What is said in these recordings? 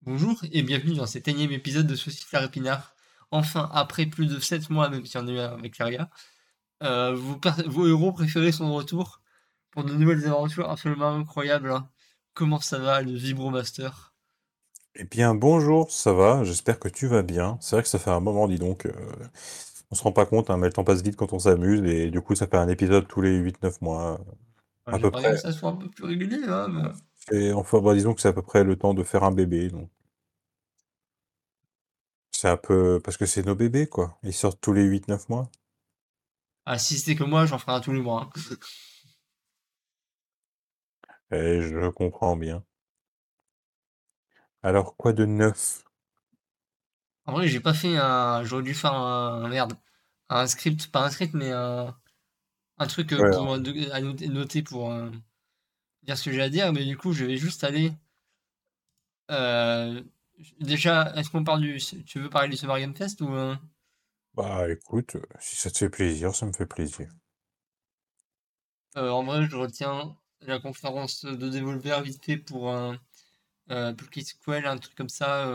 Bonjour et bienvenue dans cet énième épisode de Sauciflard Épinard. Enfin, après plus de 7 mois, même si on a eu un avec Laria, vos héros préférés sont de retour pour de nouvelles aventures absolument incroyables, hein. Comment ça va, le Vibromaster? Eh bien, bonjour, ça va? J'espère que tu vas bien. C'est vrai que ça fait un moment, dis donc. On se rend pas compte, hein, mais le temps passe vite quand on s'amuse, et du coup, ça fait un épisode tous les 8, 9 mois, à peu J'aimerais bien que près. ça soit un peu plus régulier, hein, mais... Et enfin, bah, disons que c'est à peu près le temps de faire un bébé, donc c'est un peu parce que c'est nos bébés, quoi. Ils sortent tous les 8, 9 mois. Ah, si c'était que moi, j'en ferais un tous les mois, hein. Et je comprends bien. Alors, quoi de neuf? En vrai, j'ai pas fait un... J'aurais dû faire Merde. Un script, pas un script, mais un truc Ouais, pour à noter pour dire ce que j'ai à dire, mais du coup, je vais juste aller... Euh, déjà, est-ce qu'on parle du... Tu veux parler du Summer Game Fest ou... bah écoute, si ça te fait plaisir, ça me fait plaisir. En vrai, je retiens la conférence de Devolver vite fait pour un Pocket Squall, un truc comme ça.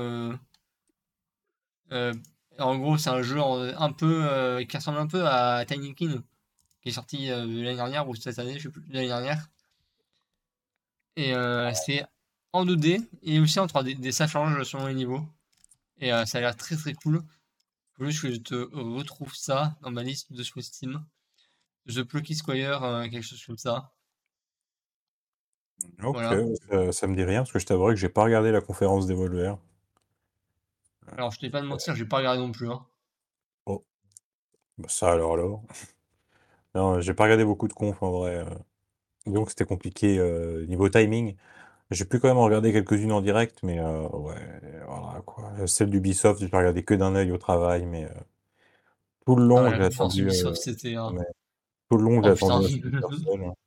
Euh, En gros, c'est un jeu un peu qui ressemble un peu à Tiny King, qui est sorti l'année dernière ou cette année, je sais plus, l'année dernière. Et c'est en 2D et aussi en 3D. Ça change selon les niveaux. Et ça a l'air très très cool. Faut juste que je te retrouve ça dans ma liste de sur Steam. The Plucky Squire, quelque chose comme ça. Ok, Voilà. ça me dit rien, parce que je t'avouerai que j'ai pas regardé la conférence d'Evolver. Alors, je te vais pas de mentir, j'ai pas regardé non plus, hein. Oh, bah ça alors. Non, j'ai pas regardé beaucoup de confs en vrai. Donc c'était compliqué niveau timing. J'ai pu quand même en regarder quelques-unes en direct, mais ouais, voilà quoi. Celle d'Ubisoft, j'ai regardé que d'un œil au travail, mais tout le Ah ouais, long, la j'ai conférence attendu. Ubisoft, c'était un... Mais tout le long, j'ai Oh attendu putain. la Splinter Cell, hein.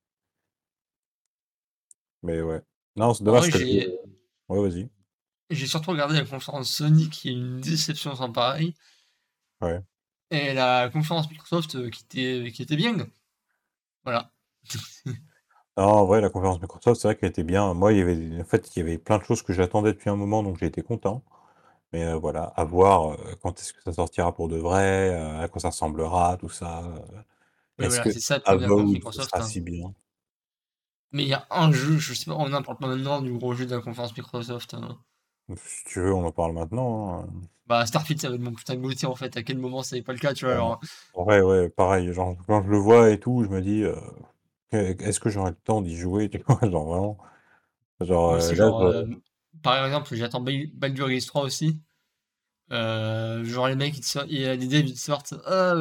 Mais ouais. Non, c'est En dommage vrai, parce que. Ouais, vas-y. j'ai surtout regardé la conférence Sony, qui est une déception sans pareil, Ouais. et la conférence Microsoft qui était bien. Voilà. Non, en vrai, la conférence Microsoft, c'est vrai qu'elle était bien. Moi, en fait, il y avait plein de choses que j'attendais depuis un moment, donc j'ai été content. Mais voilà, à voir quand est-ce que ça sortira pour de vrai, à quoi ça ressemblera, tout ça. Oui, Est-ce voilà, que c'est ça le problème de la conférence Avowed, ce Microsoft, sera hein. si bien? Mais il y a un jeu, je sais pas, on n'en parle pas maintenant du gros jeu de la conférence Microsoft, hein. Si tu veux, on en parle maintenant, hein. Bah, Starfield, ça va être mon putain de métier en fait. À quel moment ça n'est pas le cas, tu vois, Ouais. alors. Ouais, ouais, pareil, genre, quand je le vois et tout, je me dis, est-ce que j'aurai le temps d'y jouer, tu vois? Genre vraiment, genre, Moi aussi, là, genre, par exemple, j'attends Baldur's 3 aussi. Genre les mecs il y a des devs ils te sortent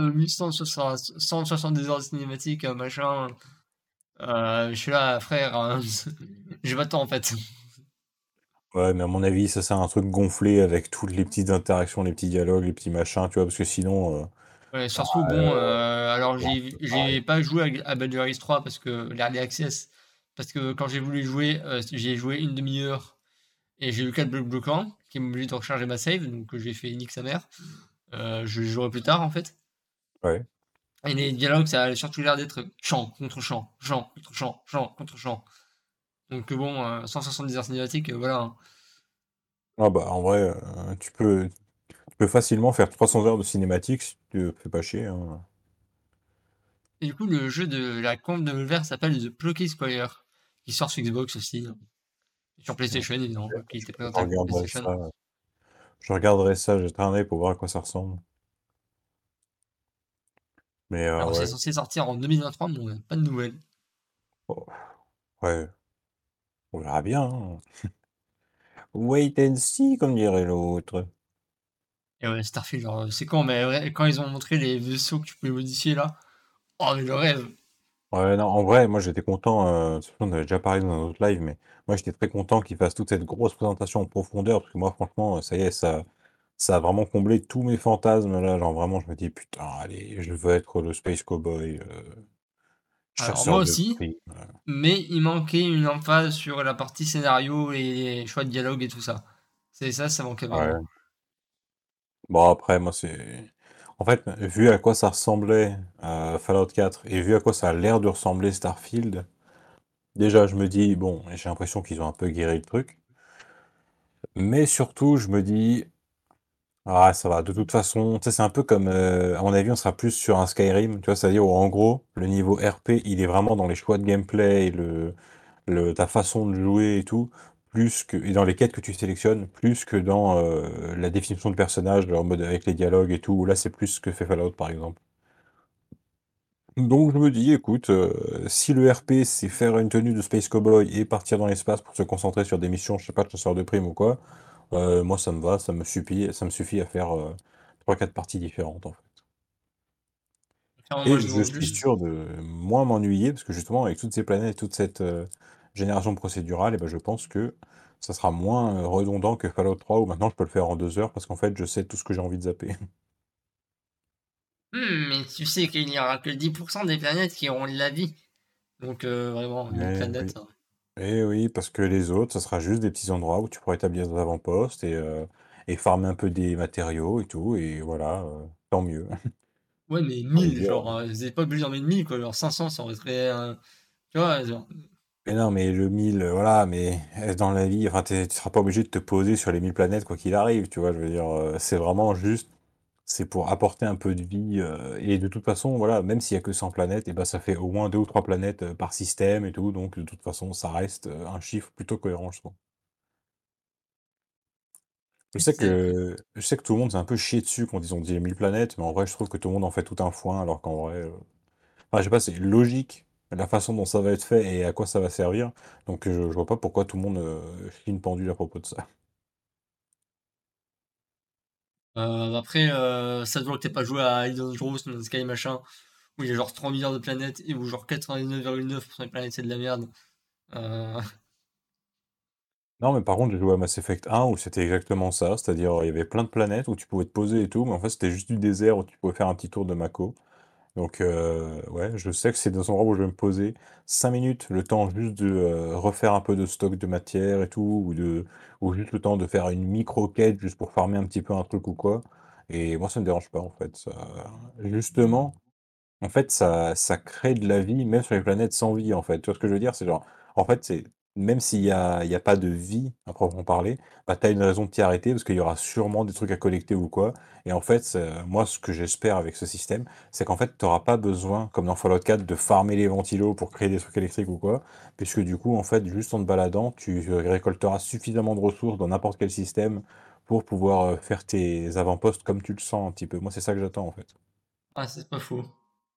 170 heures de cinématique machin, je suis là frère, j'ai pas de temps en fait. ouais, mais à mon avis, ça sert à un truc gonflé avec toutes les petites interactions, les petits dialogues, les petits machins, tu vois? Parce que sinon, Ouais, bah, surtout bon, alors c'est un peu pareil. j'ai pas joué à Baldur's 3 parce que l'Early Access, parce que quand j'ai voulu jouer j'ai joué une demi-heure et j'ai eu 4 blocs bloquants qui m'ont obligé de recharger ma save, donc j'ai fait nique sa mère. Je jouerai plus tard en fait. Ouais. Et les dialogues, ça a surtout l'air d'être champ contre champ, champ contre champ, champ contre champ. Donc bon, 170 heures cinématiques, voilà, hein. Ah bah, en vrai, tu peux facilement faire 300 heures de cinématique si tu te fais pas chier, hein. Et du coup, le jeu de la combe de l'univers s'appelle The Plucky Squire, qui sort sur Xbox aussi, hein. Et sur OK, PlayStation évidemment, qui était je présenté avec regarderai PlayStation. ça. Je regarderai ça, jetterai un œil pour voir à quoi ça ressemble. Mais Alors c'est ouais. censé sortir en 2023, mais on n'a pas de nouvelles. Oh, ouais, on verra bien, hein. Wait and see, comme dirait l'autre. Et ouais, Starfield, genre, c'est con, mais ouais, quand ils ont montré les vaisseaux que tu pouvais modifier là, oh mais le rêve! Ouais, non, en vrai, moi j'étais content, on avait déjà parlé dans un autre live, mais moi j'étais très content qu'ils fassent toute cette grosse présentation en profondeur, parce que moi franchement, ça y est, ça a vraiment comblé tous mes fantasmes là, genre vraiment je me dis: «Putain, allez, je veux être le space cowboy, Alors moi chasseur de aussi, primes». mais il manquait une emphase sur la partie scénario et les choix de dialogue et tout ça. C'est ça, ça manquait vraiment. Ouais. Bon après moi c'est en fait, vu à quoi ça ressemblait, Fallout 4 et vu à quoi ça a l'air de ressembler Starfield, déjà je me dis: «Bon, j'ai l'impression qu'ils ont un peu guéri le truc». Mais surtout, je me dis: «Ah ça va, de toute façon», tu sais, c'est un peu comme, à mon avis, on sera plus sur un Skyrim, tu vois? C'est-à-dire où en gros, le niveau RP, il est vraiment dans les choix de gameplay et ta façon de jouer et tout, plus que et dans les quêtes que tu sélectionnes, plus que dans, la définition de personnage, en mode avec les dialogues et tout, où là, c'est plus ce que fait Fallout, par exemple. Donc je me dis: «Écoute, si le RP, c'est faire une tenue de Space Cowboy et partir dans l'espace pour se concentrer sur des missions, je sais pas, de chasseur de primes ou quoi, moi ça me va, ça me suffit à faire, 3-4 parties différentes, en fait». Clairement, moi, Et je je demande suis juste. sûr de moins m'ennuyer parce que justement avec toutes ces planètes, toute cette, génération procédurale et ben je pense que ça sera moins, redondant que Fallout 3 où maintenant je peux le faire en 2 heures parce qu'en fait je sais tout ce que j'ai envie de zapper. Mais tu sais qu'il y aura que 10% des planètes qui auront de la vie. Donc, vraiment, 1000 Eh oui. planètes, Eh oui, parce que les autres, ça sera juste des petits endroits où tu pourras établir des avant-postes et farmer un peu des matériaux et tout et voilà, tant mieux. ouais, mais J'ai envie de 1000 dire. genre, vous êtes pas obligé d'en mettre 1000 quoi, genre 500 ça aurait été, tu vois? Genre, Mais non, mais le 1000, voilà, mais dans la vie, enfin, tu seras pas obligé de te poser sur les 1000 planètes quoi qu'il arrive, tu vois? Je veux dire, c'est vraiment juste, c'est pour apporter un peu de vie, et de toute façon, voilà, même s'il y a que 100 planètes et ben ça fait au moins 2 ou 3 planètes, par système et tout, donc de toute façon, ça reste, un chiffre plutôt cohérent, je trouve. c'est Je sais que tout le monde s'est un peu chié dessus quand ils ont dit les 1000 planètes, mais en vrai, je trouve que tout le monde en fait tout un foin, alors qu'en vrai, enfin, je sais pas, c'est logique, la façon dont ça va être fait et à quoi ça va servir, donc je vois pas pourquoi tout le monde, chie une pendule à propos de ça. après, ça se voit que tu pas joué à Elder Scrolls, No Man's Sky machin, où il y a genre 3 milliards de planètes et où genre 99,9% des planètes c'est de la merde. Heu, Non, mais par contre, j'ai joué à Mass Effect 1 où c'était exactement ça, c'est-à-dire, il y avait plein de planètes où tu pouvais te poser et tout, mais en fait, c'était juste du désert où tu pouvais faire un petit tour de Mako. Donc, ouais, je sais que c'est dans un endroit où je vais me poser 5 minutes, le temps juste de, refaire un peu de stock de matière et tout, ou juste le temps de faire une micro quête juste pour farmer un petit peu un truc ou quoi. Et moi, ça me dérange pas en fait. Ça, justement, en fait, ça crée de la vie, même sur les planètes sans vie, en fait. Tu vois ce que je veux dire? C'est genre, en fait, c'est même s'il y a pas de vie à proprement parler, bah, tu as une raison de t'y arrêter parce qu'il y aura sûrement des trucs à collecter ou quoi. Et en fait, moi, ce que j'espère avec ce système, c'est qu'en fait, tu auras pas besoin, comme dans Fallout 4, de farmer les ventilos pour créer des trucs électriques ou quoi. Puisque du coup, en fait, juste en te baladant, tu récolteras suffisamment de ressources dans n'importe quel système pour pouvoir, faire tes avant-postes comme tu le sens un petit peu. Moi, c'est ça que j'attends, en fait. ah, c'est pas faux.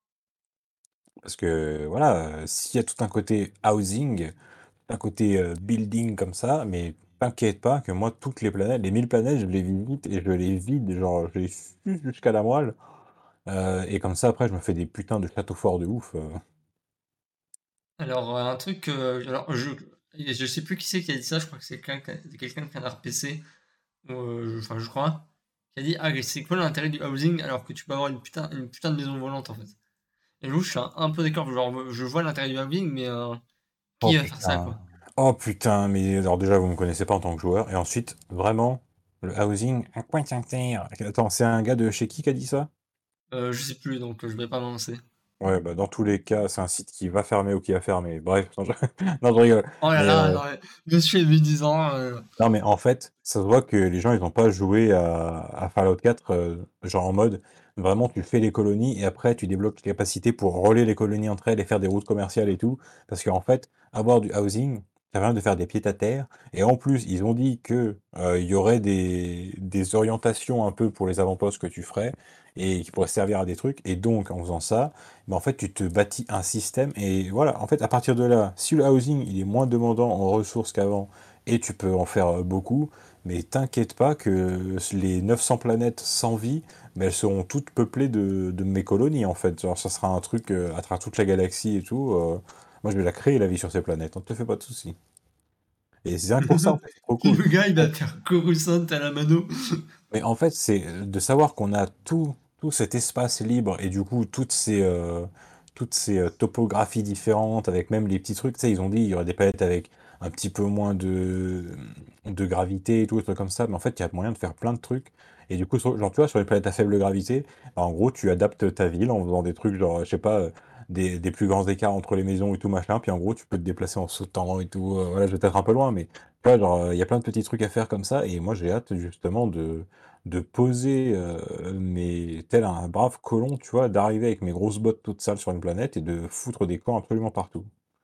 Parce que voilà, s'il y a tout un côté housing, un côté, building comme ça, mais t'inquiète pas que moi toutes les planètes, les 1000 planètes, je les visite et je les vide, genre je les suce jusqu'à la moelle, et comme ça après je me fais des putains de châteaux forts de ouf, Alors, un truc, alors je sais plus qui c'est qui a dit ça, je crois que c'est quelqu'un de Canard PC ou, enfin je crois, qui a dit: «Ah, c'est quoi l'intérêt du housing alors que tu peux avoir une putain de maison volante en fait?» Et j'avoue, je suis un peu d'accord, genre, je vois l'intérêt du housing, mais Oh qui va faire ça, putain. quoi? Oh putain, mais alors déjà vous me connaissez pas en tant que joueur et ensuite vraiment le housing, à quoi ça sert? Attends, c'est un gars de chez qui a dit ça? Je sais plus, donc je vais pas m'avancer. Ouais, bah, dans tous les cas, c'est un site qui va fermer ou qui a fermé. Bref, non je non je rigole, Oh là mais là, non mais monsieur de 10 ans, non, mais en fait, ça se voit que les gens, ils ont pas joué à Fallout 4, genre en mode, vraiment, tu fais les colonies et après tu débloques les capacités pour relier les colonies entre elles et faire des routes commerciales et tout. Parce qu'en fait, avoir du housing, ça permet de faire des pieds-à-terre et en plus, ils ont dit que, il y aurait des orientations un peu pour les avant-postes que tu ferais et qui pourraient servir à des trucs et donc en faisant ça, bah, en fait, tu te bâtis un système et voilà, en fait, à partir de là, si le housing, il est moins demandant en ressources qu'avant et tu peux en faire, beaucoup, mais t'inquiète pas que les 900 planètes sans vie, mais elles seront toutes peuplées de mes colonies, en fait. Genre, ça sera un truc, à travers toute la galaxie et tout, moi, je vais la créer, la vie sur ces planètes, on te fait pas de soucis. Et c'est rien que pour ça, en fait, c'est trop cool. le gars, il va faire Coruscant à la mano. Mais en fait, c'est de savoir qu'on a tout cet espace libre et du coup, toutes ces topographies différentes avec même les petits trucs. Tu sais, ils ont dit il y aurait des planètes avec un petit peu moins de gravité et tout, des trucs comme ça. Mais en fait, il y a moyen de faire plein de trucs. Et du coup, genre, tu vois, sur les planètes à faible gravité, bah, en gros, tu adaptes ta ville en faisant des trucs genre, je sais pas, des plus grands écarts entre les maisons et tout machin, puis en gros, tu peux te déplacer en sautant et tout. Voilà, je vais peut-être un peu loin, mais tu vois, genre, il y a plein de petits trucs à faire comme ça, et moi, j'ai hâte justement de poser, tel un brave colon, tu vois, d'arriver avec mes grosses bottes toutes sales sur une planète et de foutre des camps absolument partout.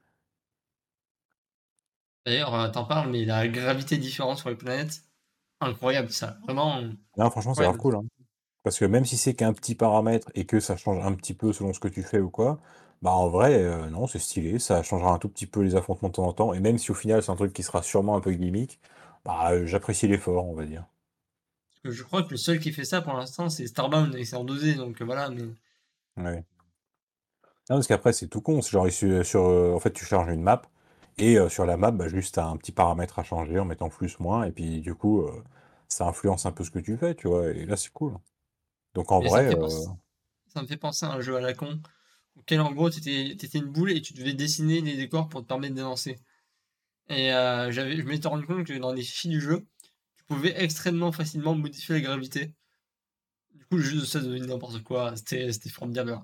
D'ailleurs, t'en parles, mais la gravité différente sur les planètes, incroyable ça. Vraiment Non, franchement, c'est grave incroyable. cool, hein. Parce que même si c'est qu'un petit paramètre et que ça change un petit peu selon ce que tu fais ou quoi, bah en vrai, non, c'est stylé, ça changera un tout petit peu les affrontements de temps en temps, et même si au final c'est un truc qui sera sûrement un peu gimmick, bah j'apprécie l'effort, on va dire. Parce que je crois que le seul qui fait ça pour l'instant, c'est Starbound et c'est en 2D, donc voilà, mais Ouais. Non, parce qu'après c'est tout con, c'est genre en fait tu charges une map, et sur la map, bah, juste t'as un petit paramètre à changer en mettant plus moins, et puis du coup, ça influence un peu ce que tu fais, tu vois, et là c'est cool. Donc en mais ça me vrai, fait penser, ça me fait penser à un jeu à la con, auquel en gros t'étais une boule et tu devais dessiner les décors pour te permettre d'avancer. Et je m'étais rendu compte que dans les fichiers du jeu, tu pouvais extrêmement facilement modifier la gravité. Du coup, le jeu de ça devenait n'importe quoi. C'était formidable.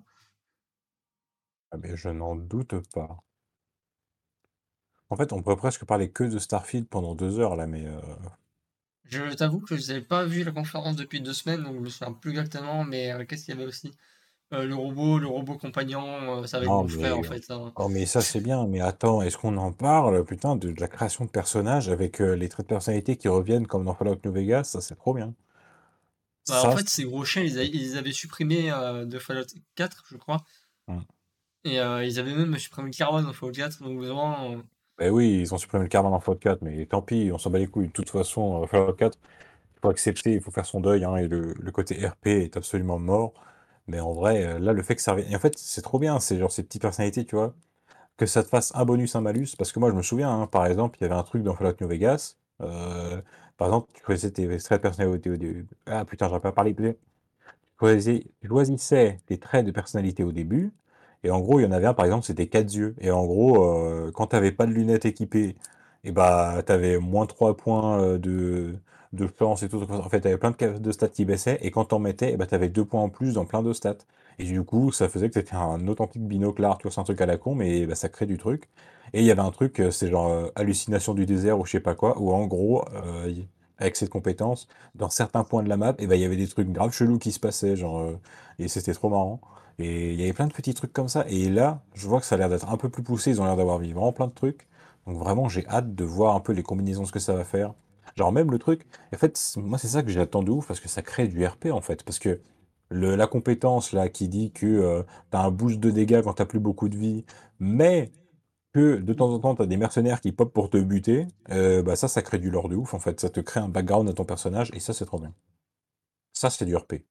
ah, mais je n'en doute pas. En fait, on pourrait presque parler que de Starfield pendant 2 heures là, mais Je t'avoue que je n'avais pas vu la conférence depuis 2 semaines, donc je me souviens plus exactement, mais qu'est-ce qu'il y avait aussi? Le robot compagnon, ça va être non, mon frère en mais fait, hein. oh, mais ça, c'est bien, mais attends, est-ce qu'on en parle, putain, de la création de personnages avec, les traits de personnalité qui reviennent comme dans Fallout New Vegas? Ça, c'est trop bien. Bah, en Ça, fait, ces gros chiens, ils les avaient supprimés de Fallout 4, je crois. mmh. Et ils avaient même supprimé le carbone dans Fallout 4, donc vraiment. Beh, oui, ils ont supprimé le carbone dans Fallout 4, mais tant pis, on s'en bat les couilles. De toute façon, Fallout 4, il faut accepter, il faut faire son deuil, hein, et le côté RP est absolument mort. Mais en vrai, là, le fait que ça revienne et en fait, c'est trop bien, c'est genre ces petites personnalités, tu vois? Que ça te fasse un bonus, un malus, parce que moi je me souviens, hein, par exemple, il y avait un truc dans Fallout New Vegas, par exemple, tu choisissais tes traits de personnalité au début. Ah putain, j'aurais pas parlé, choisissais tes traits de personnalité au début, et en gros, il y en avait un, par exemple, c'était 4 yeux. Et en gros, quand tu avais pas de lunettes équipées, et bah, tu avais -3 points de chance et tout. En fait, tu avais plein de stats qui baissaient, et quand t'en mettais, et bah, tu avais 2 points en plus dans plein de stats. Et du coup, ça faisait que c'était un authentique binoclard, tu vois, c'est un truc à la con, mais bah, ça crée du truc. Et il y avait un truc, c'est genre hallucination du désert ou je sais pas quoi, où en gros, avec cette compétence, dans certains points de la map, et ben, il y avait des trucs graves chelous qui se passaient, genre, et c'était trop marrant. Et il y avait plein de petits trucs comme ça. Et là, je vois que ça a l'air d'être un peu plus poussé. Ils ont l'air d'avoir vu vraiment plein de trucs. Donc vraiment, j'ai hâte de voir un peu les combinaisons, ce que ça va faire. Genre même le truc. En fait, moi, c'est ça que j'attends de ouf parce que ça crée du RP en fait. Parce que la compétence là qui dit que t'as un boost de dégâts quand t'as plus beaucoup de vie, mais que de temps en temps t'as des mercenaires qui pop pour te buter, bah ça crée du lore de ouf en fait. Ça te crée un background à ton personnage et ça, c'est trop bien. Ça, c'est du RP.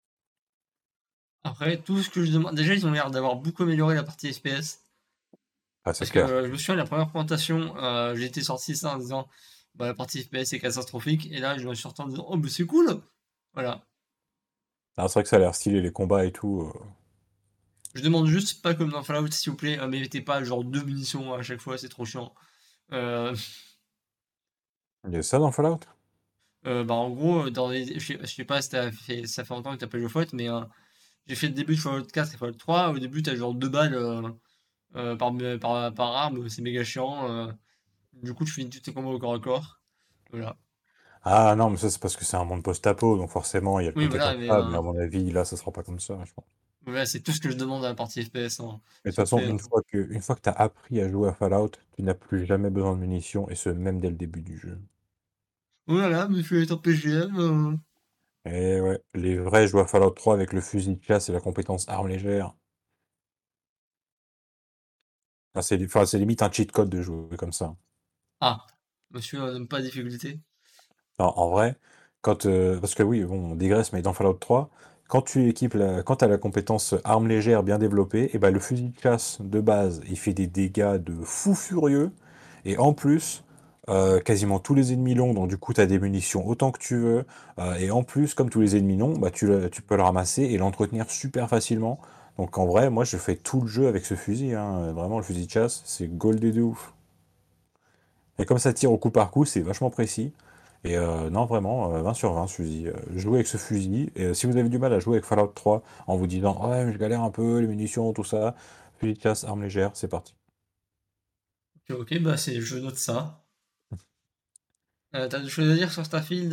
Après, tout ce que je demande. Déjà, ils ont l'air d'avoir beaucoup amélioré la partie FPS. Ah, c'est Parce que clair. je me souviens, la première présentation, j'étais sorti ça en disant bah, la partie FPS est catastrophique. Et là, je me suis sorti en disant oh, mais c'est cool! Voilà. Ah, c'est vrai que ça a l'air stylé, les combats et tout. Je demande juste, pas comme dans Fallout, s'il vous plaît, mettez pas genre deux munitions à chaque fois, c'est trop chiant. Euh, Il y a ça dans Fallout? bah, en gros, je sais pas si ça fait longtemps que t'as pas joué au Fallout, mais j'ai fait le début de Fallout 4 et Fallout 3. Au début, t'as genre deux balles par arme, c'est méga chiant. Du coup, tu fais tous tes combos au corps à corps. Voilà. Ah non, mais ça, c'est parce que c'est un monde post-apo, donc forcément, il y a le Oui, côté voilà, comme mais ça, mais à mon avis, là, ça sera pas comme ça, je pense. voilà, c'est tout ce que je demande à la partie FPS, hein, Mais de s'il toute vous façon, plaît. une fois que tu as appris à jouer à Fallout, tu n'as plus jamais besoin de munitions, et ce, même dès le début du jeu. Voilà, monsieur est en PGM. Et ouais, les vrais jouent à Fallout 3 avec le fusil de chasse et la compétence arme légère. Ah, enfin, c'est limite un cheat code de jouer comme ça. Ah, monsieur n'aime pas la difficulté. Non, en vrai, parce que oui, bon, on digresse, mais dans Fallout 3, quand tu as la compétence arme légère bien développée, et ben le fusil de chasse de base, il fait des dégâts de fou furieux, et en plus, quasiment tous les ennemis l'ont, donc du coup, tu as des munitions autant que tu veux, et en plus, comme tous les ennemis l'ont, bah, tu peux le ramasser et l'entretenir super facilement. Donc en vrai, moi, je fais tout le jeu avec ce fusil, hein, vraiment, le fusil de chasse, c'est goldé de ouf. Et comme ça tire au coup par coup, c'est vachement précis. Et non, vraiment, 20 sur 20 ce fusil. Jouez avec ce fusil. Et si vous avez du mal à jouer avec Fallout 3 en vous disant ouais, mais je galère un peu, les munitions, tout ça, fusil de chasse, arme légère, c'est parti. Ok, ok, bah je note ça. T'as des choses à dire sur Starfield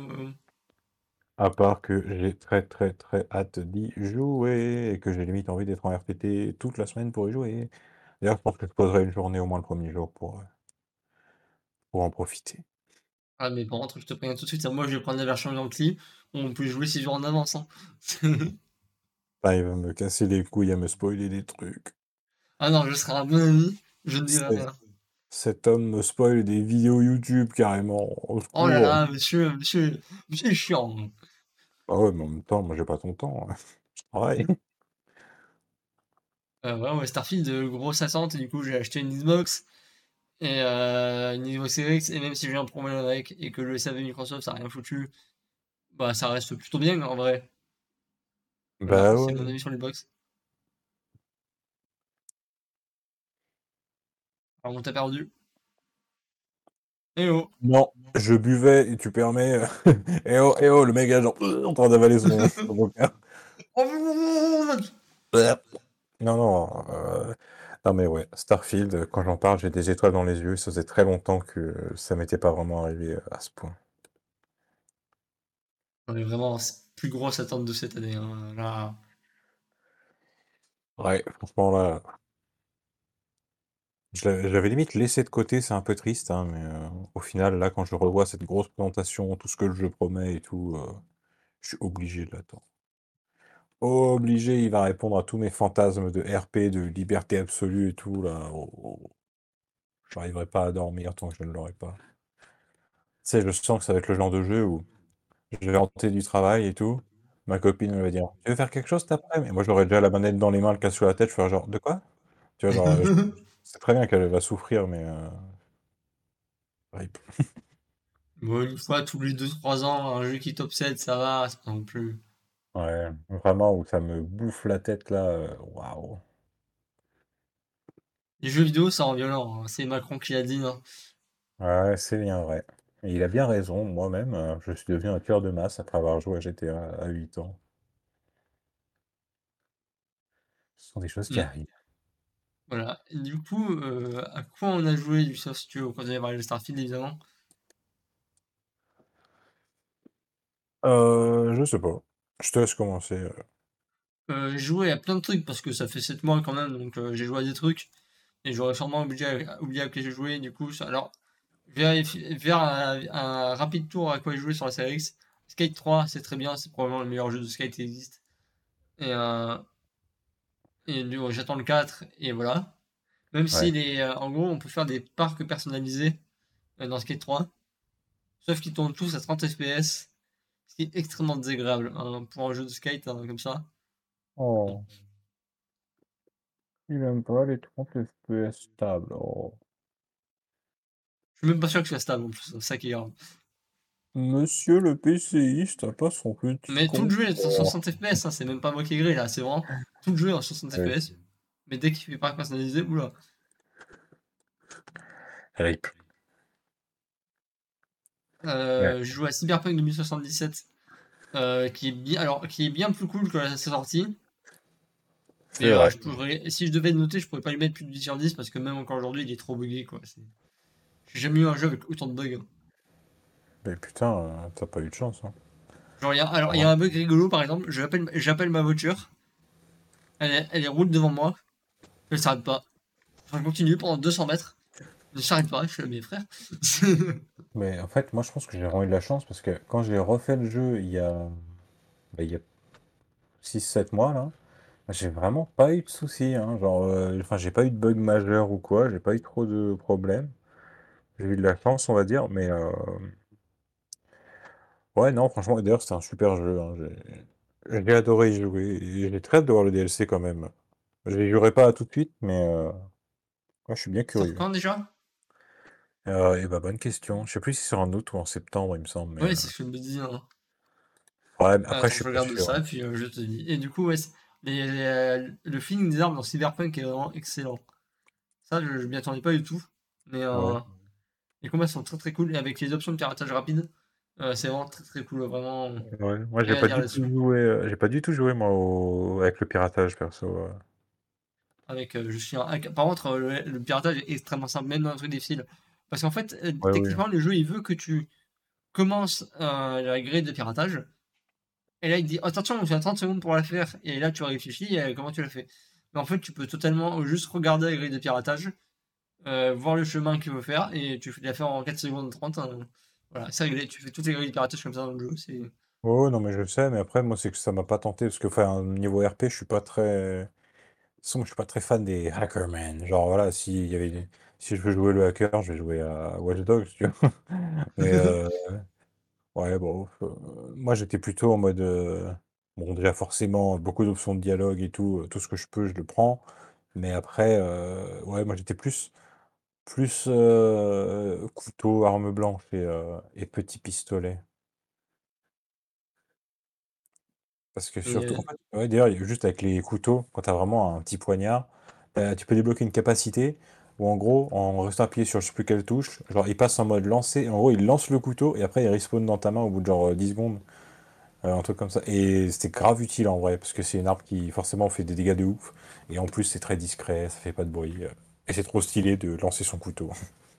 À part que j'ai très, très, très hâte d'y jouer et que j'ai limite envie d'être en RTT toute la semaine pour y jouer. D'ailleurs, je pense que je poserai une journée au moins le premier jour pour en profiter. Ah, mais par contre, je te préviens tout de suite, hein, moi je vais prendre la version Yankee, on peut jouer 6 jours en avance. Hein. Ah, il va me casser les couilles à me spoiler des trucs. Ah non, je serai un bon ami, je ne dirai C'est- rien. Cet homme me spoil des vidéos YouTube carrément. Au Oh là secours. là, monsieur est chiant. Hein. Ah ouais, mais en même temps, moi j'ai pas ton temps. Je travaille. Ouais, ouais, Starfield, grosse attente, et du coup j'ai acheté une Xbox et une Xbox Series X, et même si j'ai un problème avec et que le SAV Microsoft ça a rien foutu, bah ça reste plutôt bien en vrai. Voilà, Bah c'est mon ouais. avis sur les box. Alors on t'a perdu. Eh oh! Non, je buvais et tu permets. Eh oh, le mec est genre en train d'avaler son coca. Non, non, non mais ouais, Starfield, quand j'en parle, j'ai des étoiles dans les yeux. Ça faisait très longtemps que ça m'était pas vraiment arrivé à ce point. On est vraiment plus grosse attente de cette année. Hein. Là, Ouais, franchement là, j'avais limite laissé de côté, c'est un peu triste, hein, mais au final, là, quand je revois cette grosse présentation, tout ce que le jeu promet et tout, je suis obligé de l'attendre. Obligé, il va répondre à tous mes fantasmes de RP, de liberté absolue et tout, là. J'arriverai pas à dormir tant que je ne l'aurai pas. Tu sais, je sens que ça va être le genre de jeu où je vais rentrer du travail et tout. Ma copine elle va dire: «Tu veux faire quelque chose cet après-midi?» Et moi, j'aurais déjà la manette dans les mains, le casque sur la tête, je ferais genre: «De quoi?» Tu vois, genre, je sais très bien qu'elle va souffrir, mais RIP. bon, une fois tous les 2 3 ans, un jeu qui t'obsède, ça va, c'est pas non plus. Ouais, vraiment où ça me bouffe la tête là, waouh. Les jeux vidéo, ça rend violent. Hein. C'est Macron qui l'a dit. Hein. Ouais, c'est bien vrai. Et il a bien raison, moi-même, je suis devenu un cœur de masse après avoir joué à GTA à 8 ans. Ce sont des choses qui Mm. arrivent. Voilà. Et du coup, à quoi on a joué du Source Studio quand on avait parlé de Starfield, évidemment? Je sais pas. Je te laisse commencer. J'ai joué à plein de trucs parce que ça fait 7 mois quand même, donc j'ai joué à des trucs. Et j'aurais sûrement oublié à quoi j'ai joué. Du coup, alors, faire un rapide tour à quoi j'ai joué sur la série X. Skate 3, c'est très bien, c'est probablement le meilleur jeu de skate qui existe. Et, j'attends le 4, et voilà. Même Ouais. si en gros, on peut faire des parcs personnalisés dans Skate 3, sauf qu'ils tournent tous à 30 FPS, ce qui est extrêmement désagréable hein, pour un jeu de skate hein, comme ça. Bon. Oh, il aime pas les 30 FPS stables. Oh. Je suis même pas sûr que ce soit stable en plus, c'est ça qui est grave. Monsieur le PCiste a pas son petit Mais tout le compte. jeu est sur 60 FPS, hein, c'est même pas moi qui ai grillé là, c'est vraiment tout le jeu est en 60 Oui. FPS. Mais dès qu'il fait parc personnalisé, oula. RIP. Ouais. Je joue à Cyberpunk 2077, qui est bien, alors qui est bien plus cool que sa sortie. Mais C'est vrai. si je devais le noter, je pourrais pas lui mettre plus de 10 sur 10 parce que même encore aujourd'hui, il est trop buggé quoi. J'ai jamais eu un jeu avec autant de bugs. Hein. Mais putain, t'as pas eu de chance, hein. Genre, Ah il y a ouais. un bug rigolo par exemple. J'appelle ma voiture, elle roule devant moi, elle s'arrête pas. Enfin, je continue pendant 200 mètres, elle ne s'arrête pas. Je fais, mais frère. Mais en fait, moi je pense que j'ai vraiment eu de la chance parce que quand j'ai refait le jeu il y a 6 7 mois là, j'ai vraiment pas eu de soucis, hein. Genre, enfin, j'ai pas eu de bug majeur ou quoi, j'ai pas eu trop de problèmes. J'ai eu de la chance, on va dire, mais ouais, non, franchement, et d'ailleurs, c'était un super jeu, hein. J'ai adoré y jouer et j'ai très hâte de voir le DLC quand même. Je n'y jouerai pas tout de suite, mais ouais, je suis bien Sort curieux. quand déjà? Et bah, bonne question. Je sais plus si c'est en août ou en septembre, il me semble, mais Ouais, c'est ce que je me dis. Hein. ouais, mais après, je Attends, suis je pas regarde sûr, ça, hein. puis je te dis. Et du coup, ouais, le feeling des armes dans Cyberpunk est vraiment excellent. Ça, je m'y attendais pas du tout. Mais Ouais. les combats sont très très cool. Et avec les options de piratage rapide, c'est vraiment très très cool. Vraiment, Ouais. Moi, rien à dire là-dessus. j'ai pas du tout joué, moi, avec le piratage, perso. avec je suis un hack. Par contre, le piratage est extrêmement simple, même dans un truc difficile. Parce qu'en fait, Ouais, oui. techniquement, le jeu, il veut que tu commences la grille de piratage. Et là, il dit attention, tu as 30 secondes pour la faire. Et là, tu réfléchis comment tu la fais. Mais en fait, tu peux totalement juste regarder la grille de piratage, voir le chemin qu'il veut faire, et tu fais la faire en 4 secondes 30. Voilà, c'est réglé. Tu fais toutes les grilles de piratage comme ça dans le jeu. C'est... Ouais, ouais, non, mais je le sais, mais après, moi, c'est que ça m'a pas tenté, parce que, enfin, niveau RP, je suis pas très. De toute façon, je suis pas très fan des Hackerman. Genre, voilà, si je veux jouer le hacker, je vais jouer à Watch Dogs, tu vois. Mais, ouais, bon, moi, j'étais plutôt en mode. Bon, déjà, forcément, beaucoup d'options de dialogue et tout ce que je peux, je le prends. Mais après, ouais, moi, j'étais plus couteau, arme blanche et petit pistolet. Parce que surtout, en Et, fait, ouais, d'ailleurs, juste avec les couteaux, quand tu as vraiment un petit poignard, tu peux débloquer une capacité où, en gros, en restant appuyé sur je sais plus quelle touche, genre, il passe en mode lancer. En gros, il lance le couteau et après, il respawn dans ta main au bout de genre 10 secondes, un truc comme ça. Et c'était grave utile en vrai, parce que c'est une arme qui, forcément, fait des dégâts de ouf. Et en plus, c'est très discret, ça fait pas de bruit. Et c'est trop stylé de lancer son couteau.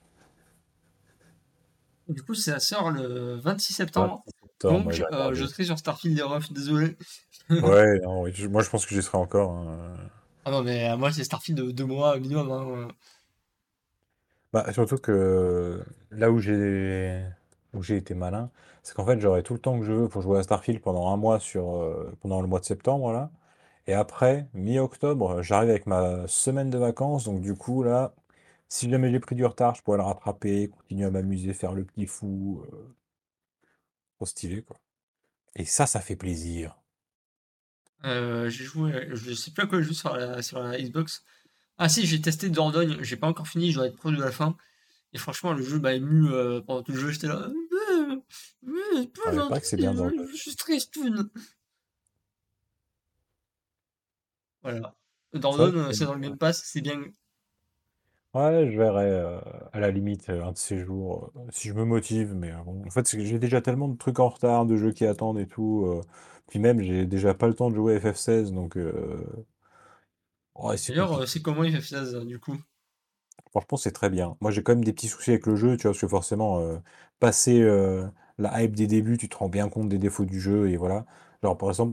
du coup, ça sort le 26 Ouais, septembre. moi, Donc, j'ai je regardé. serai sur Starfield des refs, désolé. Ouais, non, oui, moi, je pense que j'y serai encore, hein. Ah non, mais moi, c'est Starfield de 2 mois minimum, hein. Bah, surtout que là où j'ai été malin, c'est qu'en fait j'aurai tout le temps que je veux pour jouer à Starfield pendant un mois pendant le mois de septembre là. Et après, mi-octobre, j'arrive avec ma semaine de vacances. Donc du coup là, si jamais j'ai pris du retard, je pourrais le rattraper, continuer à m'amuser, faire le petit fou. Trop stylé quoi. Et ça fait plaisir. J'ai joué, je sais plus à quoi je joue sur la Xbox. Ah si, j'ai testé Dordogne, j'ai pas encore fini, je dois être proche de la fin. Et franchement, le jeu m'a ému pendant tout le jeu, j'étais là. C'est pas Ouais, il paraît gentil, que c'est bien dans je suis tristoun. Voilà. C'est vrai que Dordogne, c'est dans le Game Pass, c'est bien. ouais, je verrai à la limite un de ces jours si je me motive. Mais bon, en fait, c'est que j'ai déjà tellement de trucs en retard, de jeux qui attendent et tout. Puis même, j'ai déjà pas le temps de jouer à FF16, donc ouais, c'est D'ailleurs, compliqué. c'est comment FF16 du coup? Franchement, c'est très bien. Moi, j'ai quand même des petits soucis avec le jeu, tu vois, parce que forcément, passer la hype des débuts, tu te rends bien compte des défauts du jeu et voilà. Genre, par exemple,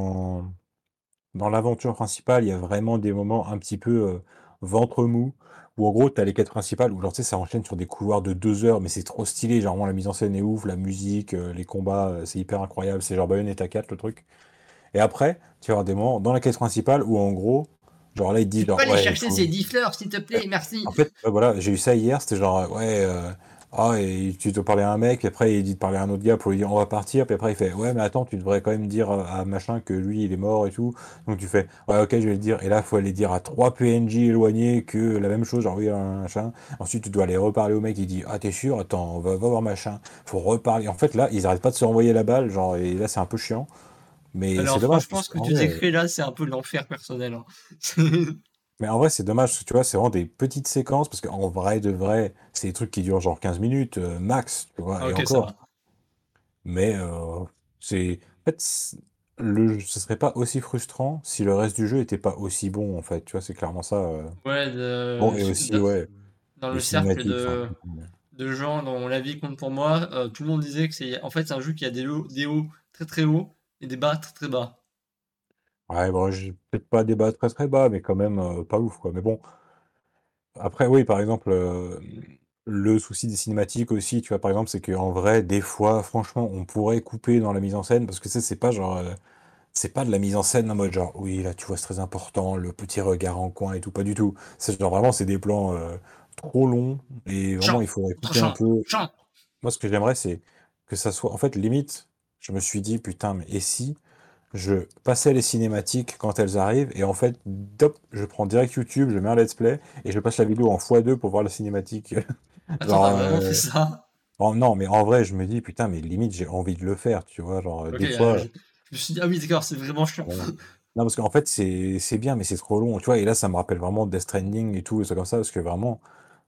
dans l'aventure principale, il y a vraiment des moments un petit peu ventre mou, où en gros, tu as les quêtes principales, où genre, tu sais, ça enchaîne sur des couloirs de 2 heures, mais c'est trop stylé. Genre, vraiment, la mise en scène est ouf, la musique, les combats, c'est hyper incroyable. C'est genre Bayonetta 4, le truc. Et après, tu vas avoir des moments dans la quête principale où en gros, genre là, il te dit, Tu peux genre, aller ouais, chercher ces 10 fleurs, s'il te plaît, merci. en fait, ouais, voilà, j'ai eu ça hier, c'était genre, ouais, ah, et tu dois parler à un mec, puis après il dit de parler à un autre gars pour lui dire on va partir, puis après il fait, ouais, mais attends, tu devrais quand même dire à machin que lui il est mort et tout. Donc tu fais, ouais, ok, je vais le dire. Et là, il faut aller dire à 3 PNJ éloignés que la même chose, genre oui, un machin. Ensuite, tu dois aller reparler au mec, il dit, ah, t'es sûr? Attends, va voir machin. Faut reparler. En fait, là, ils arrêtent pas de se renvoyer la balle, genre, et là, c'est un peu chiant. Mais c'est Alors dommage, franchement, parce ce que qu'en tu vrai. décris là, c'est un peu l'enfer personnel, hein. Mais en vrai, c'est dommage, parce que tu vois, c'est vraiment des petites séquences, parce qu'en vrai, de vrai, c'est des trucs qui durent genre 15 minutes, max, tu vois, Ah, et ok, ça encore. va. Mais en fait, ce serait pas aussi frustrant si le reste du jeu était pas aussi bon, en fait, tu vois, c'est clairement ça. Ouais, Bon, et aussi, ouais, dans les le cercle cinématiques sont un peu. de gens dont la vie compte pour moi, tout le monde disait que c'est en fait c'est un jeu qui a des hauts très très hauts et des bas très très bas. Ouais, bon, j'ai peut-être pas des bas très très bas, mais quand même pas ouf, quoi. Mais bon, après, oui, par exemple, le souci des cinématiques aussi, tu vois, par exemple, c'est qu'en vrai, des fois, franchement, on pourrait couper dans la mise en scène, parce que tu sais, c'est pas genre. C'est pas de la mise en scène en mode genre, oui, là, tu vois, c'est très important, le petit regard en coin et tout, pas du tout. C'est genre vraiment, c'est des plans trop longs et vraiment, Chant, il faudrait contre couper un chant, peu. chant. Moi, ce que j'aimerais, c'est que ça soit. En fait, limite, je me suis dit, putain, mais et si je passais les cinématiques quand elles arrivent et en fait, dop, je prends direct YouTube, je mets un let's play et je passe la vidéo en x2 pour voir la cinématique. Attends, Genre, t'as vraiment fait ça? non, mais en vrai, je me dis, putain, mais limite, j'ai envie de le faire, tu vois. Genre, Ok, des fois. je me suis dit ah oui d'accord, c'est vraiment chiant. Bon. Non, parce qu'en fait, c'est bien, mais c'est trop long, tu vois. Et là, ça me rappelle vraiment Death Stranding et tout, et ça comme ça, parce que vraiment,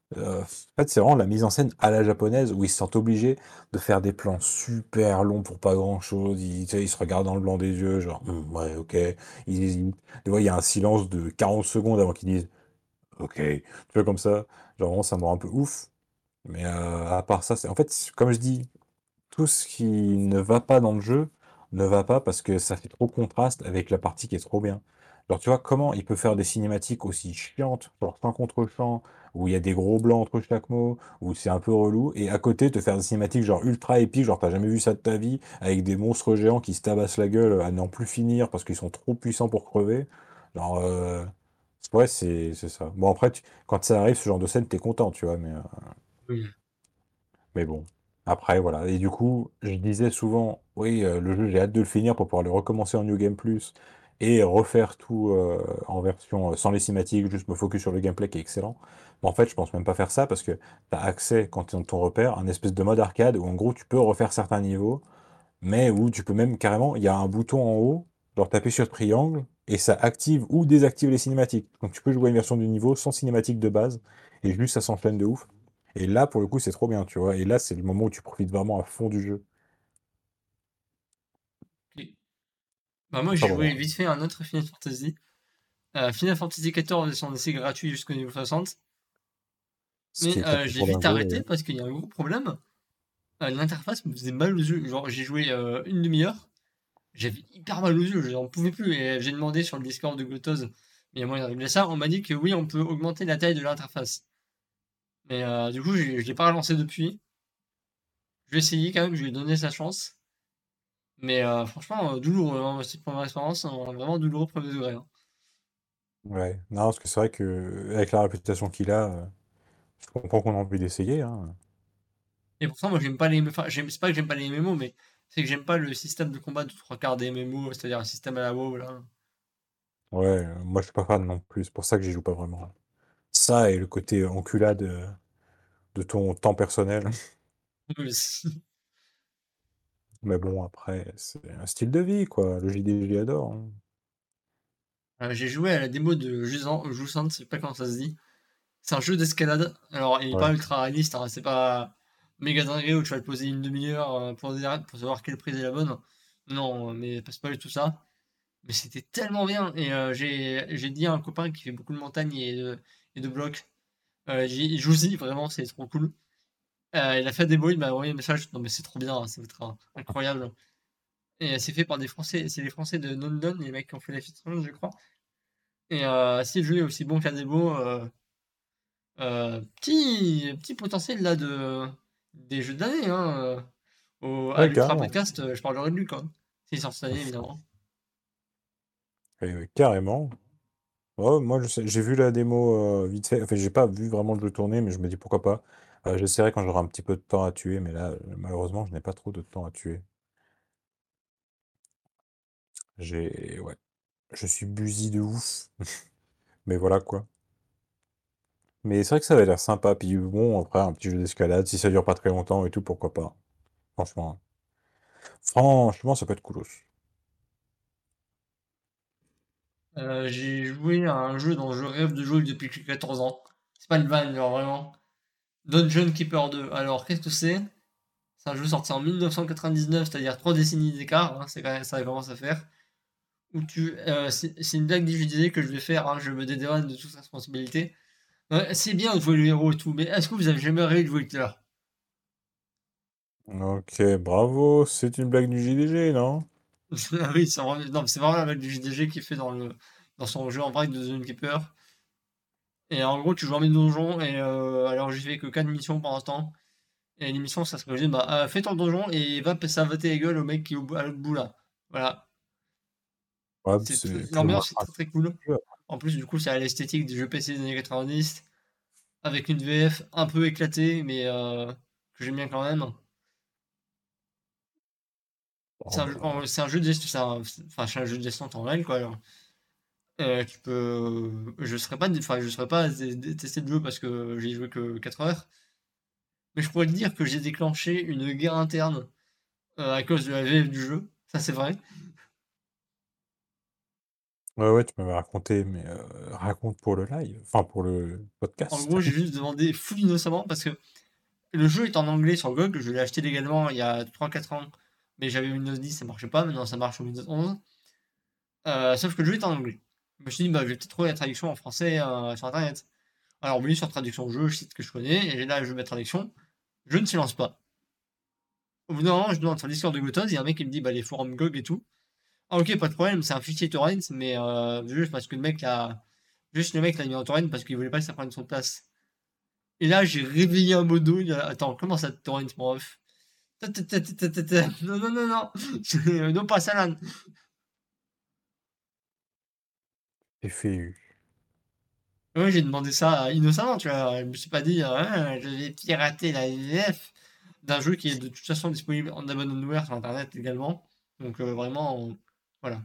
En fait, c'est vraiment la mise en scène à la japonaise où ils se sentent obligés de faire des plans super longs pour pas grand-chose. Ils, tu sais, ils se regardent dans le blanc des yeux, genre, ouais, ok. Ils hésitent. Tu vois, il y a un silence de 40 secondes avant qu'ils disent, ok. Tu vois, comme ça. Genre, vraiment, ça me rend un peu ouf. Mais à part ça, c'est en fait, comme je dis, tout ce qui ne va pas dans le jeu ne va pas parce que ça fait trop contraste avec la partie qui est trop bien. Genre, tu vois, comment il peut faire des cinématiques aussi chiantes, genre sans contre-champ, où il y a des gros blancs entre chaque mot, où c'est un peu relou, et à côté te faire des cinématiques genre ultra épiques, genre t'as jamais vu ça de ta vie, avec des monstres géants qui se tabassent la gueule à n'en plus finir parce qu'ils sont trop puissants pour crever. Genre, ouais, c'est ça. Bon, après, quand ça arrive, ce genre de scène, t'es content, tu vois, Oui. mais bon, après, voilà. Et du coup, je disais souvent, oui, le jeu, j'ai hâte de le finir pour pouvoir le recommencer en New Game Plus et refaire tout en version sans les cinématiques, juste me focus sur le gameplay qui est excellent. Mais en fait, je pense même pas faire ça parce que tu as accès, quand tu es dans ton repère, à un espèce de mode arcade où en gros, tu peux refaire certains niveaux, mais où tu peux même carrément, il y a un bouton en haut, genre taper sur triangle, et ça active ou désactive les cinématiques. Donc tu peux jouer une version du niveau sans cinématique de base, et juste ça s'enchaîne de ouf. Et là, pour le coup, c'est trop bien, tu vois. Et là, c'est le moment où tu profites vraiment à fond du jeu. Ok. Bah, moi, j'ai Enfin voilà. joué vite fait à un autre Final Fantasy. Final Fantasy XIV est son essai gratuit jusqu'au niveau 60. Ce qui Mais est très j'ai pour un vite jeu. arrêté parce qu'il y a un gros problème. L'interface me faisait mal aux yeux. Genre, j'ai joué une demi-heure. J'avais hyper mal aux yeux, je n'en pouvais plus. Et j'ai demandé sur le Discord de Glotos, mais il y a moyen de régler ça. On m'a dit que oui, on peut augmenter la taille de l'interface. Mais du coup, je l'ai pas relancé depuis. Je vais essayer quand même, je lui ai donné sa chance. Mais franchement, douloureux, hein, cette première expérience, vraiment douloureux premier degré, hein. Ouais. Non, parce que c'est vrai que avec la réputation qu'il a, je comprends qu'on a envie d'essayer, hein. Et pourtant, moi, j'aime pas les. Enfin, c'est pas que j'aime pas les MMO, mais c'est que j'aime pas le système de combat de trois quarts des MMO, c'est-à-dire un système à la WoW, là. Ouais, moi, je suis pas fan non plus. C'est pour ça que j'y joue pas vraiment. Ça et le côté enculade de ton temps personnel. Mais bon, après, c'est un style de vie, quoi. Le JDG adore, hein. J'ai joué à la démo de Jusant, je sais pas comment ça se dit. C'est un jeu d'escalade. Alors, il est Ouais. pas ultra réaliste, hein, c'est pas méga dingue où tu vas te poser une demi-heure pour savoir quelle prise est la bonne. Non, mais c'est pas du tout ça. Mais c'était tellement bien. Et j'ai dit à un copain qui fait beaucoup de montagnes et de blocs. Joue-y, vraiment, c'est trop cool. Il a fait des mots, il m'a envoyé un message. Non, mais c'est trop bien, hein, c'est incroyable. Et c'est fait par des Français, c'est les Français de London, les mecs qui ont fait la Fitness, je crois. Et si le jeu est aussi bon qu'à Debo, petit potentiel là des jeux d'année, hein. À Ouais, l'Ultra carrément. Podcast, je parlerai de lui quand même. S'il sort cette année, évidemment. Carrément. Ouais, moi, j'ai vu la démo vite fait. Enfin, j'ai pas vu vraiment le jeu tourner, mais je me dis pourquoi pas. J'essaierai quand j'aurai un petit peu de temps à tuer, mais là, malheureusement, je n'ai pas trop de temps à tuer. Ouais, je suis busy de ouf. Mais voilà quoi. Mais c'est vrai que ça avait l'air sympa. Puis bon, après, un petit jeu d'escalade, si ça dure pas très longtemps et tout, pourquoi pas. Franchement. Franchement, ça peut être coolos. J'ai joué à un jeu dont je rêve de jouer depuis que j'ai 14 ans. C'est pas une vanne, genre vraiment. Dungeon Keeper 2. Alors, qu'est-ce que c'est? C'est un jeu sorti en 1999, c'est-à-dire 3 décennies d'écart, hein, c'est quand même, ça commence à faire. C'est une blague diffusée que je vais faire, hein, je me dédouane de toute responsabilité. C'est bien de jouer le héros et tout, mais est-ce que vous avez jamais rêvé de jouer Hitler? Ok, bravo. C'est une blague du JDG, non? Ah oui, non, mais c'est vraiment la blague du JDG qui est fait dans son jeu en vrac de Zone Keeper. Et en gros, tu joues en mode donjon, et alors j'ai fait que 4 missions pour l'instant. Et l'émission, ça se résume à fais ton donjon et va savater les gueules au mec qui est à l'autre bout là. Voilà. Ouais, c'est plus ou moins L'ambiance est très très cool. le jeu. En plus, du coup, c'est à l'esthétique du jeu PC des années 90, avec une VF un peu éclatée, mais que j'aime bien quand même. Oh, bah, C'est un jeu de gestion, enfin, c'est un jeu de gestion en temps réel, quoi. Alors. Je serais pas à tester le jeu parce que j'ai joué que 4 heures, mais je pourrais te dire que j'ai déclenché une guerre interne à cause de la VF du jeu. Ça, c'est vrai. Ouais, ouais, tu m'avais raconté, mais raconte pour le live, enfin pour le En podcast. gros, j'ai juste demandé full innocemment parce que le jeu est en anglais sur GOG, je l'ai acheté légalement il y a 3 4 ans, mais j'avais Windows 10, ça marchait pas, maintenant ça marche sur Windows 11. Sauf que le jeu est en anglais. Je me suis dit, bah, je vais peut-être trouver la traduction en français sur internet. Alors, oui, sur traduction jeu, site que je connais, et là, je vais mettre traduction. Je ne s'y lance pas. Au bout d'un moment, je demande sur le Discord de Gotoz, il y a un mec qui me dit, bah, les forums GOG et tout. Ah, ok, pas de problème, c'est un fichier torrent, mais juste parce que le mec l'a. Juste le mec l'a mis en torrent parce qu'il voulait pas que ça prenne son place. Et là, j'ai réveillé un modo. Attends, comment ça torrent, mon ref? Non, non, non, non. Non, pas ça là. FAU. Ouais, j'ai demandé ça innocemment, tu vois. Je me suis pas dit, ah, je vais pirater la VF d'un jeu qui est de toute façon disponible en abandonware sur internet également. Donc vraiment, voilà.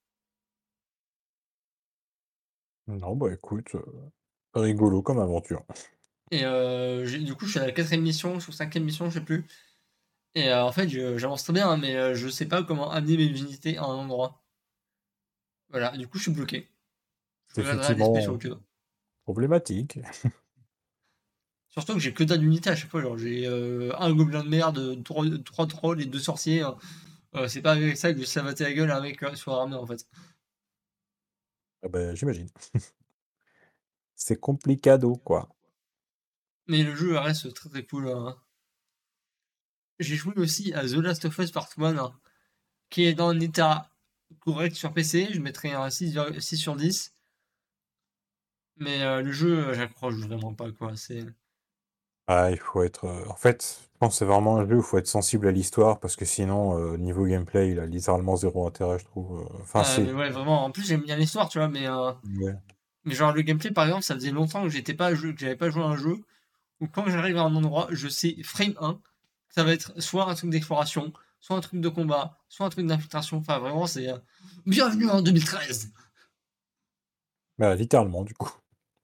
Non, bah écoute, rigolo comme aventure. Et du coup, je suis à la quatrième mission, ou cinquième mission, je sais plus. Et en fait, j'avance très bien, hein, mais je sais pas comment amener mes unités à un endroit. Voilà, du coup, je suis bloqué. Je C'est regarderai à l'esprit sur effectivement autre chose. problématique. Surtout que j'ai que dalle d'unités à chaque fois. Genre, j'ai un gobelin de merde, trois trolls et deux sorciers. C'est pas avec ça que je vais savater la gueule avec sur armée en fait. Ah bah, j'imagine. C'est complicado, quoi. Mais le jeu reste très très cool, hein. J'ai joué aussi à The Last of Us Part 1, hein, qui est dans un état correct sur PC. Je mettrais un 6 sur 10. Mais le jeu, j'accroche vraiment pas quoi. Ah, il faut être. En fait, je pense que c'est vraiment un jeu où il faut être sensible à l'histoire parce que sinon, niveau gameplay, il a littéralement zéro intérêt, je trouve. Enfin, Mais c'est. ouais, vraiment. En plus, j'aime bien l'histoire, tu vois. Ouais. Mais genre, le gameplay, par exemple, ça faisait longtemps que j'avais pas joué à un jeu où quand j'arrive à un endroit, je sais, frame 1, que ça va être soit un truc d'exploration, soit un truc de combat, soit un truc d'infiltration. Enfin, vraiment, c'est bienvenue en 2013. Bah, littéralement, du coup.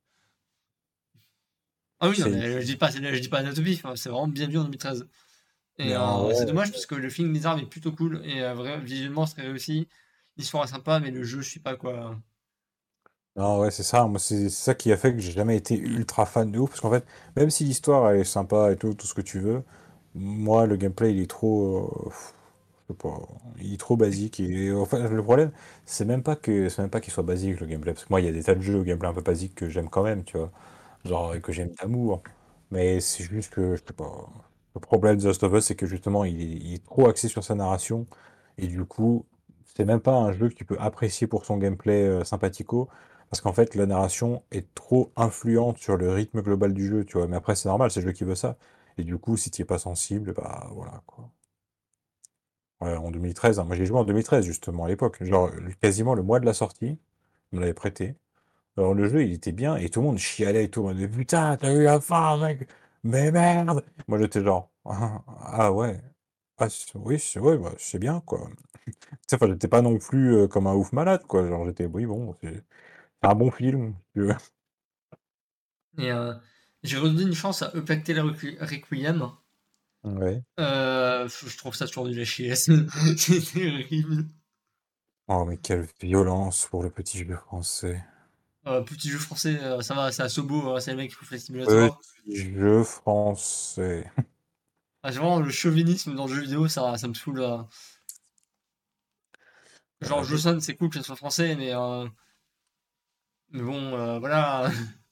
Ah oui, non, C'est. mais je dis pas Anatopie, enfin, c'est vraiment bienvenue en 2013. Et Mais en c'est vrai. dommage parce que le film des armes est plutôt cool et visuellement c'est réussi. L'histoire est sympa, mais le jeu, je sais pas quoi. Non, ouais, c'est ça. Moi, c'est ça qui a fait que j'ai jamais été ultra fan de ouf. Parce qu'en fait, même si l'histoire elle est sympa et tout ce que tu veux, moi, le gameplay, il est trop. Je sais pas. Il est trop basique. Et enfin, le problème, c'est même pas qu'il soit basique, le gameplay. Parce que moi, il y a des tas de jeux au gameplay un peu basique que j'aime quand même, tu vois. Genre, et que j'aime d'amour. Mais c'est juste que, je sais pas. Le problème de The Last of Us, c'est que justement, il est trop axé sur sa narration. Et du coup, c'est même pas un jeu que tu peux apprécier pour son gameplay sympathico. Parce qu'en fait, la narration est trop influente sur le rythme global du jeu, tu vois. Mais après, c'est normal, c'est le jeu qui veut ça. Et du coup, si tu es pas sensible, bah voilà, quoi. Ouais, en 2013, hein. Moi, j'ai joué en 2013, justement, à l'époque. Genre, quasiment le mois de la sortie, on me l'avait prêté. Alors, le jeu, il était bien, et tout le monde chialait et tout. On m'a dit, putain, t'as eu la fin, mec! Mais merde! Moi, j'étais genre, ah ouais. Ah, oui, ouais, bah, c'est bien, quoi. Tu sais, enfin, j'étais pas non plus comme un ouf malade, quoi. Genre, j'étais, oui, bon, c'est un bon film. Et j'ai redonné une chance à Eupacté Requiem. Ouais. Je trouve ça toujours du à chier. C'est terrible. Oh, mais quelle violence pour le petit jeu français. Petit jeu français, ça va, c'est à Sobo, c'est le mec qui fait Simulator. Petit jeu français. Ah, c'est vraiment le chauvinisme dans le jeu vidéo, ça me saoule. Genre, Bah, Joson, c'est cool que ça soit français, mais bon, voilà.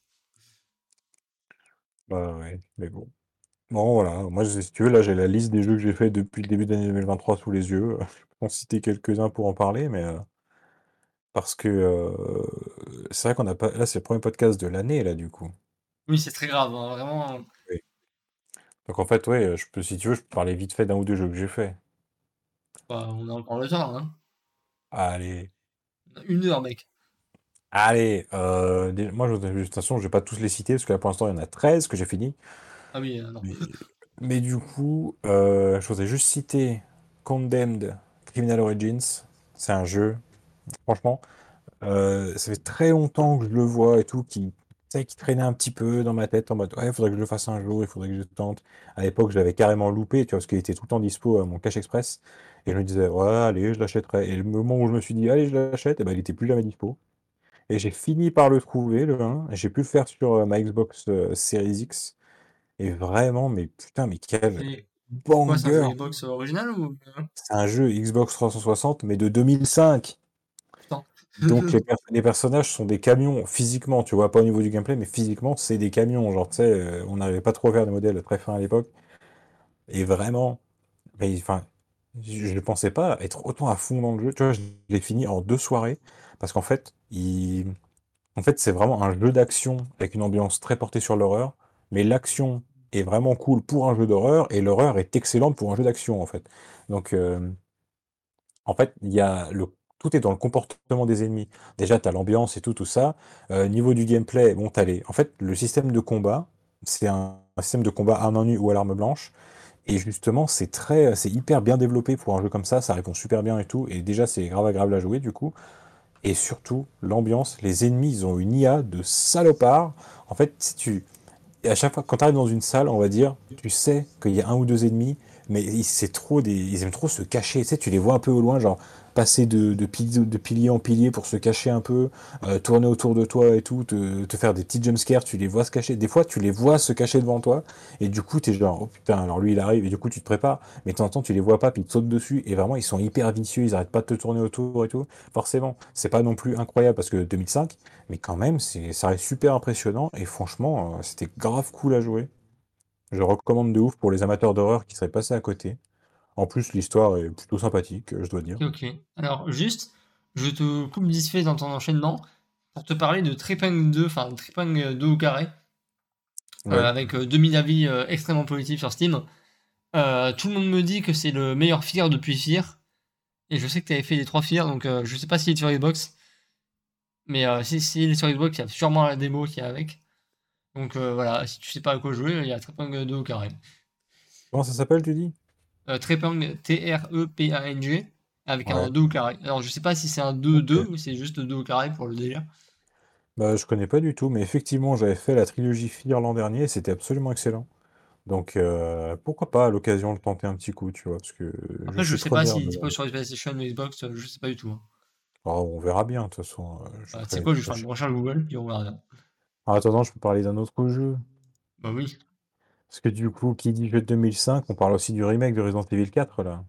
bah ouais, mais bon. Bon, voilà. Moi, si tu veux, là, j'ai la liste des jeux que j'ai fait depuis le début de l'année 2023 sous les yeux. Je peux en citer quelques-uns pour en parler, mais parce que c'est vrai qu'on a pas. Là, c'est le premier podcast de l'année, là, du coup. Oui, c'est très grave, hein, vraiment. Oui. Donc, en fait, ouais, je peux, si tu veux, je peux parler vite fait d'un ou deux jeux que j'ai fait. Bah, on a encore le temps, hein. Allez. On a 1 heure, mec. Allez. Moi, de toute façon, je vais pas tous les citer, parce que là, pour l'instant, il y en a 13 que j'ai fini. Ah oui, non. Mais, mais du coup, je voudrais juste citer Condemned Criminal Origins. C'est un jeu, franchement. Ça fait très longtemps que je le vois et tout, tu sais, qui traînait un petit peu dans ma tête en mode ouais, il faudrait que je le fasse un jour, il faudrait que je tente. À l'époque, je l'avais carrément loupé, tu vois, parce qu'il était tout le temps dispo à mon cache express. Et je me disais, ouais, allez, je l'achèterai. Et le moment où je me suis dit, allez, je l'achète, et ben, il était plus jamais dispo. Et j'ai fini par le trouver, le 1, et j'ai pu le faire sur ma Xbox Series X. Et vraiment, mais putain, mais quel C'est quoi, c'est un jeu banger! Xbox original ou. C'est un jeu Xbox 360, mais de 2005. Putain. Donc les personnages sont des camions physiquement, tu vois, pas au niveau du gameplay, mais physiquement, c'est des camions. Genre, tu sais, on n'arrivait pas trop à faire des modèles très fins à l'époque. Et vraiment, mais, enfin, je ne pensais pas être autant à fond dans le jeu. Tu vois, je l'ai fini en 2 soirées. Parce qu'en fait, c'est vraiment un jeu d'action avec une ambiance très portée sur l'horreur. Mais l'action est vraiment cool pour un jeu d'horreur et l'horreur est excellente pour un jeu d'action, en fait. Donc, en fait, il y a tout est dans le comportement des ennemis. Déjà, tu as l'ambiance et tout ça. Niveau du gameplay, bon, en fait, le système de combat, c'est un système de combat à main nue ou à l'arme blanche. Et justement, c'est hyper bien développé pour un jeu comme ça répond super bien et tout. Et déjà, c'est grave agréable à jouer du coup. Et surtout, l'ambiance, les ennemis, ils ont une IA de salopard. En fait, si tu, et à chaque fois, quand tu arrives dans une salle, on va dire, tu sais qu'il y a un ou deux ennemis, mais ils aiment trop se cacher. Tu sais, tu les vois un peu au loin, genre passer de pilier en pilier pour se cacher un peu, tourner autour de toi et tout, te faire des petits jumpscares, tu les vois se cacher. Des fois, tu les vois se cacher devant toi, et du coup, tu es genre, oh putain, alors lui, il arrive, et du coup, tu te prépares, mais de temps en temps, tu les vois pas, puis ils te sautent dessus, et vraiment, ils sont hyper vicieux, ils arrêtent pas de te tourner autour et tout. Forcément, c'est pas non plus incroyable parce que 2005, mais quand même, ça reste super impressionnant et franchement, c'était grave cool à jouer. Je recommande de ouf pour les amateurs d'horreur qui seraient passés à côté. En plus, l'histoire est plutôt sympathique, je dois dire. Ok, ok. Alors, juste, je te coupe vite fait dans ton enchaînement pour te parler de Trepang 2, enfin Trepang 2 au carré, Ouais. avec 2000 avis extrêmement positifs sur Steam. Tout le monde me dit que c'est le meilleur Fear depuis Fear, et je sais que tu avais fait les 3 Fear, donc je sais pas s'il est sur Xbox, mais si il est sur Xbox, il y a sûrement la démo qui est avec. Donc voilà, si tu sais pas à quoi jouer, il y a Trepang 2 au carré. Comment ça s'appelle, tu dis? Trepang, Trepang, avec un Ouais, 2 au carré. Alors je sais pas si c'est un 2-2 ok. ou c'est juste 2 au carré pour le délire. Bah, je connais pas du tout, mais effectivement, j'avais fait la trilogie Fear l'an dernier et c'était absolument excellent. Donc, pourquoi pas à l'occasion le tenter un petit coup, tu vois, parce que je Après, je suis sais pas preneur si de. c'est pas sur PlayStation ou Xbox, je sais pas du tout, hein. Oh, on verra bien, de toute façon, je Bah, tu sais ferai quoi, je vais la faire une recherche. recherche Google, puis on verra bien. En attendant, je peux parler d'un autre jeu. Bah oui. Parce que du coup, qui dit jeu de 2005, on parle aussi du remake de Resident Evil 4, là.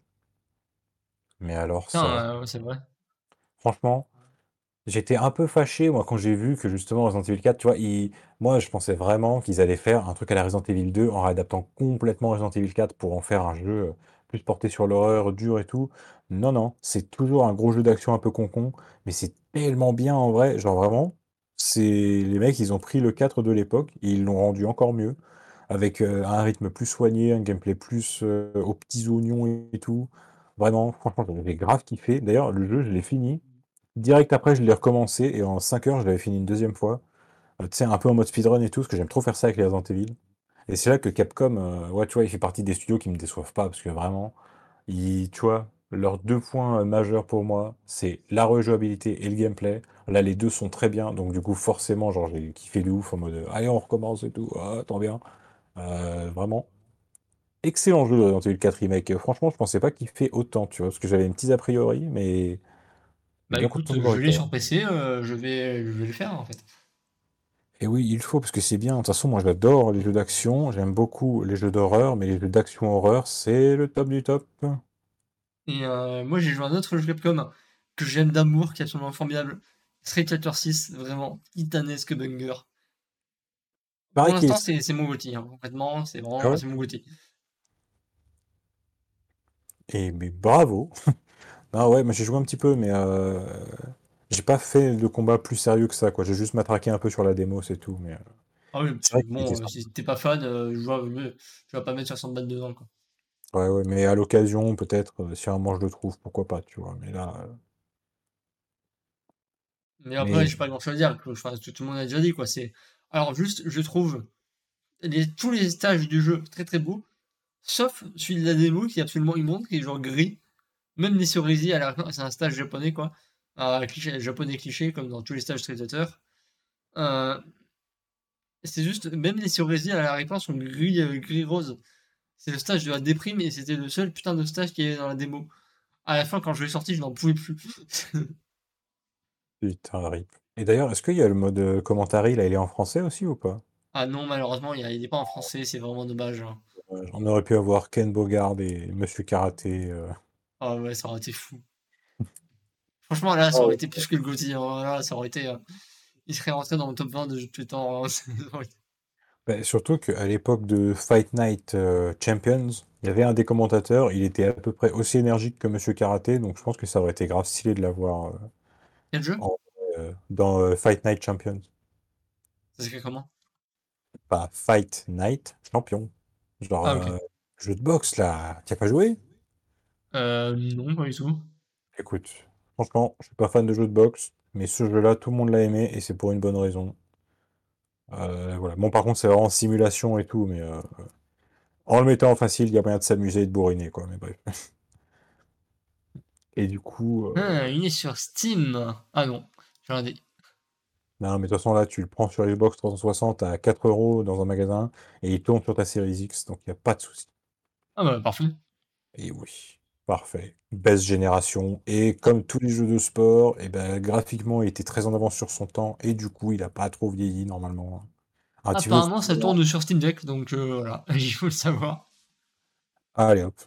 Mais alors ça, Putain, ouais, c'est vrai. franchement, j'étais un peu fâché, moi, quand j'ai vu que justement Resident Evil 4, tu vois, moi, je pensais vraiment qu'ils allaient faire un truc à la Resident Evil 2 en réadaptant complètement Resident Evil 4 pour en faire un jeu plus porté sur l'horreur, dur et tout. Non, non, c'est toujours un gros jeu d'action un peu concon, mais c'est tellement bien en vrai. Genre vraiment, les mecs, ils ont pris le 4 de l'époque et ils l'ont rendu encore mieux, avec un rythme plus soigné, un gameplay plus aux petits oignons et tout. Vraiment, franchement, j'avais grave kiffé. D'ailleurs, le jeu, je l'ai fini. Direct après, je l'ai recommencé et en 5 heures, je l'avais fini une deuxième fois. Tu sais, un peu en mode speedrun et tout, parce que j'aime trop faire ça avec les Resident Evil. Et c'est là que Capcom, ouais, tu vois, il fait partie des studios qui me déçoivent pas, parce que vraiment, tu vois, leurs deux points majeurs pour moi, c'est la rejouabilité et le gameplay. Là, les deux sont très bien, donc du coup, forcément, genre, j'ai kiffé de ouf en mode, allez, on recommence et tout, ah, tant bien. Vraiment, excellent jeu dans le 4 Remake. Franchement, je pensais pas qu'il fait autant, tu vois, parce que j'avais une petite a priori, mais Bah bien écoute, content de voir je le l'ai cas. sur PC, je vais le faire en fait. Et oui, il faut, parce que c'est bien. De toute façon, moi, j'adore les jeux d'action, j'aime beaucoup les jeux d'horreur, mais les jeux d'action-horreur, c'est le top du top. Et moi, j'ai joué à un autre jeu Capcom que j'aime d'amour, qui est absolument formidable. Street Fighter 6, vraiment titanesque banger. Pour Pareil qu'il l'instant, est... c'est mon GOTY, hein. Complètement, Ah ouais? c'est mon GOTY. Et mais bravo! Ah ouais, moi j'ai joué un petit peu, mais j'ai pas fait de combat plus sérieux que ça, quoi. J'ai juste matraqué un peu sur la démo, c'est tout. Mais Ah oui, c'est vrai puis qu'il était bon, sympa. si t'es pas fan, tu vas pas mettre 60 balles dedans, quoi. Ouais, ouais, mais à l'occasion, peut-être, si un moment je le trouve, pourquoi pas, tu vois. Mais là, Mais après, mais j'ai pas grand-chose à dire, que, enfin, tout le monde a déjà dit, quoi. Alors juste, je trouve tous les stages du jeu très très beaux, sauf celui de la démo qui est absolument immonde, qui est genre gris. Même les cerisiers, à la fin, c'est un stage japonais, quoi. Japonais cliché, comme dans tous les stages Street Fighter. Euh, c'est juste, même les cerisiers à l'arrière-plan sont gris rose. C'est le stage de la déprime et c'était le seul putain de stage qu'il y avait dans la démo. À la fin, quand je l'ai sorti, je n'en pouvais plus. putain, rip. Et d'ailleurs, est-ce qu'il y a le mode commentary, là, il est en français aussi ou pas? Ah non, malheureusement, il est pas en français, c'est vraiment dommage, hein. On aurait pu avoir Ken Bogard et Monsieur Karaté. Ah ouais, ça aurait été fou. Franchement, là, Ah ça aurait ouais. été plus que le GOTY, hein. Là, ça aurait été, il serait rentré dans le top 20 de tous les temps, hein. Ça aurait été- Bah, surtout qu'à l'époque de Fight Night Champions, il y avait un des commentateurs, il était à peu près aussi énergique que Monsieur Karaté, donc je pense que ça aurait été grave stylé de l'avoir Quel jeu? en- dans Fight Night Champions. Ça s'écrit comment? Pas Fight Night Champion. Genre, Ah, ok. jeu de boxe là, t'y as pas joué? Non, pas du tout. Écoute, franchement, je suis pas fan de jeux de boxe, mais ce jeu-là, tout le monde l'a aimé et c'est pour une bonne raison. Voilà. Bon, par contre, c'est vraiment simulation et tout, mais en le mettant en facile, il y a moyen de s'amuser et de bourriner, quoi. Mais bref. Et du coup, Il est sur Steam. Ah non, j'ai regardé. non, mais de toute façon, là, tu le prends sur Xbox 360 à 4 euros dans un magasin et il tourne sur ta série X, donc il n'y a pas de souci. Ah bah, parfait. Et oui, parfait. Best génération. Et comme tous les jeux de sport, et ben, graphiquement, il était très en avance sur son temps et du coup, il n'a pas trop vieilli normalement. Un petit peu Apparemment, ça fouillant. tourne sur Steam Deck, donc voilà, il faut le savoir. Allez hop.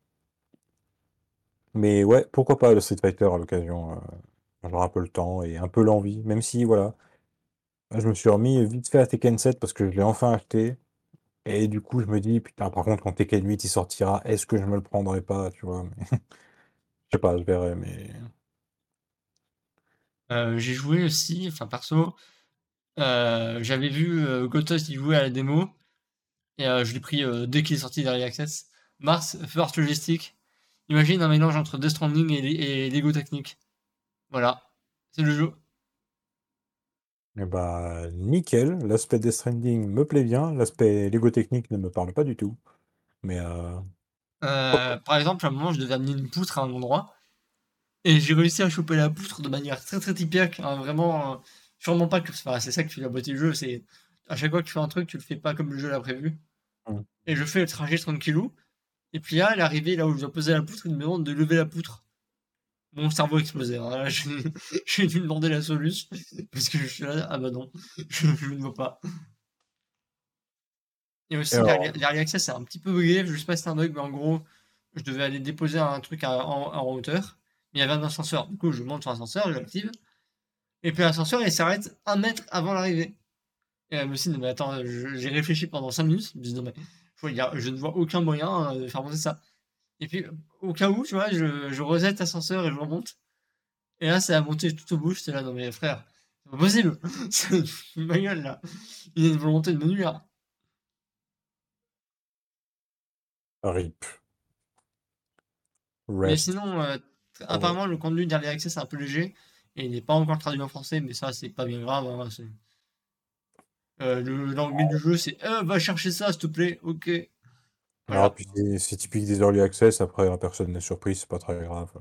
Mais ouais, pourquoi pas le Street Fighter à l'occasion. J'aurai un peu le temps et un peu l'envie, même si, voilà, je me suis remis vite fait à Tekken 7 parce que je l'ai enfin acheté. Et du coup, je me dis, putain, par contre, quand Tekken 8 il sortira, est-ce que je me le prendrai pas, tu vois? Mais je sais pas, je verrai, mais. J'ai joué aussi, enfin perso, j'avais vu Gotos y jouer à la démo, et je l'ai pris dès qu'il est sorti d'Early Access. Mars, First Logistic. Imagine un mélange entre Death Stranding et Lego Technique. Voilà, c'est le jeu. Eh bah, nickel. L'aspect Death Stranding me plaît bien. L'aspect Lego technique ne me parle pas du tout. Mais Par exemple, à un moment, je devais amener une poutre à un endroit, et j'ai réussi à choper la poutre de manière très très typique, hein, vraiment, sûrement pas que, enfin, c'est ça qui fait la beauté du jeu, c'est à chaque fois que tu fais un truc, tu le fais pas comme le jeu l'a prévu. hmm. Et je fais le trajet tranquillou, et puis là, elle est arrivée là où je dois poser la poutre, il me demande de lever la poutre. Mon cerveau explosait, hein. Là, j'ai dû demander la solution, parce que je suis là, ah bah non, je ne vois pas. Et Et aussi, alors, l'early access, c'est un petit peu bugué, je sais pas si c'est un bug, mais en gros, je devais aller déposer un truc en hauteur, mais il y avait un ascenseur. Du coup, je monte sur l'ascenseur, je l'active, et puis l'ascenseur, il s'arrête 1 mètre avant l'arrivée. Et elle me dit, non, mais attends, j'ai réfléchi pendant 5 minutes, je me dis, non, mais je ne vois aucun moyen de faire monter ça. Et puis, au cas où, tu vois, je reset l'ascenseur et je remonte. Et là, ça a monté tout au bout, j'étais là, non, mais frère, c'est pas possible! C'est ma gueule, là! Il y a une volonté de me nuire. RIP. Mais Rest. sinon, Oh. apparemment, le contenu d'Early Access est un peu léger, et il n'est pas encore traduit en français, mais ça, c'est pas bien grave, hein, l'anglais du jeu, c'est va chercher ça, s'il te plaît, ok. Ah, Voilà. puis c'est typique des early access. Après, la personne n'est surprise, c'est pas très grave.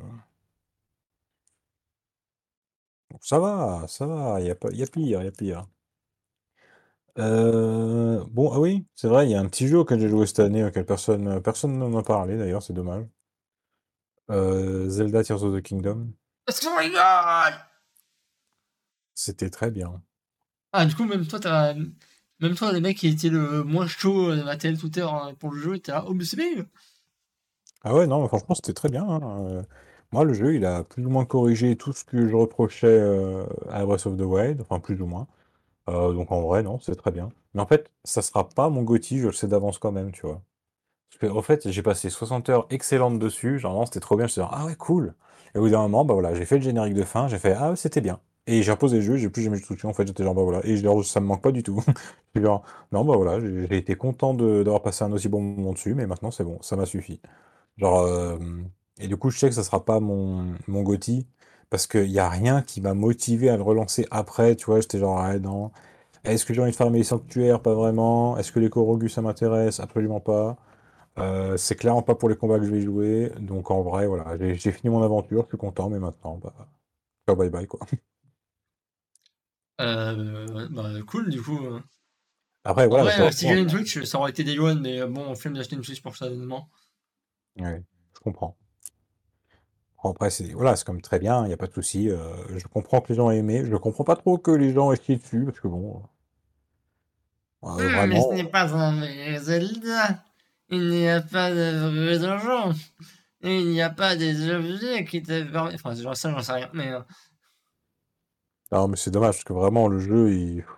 Donc, ça va. Y a pire, y a pire. Bon, ah oui, c'est vrai, il y a un petit jeu auquel j'ai joué cette année, auquel personne n'en a parlé d'ailleurs, c'est dommage. Zelda Tears of the Kingdom, Oh my god! c'était très bien. Ah, du coup, même toi, le mec qui était le moins chaud de ma télé Twitter hein, pour le jeu, était là, oh, mais c'est bien! Ah ouais, non, mais franchement, c'était très bien, hein. Moi, le jeu, il a plus ou moins corrigé tout ce que je reprochais à Breath of the Wild, enfin, plus ou moins. Donc en vrai, non, c'est très bien. Mais en fait, ça sera pas mon GOTY, je le sais d'avance quand même, tu vois. Parce que, en fait, j'ai passé 60 heures excellentes dessus. Genre, vraiment, c'était trop bien. Je me suis dit, ah ouais, cool. Et au bout d'un moment, bah voilà, j'ai fait le générique de fin. J'ai fait, ah ouais, c'était bien. Et j'ai reposé le jeu. J'ai plus jamais joué dessus. En fait, j'étais genre, bah voilà. Et genre, ça me manque pas du tout. J'étais genre, non, bah voilà, j'ai été content d'avoir passé un aussi bon moment dessus. Mais maintenant, c'est bon. Ça m'a suffi. Genre, et du coup, je sais que ça sera pas mon GOTY. Parce qu'il y a rien qui m'a motivé à le relancer après. Tu vois, j'étais genre, ah non. Est-ce que j'ai envie de farmer les sanctuaires? Pas vraiment. Est-ce que les Korogus, ça m'intéresse? Absolument pas. C'est clairement pas pour les combats que je vais jouer, donc en vrai, voilà, j'ai fini mon aventure, je suis content, mais maintenant, bah, ciao, bye bye, quoi. Bah, cool, du coup. Après, En voilà, vrai, je le si reprends. j'avais une Switch, ça aurait été Day One, mais bon, on flemme d'acheter une Switch pour ça, honnêtement. Ouais, je comprends. Bon, après, c'est voilà, c'est quand même très bien, il y a pas de souci, je comprends que les gens aient aimé. Je comprends pas trop que les gens aient chié dessus parce que bon, Mais ce vraiment, n'est pas un vrai Zelda. Il n'y a pas de vrai donjon. Et il n'y a pas des objets qui te permettent. Enfin, genre ça, j'en sais rien. Mais non, mais c'est dommage parce que vraiment le jeu,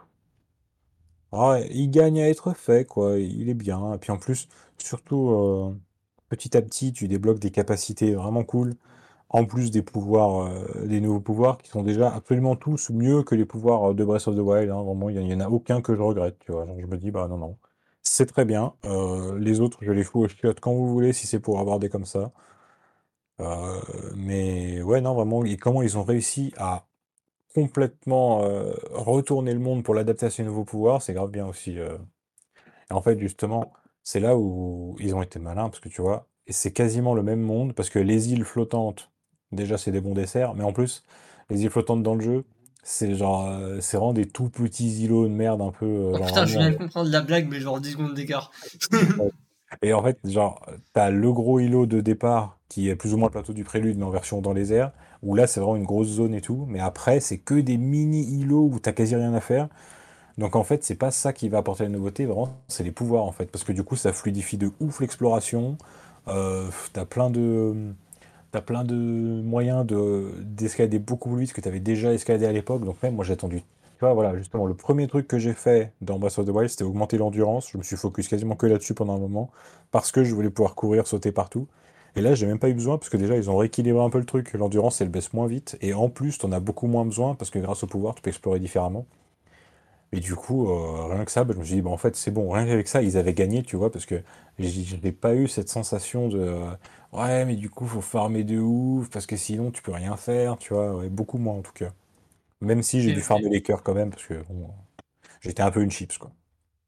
il gagne à être fait, quoi. Il est bien. Et puis en plus, surtout, petit à petit, tu débloques des capacités vraiment cool. En plus des pouvoirs, des nouveaux pouvoirs qui sont déjà absolument tous mieux que les pouvoirs de Breath of the Wild, hein. Vraiment, il y en a aucun que je regrette, tu vois. Genre, je me dis, bah non, non. C'est très bien. Les autres, je les fous aux chiottes quand vous voulez, si c'est pour avoir des comme ça. Euh, mais ouais, non, vraiment, et comment ils ont réussi à complètement retourner le monde pour l'adapter à ces nouveaux pouvoirs, c'est grave bien aussi. Et en fait, justement, c'est là où ils ont été malins, parce que tu vois, et c'est quasiment le même monde, parce que les îles flottantes, déjà, c'est des bons desserts, mais en plus, les îles flottantes dans le jeu, c'est genre, c'est vraiment des tout petits îlots de merde, un peu, oh genre putain, je vraiment. viens de comprendre la blague, mais genre 10 secondes d'écart. Ouais. Et en fait, genre, t'as le gros îlot de départ, qui est plus ou moins le plateau du prélude, mais en version dans les airs, où là, c'est vraiment une grosse zone et tout, mais après, c'est que des mini-îlots où t'as quasi rien à faire. Donc en fait, c'est pas ça qui va apporter la nouveauté, vraiment, c'est les pouvoirs en fait, parce que du coup, ça fluidifie de ouf l'exploration. T'as plein de moyens d'escalader beaucoup plus vite que t'avais déjà escaladé à l'époque. Donc même moi, j'ai attendu. Tu vois, voilà, justement, le premier truc que j'ai fait dans Breath of the Wild, c'était augmenter l'endurance. Je me suis focus quasiment que là-dessus pendant un moment, parce que je voulais pouvoir courir, sauter partout. Et là, j'ai même pas eu besoin, parce que déjà, ils ont rééquilibré un peu le truc. L'endurance, elle baisse moins vite. Et en plus, t'en as beaucoup moins besoin, parce que grâce au pouvoir, tu peux explorer différemment. Et du coup, rien que ça, bah, je me suis dit, bah, en fait, c'est bon, rien qu'avec ça, ils avaient gagné, tu vois, parce que je n'ai pas eu cette sensation de ouais, mais du coup, faut farmer de ouf, parce que sinon, tu peux rien faire, tu vois, ouais, beaucoup moins en tout cas. Même si j'ai Ok, dû ok. farmer les cœurs quand même, parce que bon, j'étais un peu une chips, quoi.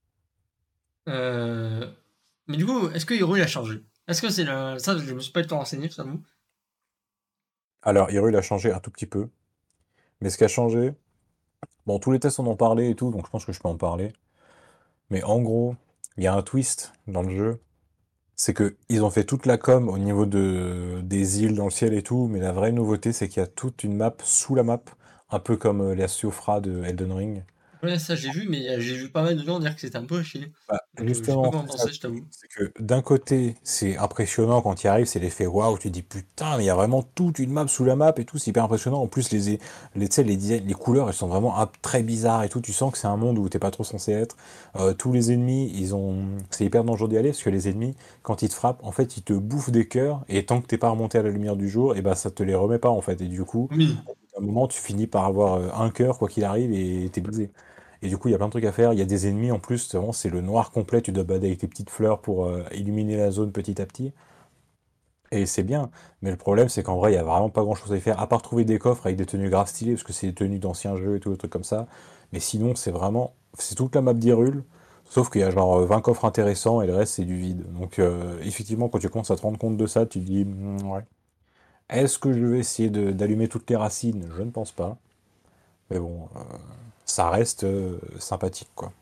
Euh, Mais du coup, est-ce que Hero il a changé? Est-ce que c'est le. Ça, je me suis pas eu le temps d'enseigner, je t'avoue. Alors, Hyrule a changé un tout petit peu, mais ce qui a changé, bon, tous les tests en ont parlé et tout, donc je pense que je peux en parler, mais en gros, il y a un twist dans le jeu. C'est que ils ont fait toute la com au niveau des îles dans le ciel et tout, mais la vraie nouveauté, c'est qu'il y a toute une map sous la map, un peu comme les Siofra de Elden Ring. Ouais, ça j'ai vu, mais j'ai vu pas mal de gens dire que c'était un peu à chier. Bah, Donc je sais pas justement, quoi en c'est ça le penser, je truc. t'avoue. C'est que d'un côté, c'est impressionnant quand il arrive, c'est l'effet waouh, tu te dis putain, mais il y a vraiment toute une map sous la map et tout, c'est hyper impressionnant. En plus, tu sais, les couleurs, elles sont vraiment très bizarres et tout. Tu sens que c'est un monde où t'es pas trop censé être. Tous les ennemis, c'est hyper dangereux d'y aller parce que les ennemis, quand ils te frappent, en fait, ils te bouffent des cœurs et tant que t'es pas remonté à la lumière du jour, et ben ça te les remet pas en fait. Et du coup, Oui. à un moment, tu finis par avoir un cœur quoi qu'il arrive et t'es baisé. Et du coup, il y a plein de trucs à faire. Il y a des ennemis en plus, c'est le noir complet. Tu dois balader avec tes petites fleurs pour illuminer la zone petit à petit. Et c'est bien. Mais le problème, c'est qu'en vrai, il y a vraiment pas grand-chose à y faire, à part trouver des coffres avec des tenues graves stylées, parce que c'est des tenues d'anciens jeux et tout, des trucs comme ça. Mais sinon, c'est toute la map d'Hyrule. Sauf qu'il y a genre 20 coffres intéressants et le reste, c'est du vide. Donc, effectivement, quand tu commences à te rendre compte de ça, tu te dis, ouais. Est-ce que je vais essayer d'allumer toutes les racines? Je ne pense pas. Mais bon, ça reste sympathique, quoi.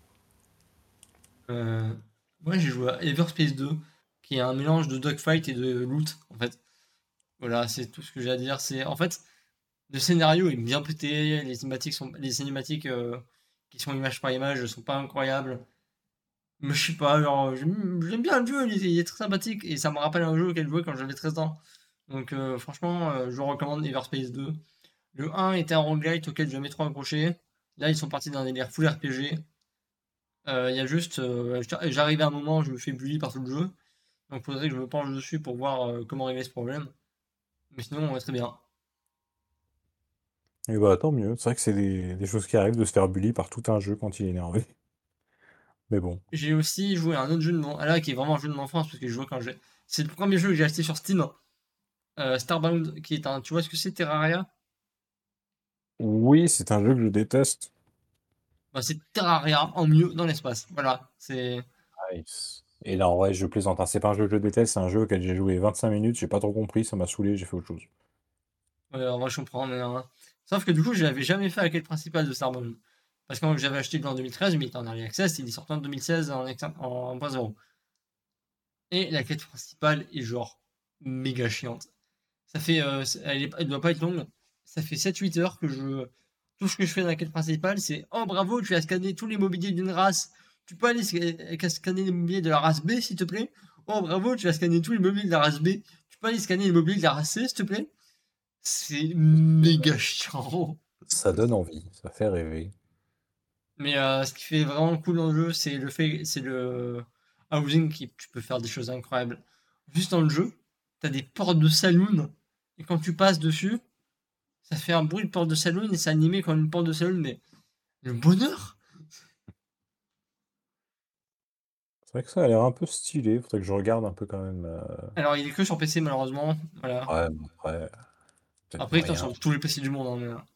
Euh, Moi j'ai joué à Everspace 2, qui est un mélange de dogfight et de loot, en fait. Voilà, c'est tout ce que j'ai à dire. C'est en fait, le scénario est bien pété, les cinématiques qui sont image par image sont pas incroyables. Mais je sais pas, genre, j'aime bien le jeu, il est très sympathique et ça me rappelle un jeu auquel je jouais quand j'avais 13 ans. Donc franchement, je recommande Everspace 2. Le 1 était un roguelite auquel je jamais trop accroché. Là, ils sont partis d'un délire full RPG. Il y a juste, j'arrive à un moment, je me fais bully par tout le jeu. Donc faudrait que je me penche dessus pour voir comment régler ce problème. Mais sinon, très bien. Et bah tant mieux, c'est vrai que c'est des choses qui arrivent de se faire bully par tout un jeu quand il est énervé. Mais bon. J'ai aussi joué à un autre jeu de mon... Ah là, qui est vraiment un jeu de mon enfance, parce que je jouais quand j'ai... C'est le premier jeu que j'ai acheté sur Steam. Starbound, qui est un... Tu vois ce que c'est, Terraria? Oui, c'est un jeu que je déteste. Bah, c'est Terraria en mieux dans l'espace. Voilà, c'est... Nice. Et là, en vrai, je plaisante, hein. C'est pas un jeu que je déteste, c'est un jeu auquel j'ai joué 25 minutes, j'ai pas trop compris, ça m'a saoulé, j'ai fait autre chose. Ouais, en vrai, je comprends, mais... Sauf que du coup, je l'avais jamais fait à la quête principale de Starbound. Parce que j'avais acheté le jeu en 2013, mais il était en early access, il est sorti en 2016 en 1.0. Et la quête principale est genre méga chiante. Ça fait, elle doit pas être longue. Ça fait 7-8 heures que tout ce que je fais dans la quête principale, c'est oh bravo, tu as scanné tous les mobiliers d'une race. Tu peux aller scanner les mobiliers de la race B, s'il te plaît. Oh bravo, tu as scanné tous les mobiliers de la race B. Tu peux aller scanner les mobiliers de la race C, s'il te plaît. C'est méga chiant. Ça donne envie, ça fait rêver. Mais ce qui fait vraiment cool dans le jeu, c'est le housing qui tu peux faire des choses incroyables. Juste dans le jeu, t'as des portes de saloon et quand tu passes dessus, ça fait un bruit de porte de saloon et c'est animé comme une porte de saloon, mais le bonheur! C'est vrai que ça a l'air un peu stylé, faudrait que je regarde un peu quand même. Alors il est que sur PC malheureusement, voilà. Ouais, mais après, peut-être Après il est moyen. sur tous les PC du monde, hein, mais,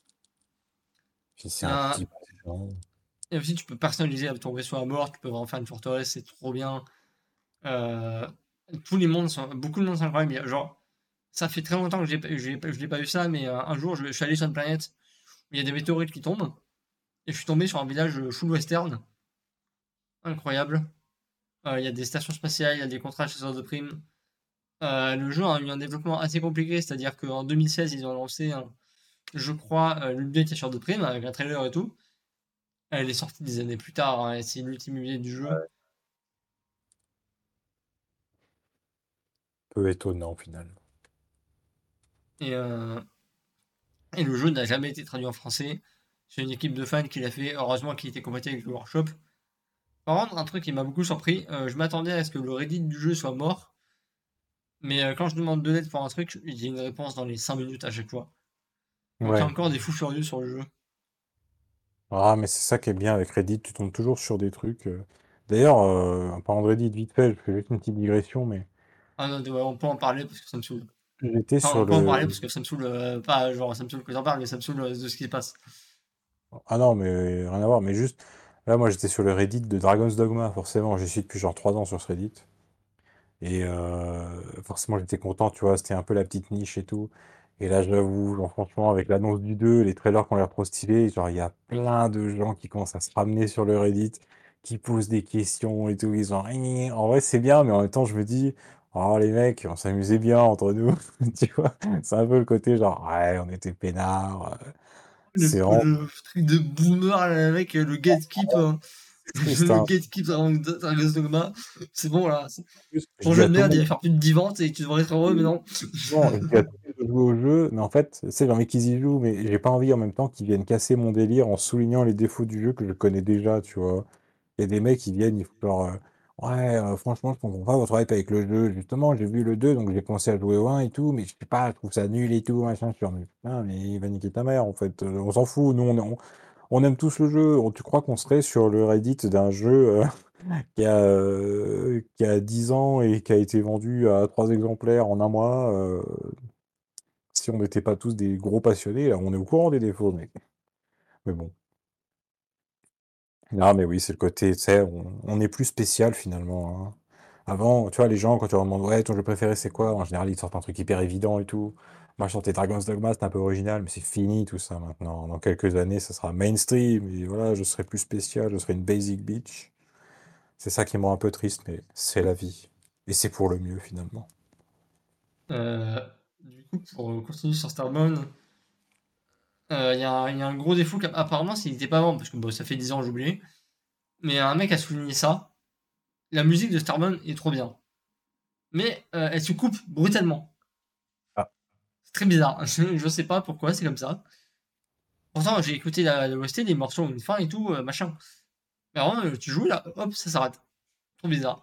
Si c'est il y un a un- petit peu chiant. et aussi tu peux personnaliser ton vaisseau à bord, tu peux vraiment faire une forteresse, c'est trop bien. Euh, beaucoup de mondes sont incroyables. Genre, ça fait très longtemps que je l'ai pas vu ça, mais un jour je suis allé sur une planète où il y a des météorites qui tombent et je suis tombé sur un village full western, incroyable. Il y a des stations spatiales, il y a des contrats chasseurs de primes. Le jeu a eu un développement assez compliqué, c'est-à-dire qu'en 2016 ils ont lancé, je crois, l'update chasseur de primes avec un trailer et tout. Elle est sortie des années plus tard, hein, et c'est l'ultime update du jeu. Peu étonnant finalement. Et, euh, et le jeu n'a jamais été traduit en français. C'est une équipe de fans qui l'a fait. Heureusement qu'il était compatible avec le workshop. Par contre, un truc qui m'a beaucoup surpris, je m'attendais à ce que le Reddit du jeu soit mort. Mais quand je demande de l'aide pour un truc, j'ai une réponse dans les 5 minutes à chaque fois. Donc il y a Ouais. encore des fous furieux sur le jeu. Ah, mais c'est ça qui est bien avec Reddit, tu tombes toujours sur des trucs. D'ailleurs, en parlant de Reddit, vite fait, je fais juste une petite digression, mais Ah non, ouais, on peut en parler parce que ça me saoule. j'étais Enfin, sur on peut en le. parler parce que ça me saoule, pas genre ça me saoule que j'en parle, mais ça me saoule de ce qui se passe. Ah non, mais rien à voir, mais juste. Là, moi, j'étais sur le Reddit de Dragon's Dogma, forcément, j'y suis depuis genre 3 ans sur ce Reddit. Et forcément, j'étais content, tu vois, c'était un peu la petite niche et tout. Et là, j'avoue, genre, franchement, avec l'annonce du 2 les trailers qui ont l'air trop stylés, genre, il y a plein de gens qui commencent à se ramener sur le Reddit, qui posent des questions et tout. Ils ont... En vrai, c'est bien, mais en même temps, je me dis, oh, les mecs, on s'amusait bien entre nous, tu vois. C'est un peu le côté, genre, ouais, on était peinards. C'est vraiment Le truc de boomer, là, mec, le gatekeep, c'est triste, le hein. gatekeep Dragon's Dogma, c'est bon là. Juste, je Ton dis jeu à de tout le merde, il monde. va faire plus de 10 ventes et tu devrais être heureux, mais non. Non, je dis à tous de jouer au jeu, mais en fait, c'est j'ai envie qu'ils y jouent, mais j'ai pas envie en même temps qu'ils viennent casser mon délire en soulignant les défauts du jeu que je connais déjà, tu vois. Il y a des mecs qui viennent, ils font genre, ouais, franchement, je comprends pas votre hype avec le jeu. Justement, j'ai vu le 2 donc j'ai commencé à jouer au 1 et tout, mais je sais pas, je trouve ça nul et tout, machin. Je suis en mode, putain, mais il va niquer ta mère, en fait. On s'en fout, nous, on aime tous le jeu. Tu crois qu'on serait sur le Reddit d'un jeu qui a 10 ans et qui a été vendu à 3 exemplaires en un mois? Si on n'était pas tous des gros passionnés, là, on est au courant des défauts, mais bon. Non, mais oui, c'est le côté, tu sais, on est plus spécial finalement, hein. Avant, tu vois, les gens, quand tu leur demandes, ouais, ton jeu préféré, c'est quoi? En général, ils te sortent un truc hyper évident et tout. Moi, je sortais Dragon's Dogma, c'était un peu original, mais c'est fini tout ça maintenant. Dans quelques années, ça sera mainstream, et voilà, je serai plus spécial, je serai une basic bitch. C'est ça qui me rend un peu triste, mais c'est la vie. Et c'est pour le mieux finalement. Du coup, pour continuer sur Starbound, il y a un gros défaut qu'apparemment, s'il n'était pas bon, parce que bon, ça fait 10 ans, j'ai oublié, mais un mec a souligné ça. La musique de Starbound est trop bien. Mais elle se coupe brutalement. Ah, C'est très bizarre. Je sais pas pourquoi, c'est comme ça. Pourtant, j'ai écouté la OST, les morceaux ont une fin et tout, machin. Mais vraiment, tu joues là, hop, ça s'arrête. Trop bizarre.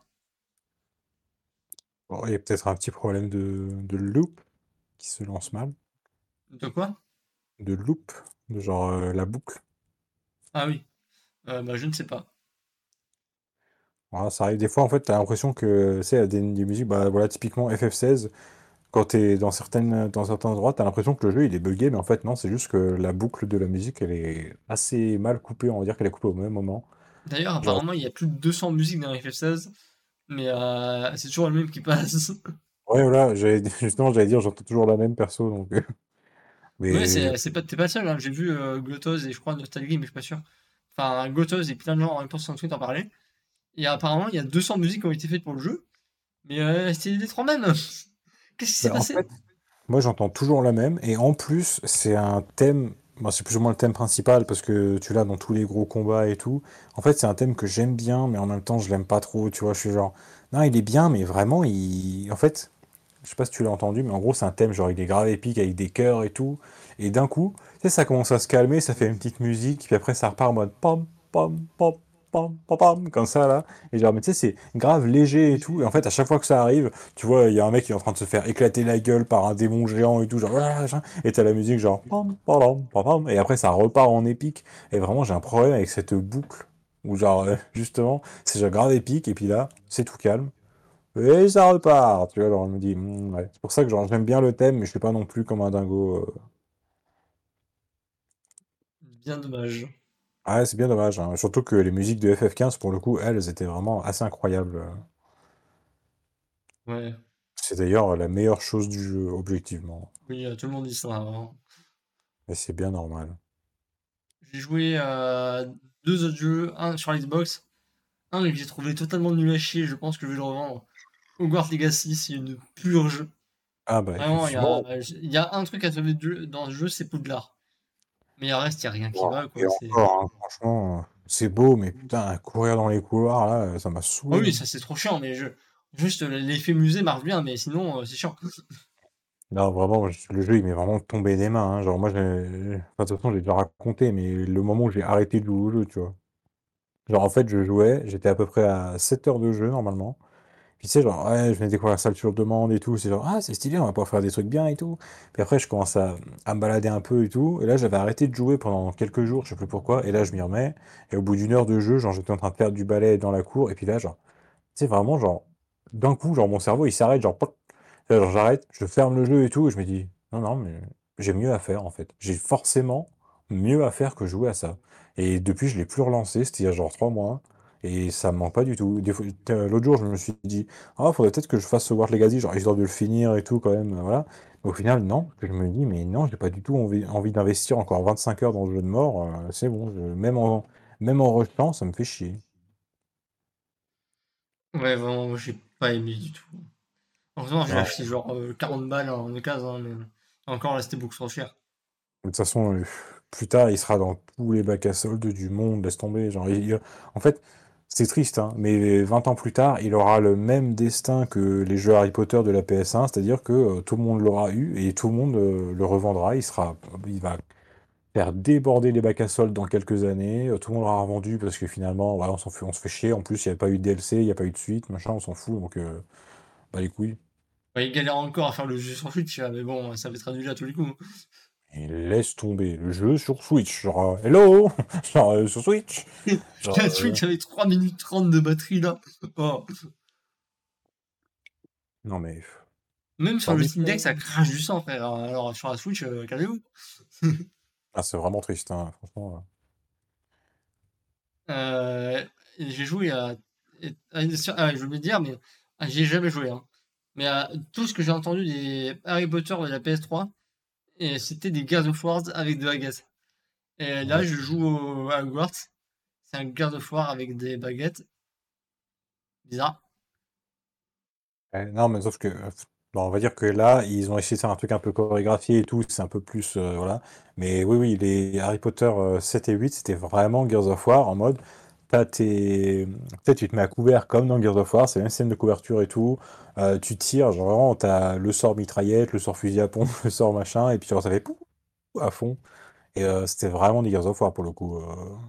bon, il y a peut-être un petit problème de loop qui se lance mal. De quoi? De loop, de genre la boucle. Ah oui. Bah, je ne sais pas. Voilà, ça arrive des fois, en fait, t'as l'impression que, tu sais, il y a des musiques, bah voilà, typiquement FF16, quand t'es dans certains endroits, t'as l'impression que le jeu il est buggé, mais en fait, non, c'est juste que la boucle de la musique, elle est assez mal coupée, on va dire qu'elle est coupée au même moment. D'ailleurs, Genre, apparemment, il y a plus de 200 musiques dans FF16, mais c'est toujours le même qui passe. ouais, voilà, justement, j'allais dire, j'entends toujours la même perso, donc, Ouais, mais, t'es pas le seul, hein. J'ai vu Glottos et je crois Nostalgie, mais je suis pas sûr. Enfin, Glottos et plein de gens en même temps sur Twitter en parlaient. Et apparemment, il y a 200 musiques qui ont été faites pour le jeu, mais c'est les trois mêmes. Qu'est-ce qui s'est bah, en fait, passé? Moi, j'entends toujours la même, et en plus, c'est un thème, bon, c'est plus ou moins le thème principal, parce que tu l'as dans tous les gros combats et tout. En fait, c'est un thème que j'aime bien, mais en même temps, je l'aime pas trop, tu vois, je suis genre, non, il est bien, mais vraiment, En fait, je sais pas si tu l'as entendu, mais en gros, c'est un thème, genre, il est grave épique, avec des chœurs et tout, et d'un coup, tu sais, ça commence à se calmer, ça fait une petite musique, puis après, ça repart en mode pam, pam, pam, pam, pam, pam, comme ça, là, et genre, mais tu sais, c'est grave léger et tout, et en fait, à chaque fois que ça arrive, tu vois, il y a un mec qui est en train de se faire éclater la gueule par un démon géant et tout, genre, ah, machin, et t'as la musique genre, pam, pam, pam, pam, et après ça repart en épique. Et vraiment, j'ai un problème avec cette boucle, où genre, justement, c'est genre grave épique, et puis là, c'est tout calme, et ça repart, tu vois, alors on me dit, ouais. C'est pour ça que genre, j'aime bien le thème, mais je suis pas non plus comme un dingo. Bien dommage. Ah, c'est bien dommage, hein. Surtout que les musiques de FF15, pour le coup, elles étaient vraiment assez incroyables. Ouais. C'est d'ailleurs la meilleure chose du jeu, objectivement. Oui, tout le monde dit ça, hein. Et c'est bien normal. J'ai joué à deux autres jeux, un sur Xbox, un que j'ai trouvé totalement nul à chier, je pense que je vais le revendre. Hogwarts Legacy, c'est une purge. Ah bah Vraiment, effectivement. il y a un truc à sauver dans ce jeu, c'est Poudlard. Mais le reste, il n'y a rien qui Wow. va, Et quoi. encore, hein, franchement, c'est beau, mais putain, courir dans les couloirs, là, ça m'a Ah saoulé, oui, hein. ça c'est trop chiant, mais juste l'effet musée marche bien, mais sinon, c'est chiant. Non, vraiment, le jeu, il m'est vraiment tombé des mains, hein. Genre, moi, enfin, de toute façon, j'ai déjà raconté, mais le moment où j'ai arrêté de jouer au jeu, tu vois. Genre, en fait, je jouais, j'étais à peu près à 7 heures de jeu, normalement. Puis, tu sais, genre, ouais, je venais découvrir ça sur demande et tout. C'est genre, ah, c'est stylé, on va pouvoir faire des trucs bien et tout. Puis après, je commence à me balader un peu et tout. Et là, j'avais arrêté de jouer pendant quelques jours, je sais plus pourquoi. Et là, je m'y remets. Et au bout d'une heure de jeu, genre, j'étais en train de faire du balai dans la cour. Et puis là, genre, tu sais, vraiment, genre, d'un coup, genre, mon cerveau, il s'arrête, genre, pop. Là, genre, j'arrête, je ferme le jeu et tout, et je me dis, non, non, mais j'ai mieux à faire, en fait. J'ai forcément mieux à faire que jouer à ça. Et depuis, je l'ai plus relancé, c'était il y a genre 3 mois, et ça me manque pas du tout. L'autre jour, je me suis dit, ah, faudrait peut-être que je fasse ce World Legacy, genre, histoire de le finir et tout, quand même, voilà. Au final, non, je me dis, mais non, j'ai pas du tout envie d'investir encore 25 heures dans le jeu de mort, c'est bon, même en rushant, ça me fait chier. Ouais, vraiment, moi, j'ai pas aimé du tout. Heureusement, j'ai Non. acheté genre 40 balles en occasion, hein, mais encore là, c'était beaucoup trop cher. De toute façon, plus tard, il sera dans tous les bacs à soldes du monde, laisse tomber. Genre, en fait, c'est triste, hein, mais 20 ans plus tard, il aura le même destin que les jeux Harry Potter de la PS1, c'est-à-dire que tout le monde l'aura eu et tout le monde le revendra. Il va faire déborder les bacs à soldes dans quelques années. Tout le monde l'aura revendu parce que finalement, voilà, on se fait chier. En plus, il n'y avait pas eu de DLC, il n'y a pas eu de suite, machin, on s'en fout. Donc, bah les couilles. Ouais, il galère encore à faire le jeu sur Switch, mais bon, ça va être annulé à tous les coups. Et laisse tomber le jeu sur Switch. Genre, hello! Genre, sur Switch. Genre, La Switch avec 3 minutes 30 de batterie là. Oh. non mais. Même sur T'en le es Steam Deck, ça con. crache du sang, frère. Alors sur la Switch, calmez-vous. Ah, c'est vraiment triste, hein, franchement. Euh, j'ai joué je voulais dire, mais j'ai jamais joué, hein. Mais tout ce que j'ai entendu des Harry Potter de la PS3, et c'était des Gears of War avec de la baguettes. Et là, Ouais. je joue à Hogwarts. C'est un Gears of War avec des baguettes. Bizarre. Non, mais sauf que, bon, on va dire que là, ils ont essayé de faire un truc un peu chorégraphié et tout, c'est un peu plus, voilà. Mais oui, oui, les Harry Potter 7 et 8, c'était vraiment Gears of War en mode, tu sais, tu te mets à couvert comme dans Gears of War, c'est la même scène de couverture et tout. Tu tires, genre vraiment, t'as le sort mitraillette, le sort fusil à pompe, le sort machin, et puis genre, ça fait pouf à fond. Et c'était vraiment des Gears of War pour le coup.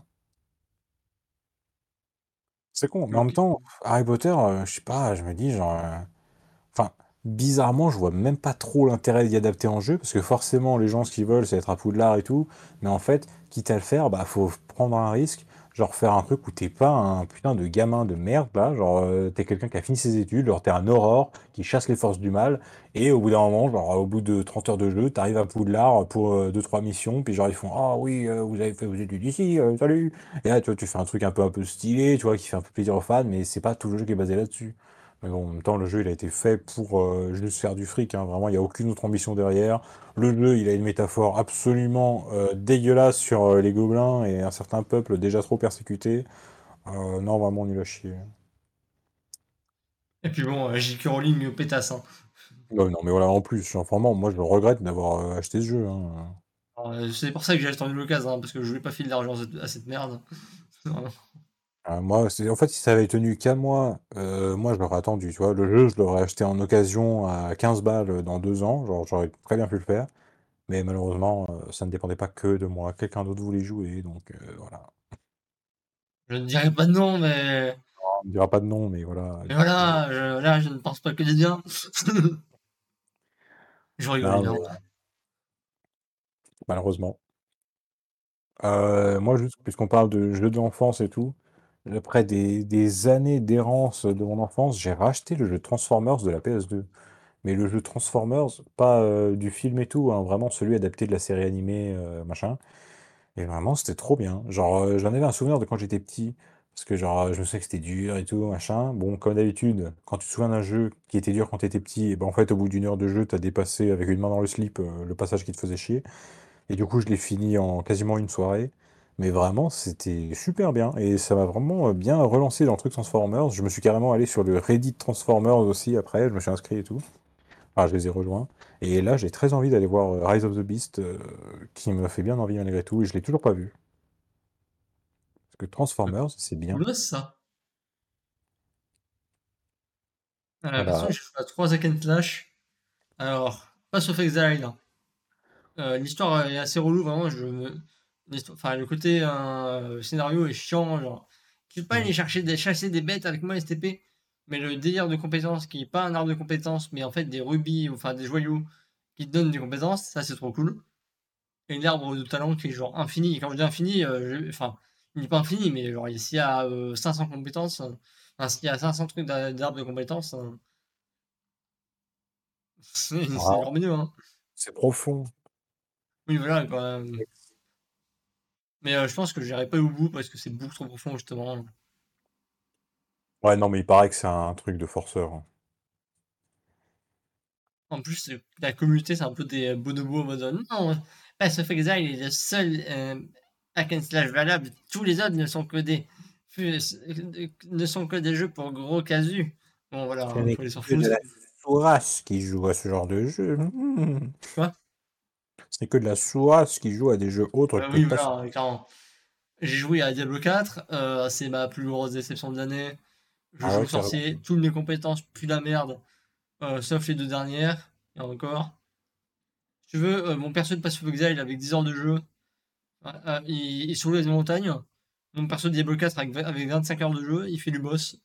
C'est con, mais en même Ok. temps, Harry Potter, je sais pas, je me dis genre. Enfin, bizarrement, je vois même pas trop l'intérêt d'y adapter en jeu, parce que forcément, les gens, ce qu'ils veulent, c'est être à Poudlard et tout. Mais en fait, quitte à le faire, bah, faut prendre un risque. Genre, faire un truc où t'es pas un putain de gamin de merde, là. Genre, t'es quelqu'un qui a fini ses études, genre, t'es un aurore qui chasse les forces du mal. Et au bout d'un moment, genre, au bout de 30 heures de jeu, t'arrives à Poudlard pour 2-3 missions. Puis, genre, ils font, ah oui, vous avez fait vos études ici, salut. Et là, tu vois, tu fais un truc un peu stylé, tu vois, qui fait un peu plaisir aux fans, mais c'est pas tout le jeu qui est basé là-dessus. Mais bon, en même temps, le jeu, il a été fait pour juste faire du fric, hein. Vraiment, il n'y a aucune autre ambition derrière. Le jeu, il a une métaphore absolument dégueulasse sur les gobelins et un certain peuple déjà trop persécuté. Non, vraiment nul à chier. Et puis bon, J.K. Rowling pétasse, hein. Ouais, non, mais voilà, en plus, enfin, moi, je regrette d'avoir acheté ce jeu, hein. Alors, c'est pour ça que j'ai attendu l'occasion, hein, parce que je voulais pas filer d'argent à cette merde. Vraiment. Moi, en fait, si ça avait tenu qu'à moi, moi, je l'aurais attendu, tu vois. Le jeu, je l'aurais acheté en occasion à 15 balles dans 2 ans, genre, j'aurais très bien pu le faire. Mais malheureusement, ça ne dépendait pas que de moi. Quelqu'un d'autre voulait jouer, donc voilà. Je ne dirais pas non, mais On ne dira pas de nom, mais voilà. voilà, là, je ne pense pas que des biens. Je rigole Non, mais évidemment. malheureusement. Moi, juste, puisqu'on parle de jeux d'enfance et tout, après des années d'errance de mon enfance, j'ai racheté le jeu Transformers de la PS2. Mais le jeu Transformers, pas du film et tout, hein, vraiment celui adapté de la série animée, machin. Et vraiment, c'était trop bien. Genre, j'en avais un souvenir de quand j'étais petit, parce que genre, je me souviens que c'était dur et tout, machin. Bon, comme d'habitude, quand tu te souviens d'un jeu qui était dur quand t'étais petit, et ben en fait, au bout d'une heure de jeu, t'as dépassé avec une main dans le slip le passage qui te faisait chier. Et du coup, je l'ai fini en quasiment une soirée. Mais vraiment, c'était super bien. Et ça m'a vraiment bien relancé dans le truc Transformers. Je me suis carrément allé sur le Reddit Transformers aussi après. Je me suis inscrit et tout. Enfin, je les ai rejoints. Et là, j'ai très envie d'aller voir Rise of the Beast, qui me fait bien envie malgré tout. Et je l'ai toujours pas vu. Parce que Transformers, c'est bien. Cool ça. Perso, Voilà. j'ai joué à 3 Hack and Slash. Alors, pas sauf Exile, hein. L'histoire est assez relou, vraiment. Enfin, le côté scénario est chiant. Genre, tu peux pas Mm. aller chasser des bêtes avec moi STP, mais le délire de compétences qui est pas un arbre de compétences, mais en fait des rubis, enfin des joyaux qui te donnent des compétences, ça c'est trop cool. Et l'arbre de talent qui est genre infini. Et quand je dis infini, enfin, il n'est pas infini, mais genre s'il y a 500 compétences, enfin, s'il y a 500 trucs d'arbre de compétences, c'est Ah, genre mieux, hein. c'est profond. Oui, voilà, quoi. Mais je pense que j'irai pas au bout parce que c'est beaucoup trop profond, justement. Ouais, non, mais il paraît que c'est un truc de forceur, hein. En plus, la communauté, c'est un peu des bonobos en mode non, Path of Exile est le seul hack and slash valable. Tous les autres ne sont que des jeux pour gros casus. Bon, voilà, Ce hein, n'est faut les s'en que de foutre. la sourasse qui joue à ce genre de jeu. Quoi? Ce n'est que de la sourasse qui joue à des jeux autres que Oui, Path. voilà, clairement. J'ai joué à Diablo 4, c'est ma plus grosse déception de l'année. Je Ah joue ouais, au carrément. sorcier, toutes mes compétences puent la merde, sauf les deux dernières, et encore. Si tu veux, mon perso de Path of Exile avec 10 heures de jeu, il soulève des montagnes. Mon perso de Diablo 4 avec 25 heures de jeu, il fait du boss.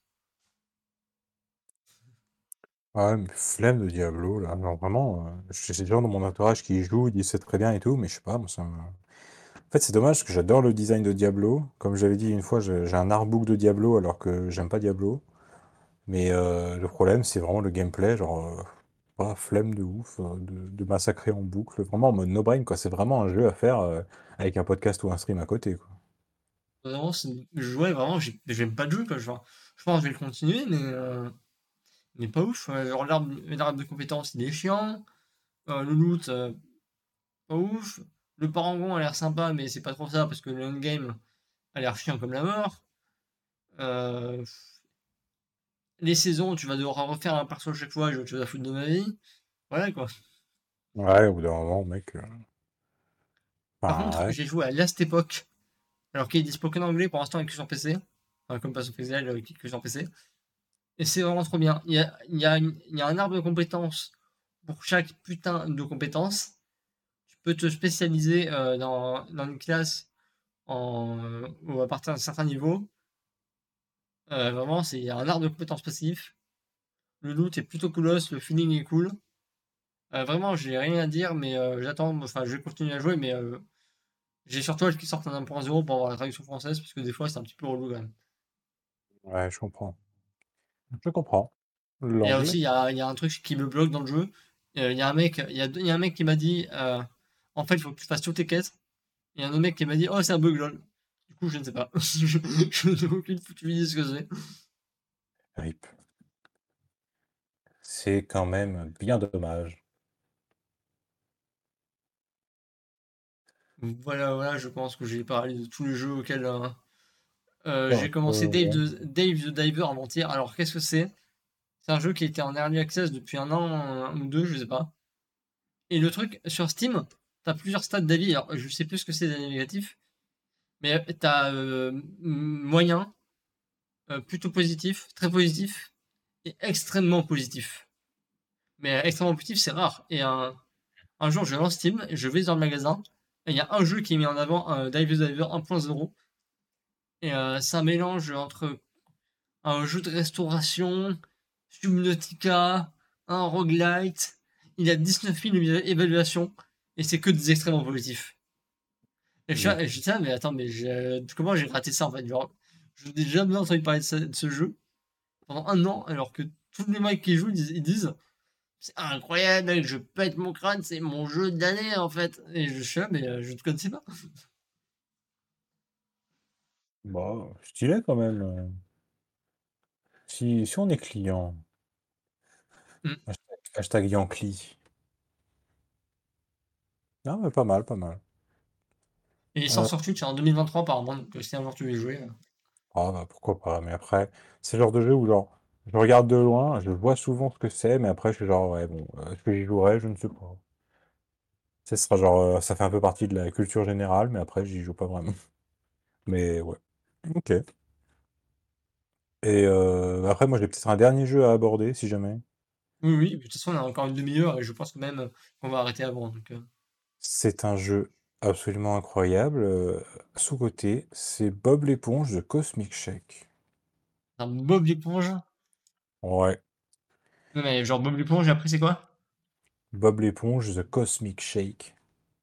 Ouais, mais flemme de Diablo, là. Genre vraiment, j'ai des gens dans mon entourage qui y jouent, ils disent c'est très bien et tout, mais je sais pas, moi ça me. En fait, c'est dommage parce que j'adore le design de Diablo. Comme j'avais dit une fois, j'ai un artbook de Diablo alors que j'aime pas Diablo. Mais le problème, c'est vraiment le gameplay, genre, flemme de ouf, de massacrer en boucle, vraiment en mode no-brain, quoi. C'est vraiment un jeu à faire avec un podcast ou un stream à côté, quoi. Vraiment, ouais, vraiment, j'aime pas le jeu, quoi. Je pense que je vais le continuer, mais pas ouf. Genre, l'arbre de compétences, il est chiant. Le loot, pas ouf. Le parangon a l'air sympa, mais c'est pas trop ça parce que le endgame a l'air chiant comme la mort. Euh, les saisons, tu vas devoir refaire un perso à chaque fois, j'ai autre chose à foutre de ma vie. Voilà quoi. Ouais, au bout d'un moment, mec. Par Enfin, contre, ouais. j'ai joué à Last Epoch, alors qu'il est dispo qu'en anglais pour l'instant et que sur PC. Enfin, comme Pass of Exile qui est que sur PC. Et c'est vraiment trop bien. Il y a un arbre de compétences pour chaque putain de compétences. Tu peux te spécialiser dans une classe ou à partir d'un certain niveau. Vraiment, c'est un arbre de compétences passif. Le loot est plutôt coolos, le feeling est cool. Vraiment, j'ai rien à dire, mais j'attends. Enfin, je vais continuer à jouer, mais j'ai surtout hâte qu'ils sortent un 1.0 pour avoir la traduction française, parce que des fois, c'est un petit peu relou quand même. Ouais, je comprends. Je comprends. Et L'anglais. aussi, il y a un truc qui me bloque dans le jeu. Il y a un mec, il y a un mec qui m'a dit, en fait, il faut que tu fasses toutes tes quêtes. Il y a un autre mec qui m'a dit, oh, c'est un bug lol. Du coup, je ne sais pas. Je n'ai aucune foutue idée de ce que c'est. RIP. C'est quand même bien dommage. Voilà, voilà, je pense que j'ai parlé de tous les jeux auxquels Ouais, j'ai commencé ouais. Dave the Diver avant-hier. Alors, qu'est-ce que c'est? C'est un jeu qui était en early access depuis un an ou deux, je sais pas. Et le truc, sur Steam, t'as plusieurs stades d'avis. Alors, je sais plus ce que c'est d'avis négatifs, mais t'as moyen, plutôt positif, très positif et extrêmement positif. Mais extrêmement positif, c'est rare. Et un jour, je lance Steam, je vais dans le magasin, et il y a un jeu qui est mis en avant, Dive Diver 1.0. Et c'est un mélange entre un jeu de restauration, Subnautica, un roguelite. Il y a 19 000 évaluations, et c'est que des extrêmement positifs. Et Mmh. je dis, ah, mais attends, mais comment j'ai raté ça en fait? Genre, je n'ai jamais entendu parler de ce jeu pendant un an, alors que tous les mecs qui jouent, ils disent c'est incroyable, mec, je pète mon crâne, c'est mon jeu de l'année en fait. Et je suis là, mais je te connaissais pas. Bah, stylé quand même. Si on est client, Mm. hashtag Yankee. Non, mais pas mal, pas mal. Et il sort Euh, sur Switch en 2023 apparemment, donc si un jour tu veux y jouer. ah bah pourquoi pas, mais après, c'est le genre de jeu où genre, je regarde de loin, je vois souvent ce que c'est, mais après je suis genre, ouais bon, est-ce que j'y jouerai? Je ne sais pas. Ce sera genre, ça fait un peu partie de la culture générale, mais après j'y joue pas vraiment. Mais ouais. Ok. Et après moi j'ai peut-être un dernier jeu à aborder, si jamais. Oui, oui, de toute façon on a encore une demi-heure et je pense que même qu'on va arrêter avant. Donc, C'est un jeu absolument incroyable, sous-coté, c'est Bob l'éponge de Cosmic Shake. un Bob l'éponge. Ouais, Non mais genre Bob l'éponge, et après c'est quoi? Bob l'éponge The Cosmic Shake.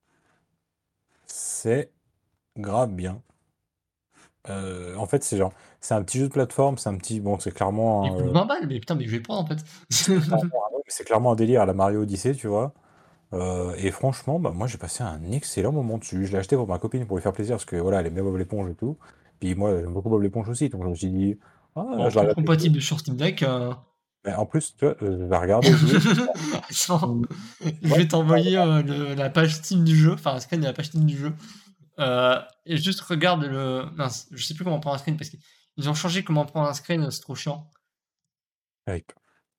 C'est grave bien. En fait, c'est genre, c'est un petit jeu de plateforme, c'est un petit, bon, c'est Il clairement, coûte 20 balles, mais putain, mais je vais le prendre en fait. c'est clairement un délire à la Mario Odyssey, tu vois. Et franchement, bah, moi, j'ai passé un excellent moment dessus. Je l'ai acheté pour ma copine pour lui faire plaisir parce que voilà, elle aime bien Bob l'éponge et tout. Puis moi, j'aime beaucoup Bob l'éponge aussi, donc je me suis dit, ah, Bon, je la truc regarde jouer. compatible sur Steam Deck. Mais en plus, tu vois, je la regardais jouer. Attends, je Ouais, vais t'envoyer la page Steam du jeu, enfin un screen de la page Steam du jeu. Et juste regarde le. Mince, je sais plus comment prendre un screen parce qu'ils ont changé comment prendre un screen, c'est trop chiant. hype.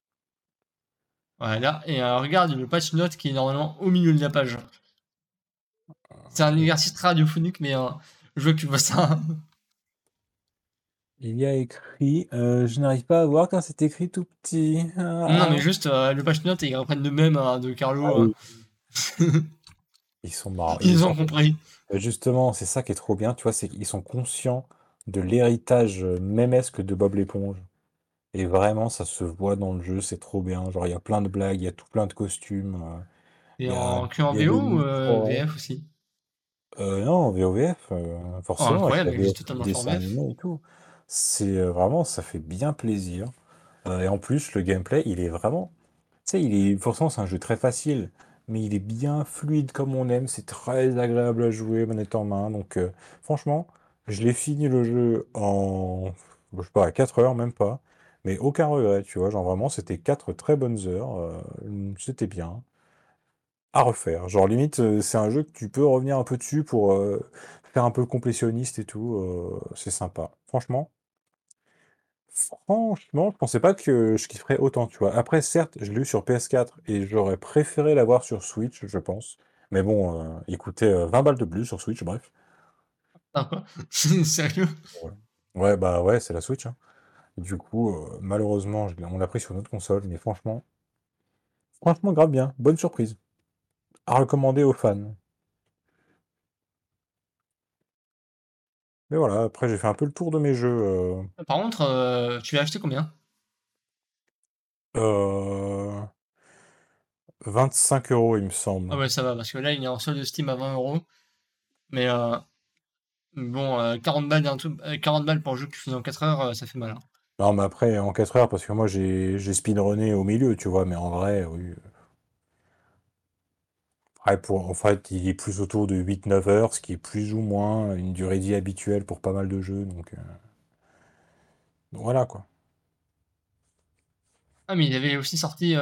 Voilà, et regarde le patch note qui est normalement au milieu de la page. C'est un exercice très radiophonique, mais je veux que tu vois ça. Il y a écrit, je n'arrive pas à voir car c'est écrit tout petit. Non, mais Ah, juste le patch note et ils reprennent le même de ah Carlo. oui. Ils sont marrants. Ils ont compris. Justement, c'est ça qui est trop bien, tu vois, c'est qu'ils sont conscients de l'héritage mémesque de Bob l'éponge. Et vraiment, ça se voit dans le jeu, c'est trop bien. Genre, il y a plein de blagues, il y a tout plein de costumes, Et il y a, que en il y a VO des ou mini-forêts. VF aussi? Non, VOVF, Oh, forcément, avec la incroyable, mais j'ai VF du totalement fait en dessin VF. animé et tout. C'est vraiment, ça fait bien plaisir. Et en plus, le gameplay, il est vraiment. Tu sais, il est. Forcément, c'est un jeu très facile, mais il est bien fluide comme on aime. C'est très agréable à jouer, manette en main. Donc, franchement, je l'ai fini le jeu en. Je sais pas, à 4 heures, même pas. Mais aucun regret, tu vois. Genre, vraiment, c'était 4 très bonnes heures. C'était bien. À refaire. Genre, limite, c'est un jeu que tu peux revenir un peu dessus pour faire un peu complétionniste et tout. C'est sympa. Franchement, je pensais pas que je kifferais autant, tu vois. Après, certes, je l'ai eu sur PS4 et j'aurais préféré l'avoir sur Switch, je pense. Mais bon, il coûtait 20 balles de plus sur Switch, bref. Ah, quoi? Sérieux? Ouais, ouais, bah ouais, c'est la Switch, hein. Du coup, malheureusement, on l'a pris sur notre console, mais franchement, grave bien. Bonne surprise. À recommander aux fans. Mais voilà, après, j'ai fait un peu le tour de mes jeux. Par contre, tu l'as acheté combien? 25 €, il me Ah semble. ouais, ça va, parce que là, il est en solde Steam à 20 €. Mais bon, 40 balles, 40 balles pour un jeu que tu fais en 4 heures, ça fait mal, hein. Non, mais après, en 4 heures, parce que moi, j'ai speedrunné au milieu, tu vois, mais en vrai, oui. Ouais, en fait, il est plus autour de 8-9 heures, ce qui est plus ou moins une durée de vie habituelle pour pas mal de jeux. Donc voilà quoi. Ah, mais il avait aussi sorti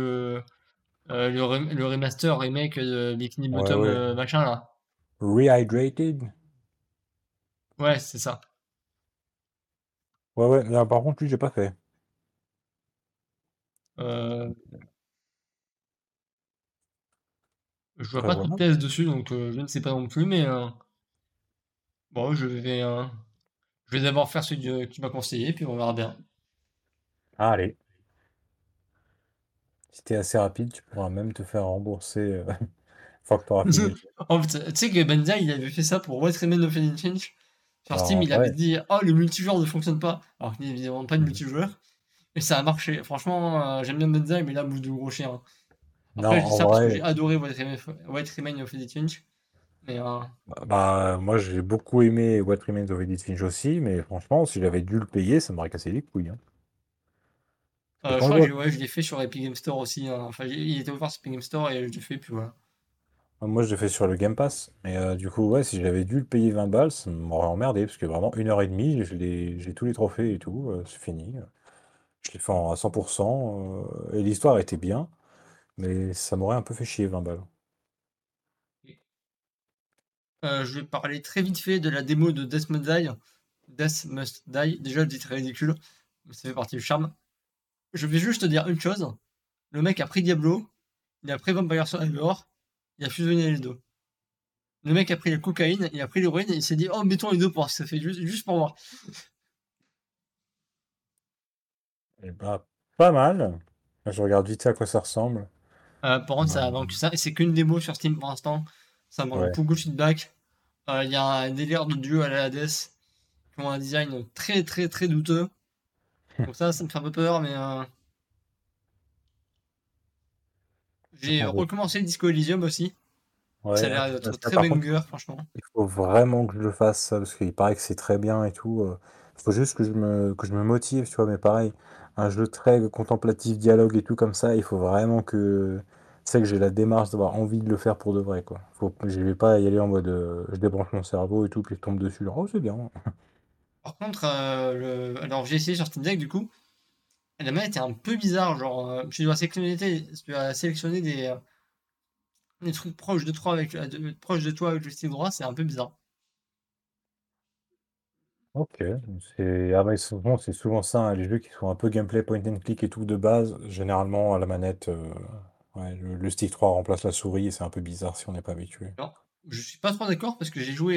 le remaster, remake de Bikini Ouais, Bottom, ouais. machin là. Rehydrated? Ouais, c'est ça. Ouais, ouais. Là, par contre, lui, j'ai pas fait. Euh, je vois Après, pas trop de voilà. PS dessus, donc je ne sais pas non plus, mais bon, je vais d'abord faire celui que tu m'as conseillé, puis on verra bien. Ah, allez. Si t'es assez rapide, tu pourras même te faire rembourser une fois que tu auras fini le jeu. En fait, tu sais que Benza, il avait fait ça pour What Remains of Edith Finch. Sur Steam, Alors, il avait ouais. dit oh, le multijoueur ne fonctionne pas, alors qu'il n'y a évidemment pas de Mhm. multijoueur. Et ça a marché. Franchement, j'aime bien Benza, mais là, bout de gros chien. Non, Après, je dis en ça parce que j'ai vrai, adoré What Remains of Edith Finch. Mais bah, moi j'ai beaucoup aimé What Remains of Edith Finch aussi, mais franchement, si j'avais dû le payer, ça m'aurait cassé les couilles, hein. Parce que je quand je crois que vois, ouais, je l'ai fait sur Epic Game Store aussi, hein. Enfin, il était offert sur Epic Game Store et je l'ai fait, puis voilà. moi je l'ai fait sur le Game Pass, mais du coup, ouais, si j'avais dû le payer 20 balles, ça m'aurait emmerdé, parce que vraiment, 1 heure et demie, j'ai tous les trophées et tout, c'est fini. Je l'ai fait à 100%, et l'histoire était bien, mais ça m'aurait un peu fait chier 20 balles. Je vais parler très vite fait de la démo de Death Must Die. Death Must Die. Déjà, le titre est ridicule, mais ça fait partie du charme. Je vais juste te dire une chose. Le mec a pris Diablo, il a pris Vampire Survivor, il a fusionné les deux. Le mec a pris la cocaïne, il a pris l'héroïne, et il s'est dit, oh, mettons les deux pour voir ce que ça fait, juste pour voir. Et bah, pas mal. Je regarde vite fait à quoi ça ressemble. Par contre, ça manque ça, c'est qu'une démo sur Steam pour l'instant. Ça manque Ouais. beaucoup de feedback. Il y a un délire de dieu à la Hades qui ont un design très très très douteux. Donc ça me fait un peu peur, mais j'ai Attends, recommencé le Disco Elysium aussi. Ça a ouais, ah, l'air putain, d'être ça, très par contre, banger, franchement. il faut vraiment que je le fasse, ça, parce qu'il paraît que c'est très bien et tout. Il faut juste que je me motive, tu vois, mais pareil, un jeu très contemplatif, dialogue et tout comme ça, il faut vraiment que, tu sais, que j'ai la démarche d'avoir envie de le faire pour de vrai, quoi. Je vais pas y aller en mode je débranche mon cerveau et tout, puis je tombe dessus, genre, oh, c'est bien. Par contre, alors j'ai essayé sur Steam Deck du coup. La manette est un peu bizarre, genre tu dois sélectionner des trucs proches de toi avec le stick droit, c'est un peu bizarre. Ok, ah bah, c'est souvent ça, hein, les jeux qui sont un peu gameplay point and click et tout de base, généralement à la manette, ouais, le stick 3 remplace la souris et c'est un peu bizarre si on n'est pas habitué. Alors, je suis pas trop d'accord parce que j'ai joué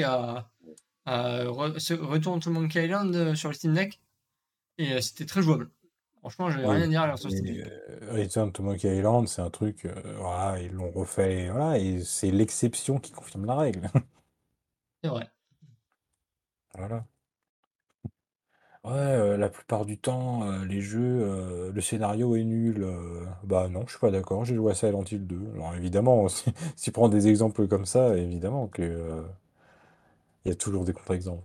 à Retour to Monkey Island sur le Steam Deck et c'était très jouable. Franchement, j'avais rien à Oui, dire sur le Steam mais Deck. Return to Monkey Island, c'est un truc, voilà, ils l'ont refait, voilà, et c'est l'exception qui confirme la règle. C'est vrai. Voilà. Ouais, la plupart du temps, les jeux, le scénario est nul. Bah non, je suis pas d'accord. J'ai joué à Silent Hill 2. Alors évidemment, si tu prends des exemples comme ça, évidemment que, il y a toujours des contre-exemples.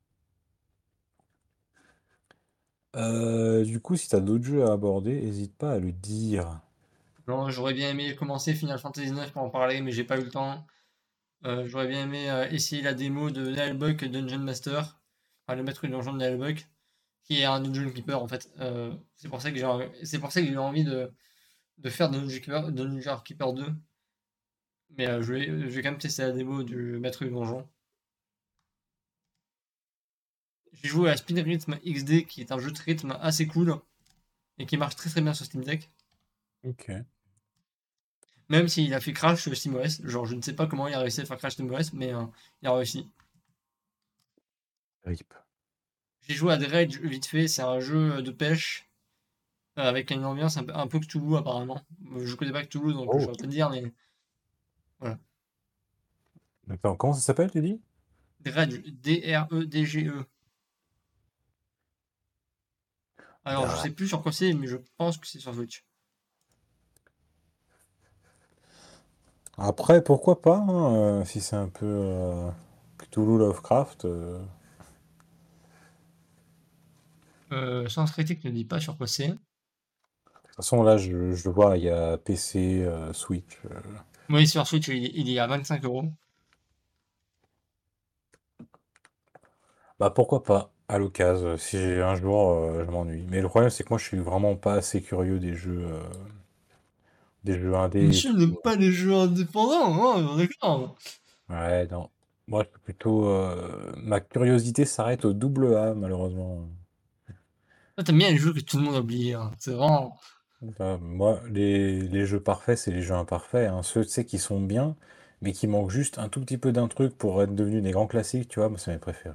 Du coup, si t'as d'autres jeux à aborder, n'hésite pas à le dire. Non, j'aurais bien aimé commencer Final Fantasy IX pour en parler, mais j'ai pas eu le temps. J'aurais bien aimé essayer la démo de Nailbug Dungeon Master, enfin le maître du donjon de Nailbug, qui est un Dungeon Keeper en fait. C'est pour ça que j'ai eu envie de faire Dungeon Keeper 2. Mais je vais quand même tester la démo du maître du donjon. J'ai joué à Spin Rhythm XD, qui est un jeu de rythme assez cool et qui marche très très bien sur Steam Deck. Ok. Même s'il a fait crash sur SteamOS. Genre, je ne sais pas comment il a réussi à faire crash SteamOS, mais il a réussi. RIP. J'ai joué à Dredge vite fait, c'est un jeu de pêche avec une ambiance un peu Cthulhu apparemment. Je connais pas Cthulhu donc je Oh. saurais pas te dire, mais voilà. Attends, comment ça s'appelle, tu dis? Dredge, Dredge. Alors, je Ah. sais plus sur quoi c'est, mais je pense que c'est sur Switch. Après, pourquoi pas, hein, si c'est un peu Cthulhu Lovecraft. Sens Critique ne dit pas sur quoi c'est. De toute façon, là, je vois, il y a PC, Switch. Oui, sur Switch, il est à 25 €. Bah pourquoi pas, à l'occasion, si un jour je m'ennuie. Mais le problème, c'est que moi, je suis vraiment pas assez curieux des jeux indés et Monsieur tout. n'aime pas les jeux indépendants, hein, d'accord. Ouais, non. Moi, je suis plutôt. Ma curiosité s'arrête au double A, malheureusement. Toi, t'aimes bien les jeux que tout le monde a oubliés, hein. C'est vraiment. Bah, moi, les jeux parfaits, c'est les jeux imparfaits, hein. Ceux, tu sais, qui sont bien, mais qui manquent juste un tout petit peu d'un truc pour être devenus des grands classiques, tu vois, moi, c'est mes préférés.